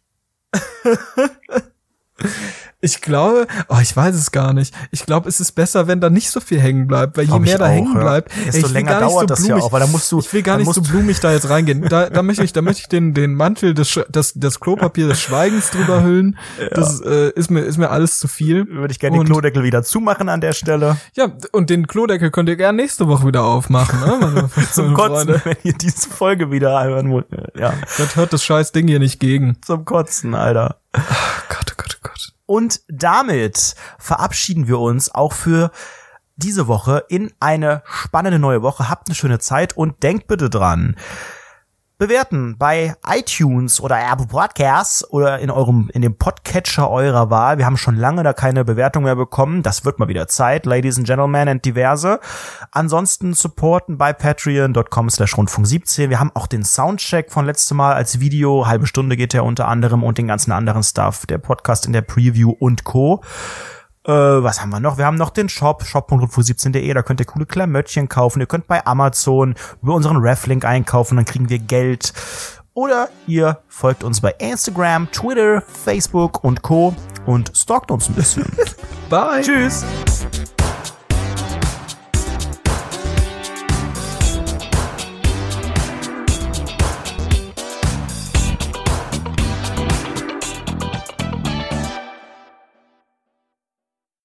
Speaker 1: Ich glaube, oh, ich weiß es gar nicht. Ich glaube, es ist besser, wenn da nicht so viel hängen bleibt, weil je
Speaker 2: Glaub
Speaker 1: mehr
Speaker 2: ich
Speaker 1: da
Speaker 2: auch,
Speaker 1: hängen
Speaker 2: ja.
Speaker 1: bleibt,
Speaker 2: Desto
Speaker 1: ich will
Speaker 2: länger
Speaker 1: gar nicht
Speaker 2: dauert
Speaker 1: so
Speaker 2: das
Speaker 1: blumig,
Speaker 2: ja auch, weil da musst du,
Speaker 1: ich will gar
Speaker 2: dann
Speaker 1: nicht so
Speaker 2: musst du-
Speaker 1: blumig da jetzt reingehen. Da, da möchte ich, da möchte ich den, den Mantel des, Sch- das, das Klopapier des Schweigens drüber hüllen. Das äh, ist mir, ist mir alles zu viel.
Speaker 2: Würde ich gerne den
Speaker 1: Und-
Speaker 2: Klodeckel wieder zumachen an der Stelle.
Speaker 1: Ja, und den Klodeckel könnt ihr gerne nächste Woche wieder aufmachen, ne?
Speaker 2: Zum Kotzen,
Speaker 1: Freunde.
Speaker 2: wenn ihr diese Folge wieder hören wollt. Ja,
Speaker 1: Das hört das scheiß Ding hier nicht gegen.
Speaker 2: zum Kotzen, Alter.
Speaker 1: Oh Gott, oh Gott, oh Gott.
Speaker 2: Und damit verabschieden wir uns auch für diese Woche in eine spannende neue Woche. Habt eine schöne Zeit und denkt bitte dran. Bewerten bei iTunes oder Apple Podcasts oder in eurem, in dem Podcatcher eurer Wahl. Wir haben schon lange da keine Bewertung mehr bekommen. Das wird mal wieder Zeit, Ladies and Gentlemen and diverse. Ansonsten supporten bei patreon.com slash rundfunk 17. Wir haben auch den Soundcheck von letztem Mal als Video. Halbe Stunde geht der unter anderem und den ganzen anderen Stuff. Der Podcast in der Preview und Co. Äh, was haben wir noch? Wir haben noch den Shop, shop punkt rundfunk siebzehn punkt de, da könnt ihr coole Klamöttchen kaufen. Ihr könnt bei Amazon über unseren Reflink einkaufen, dann kriegen wir Geld. Oder ihr folgt uns bei Instagram, Twitter, Facebook und Co. und stalkt uns ein bisschen.
Speaker 1: Bye.
Speaker 2: Tschüss!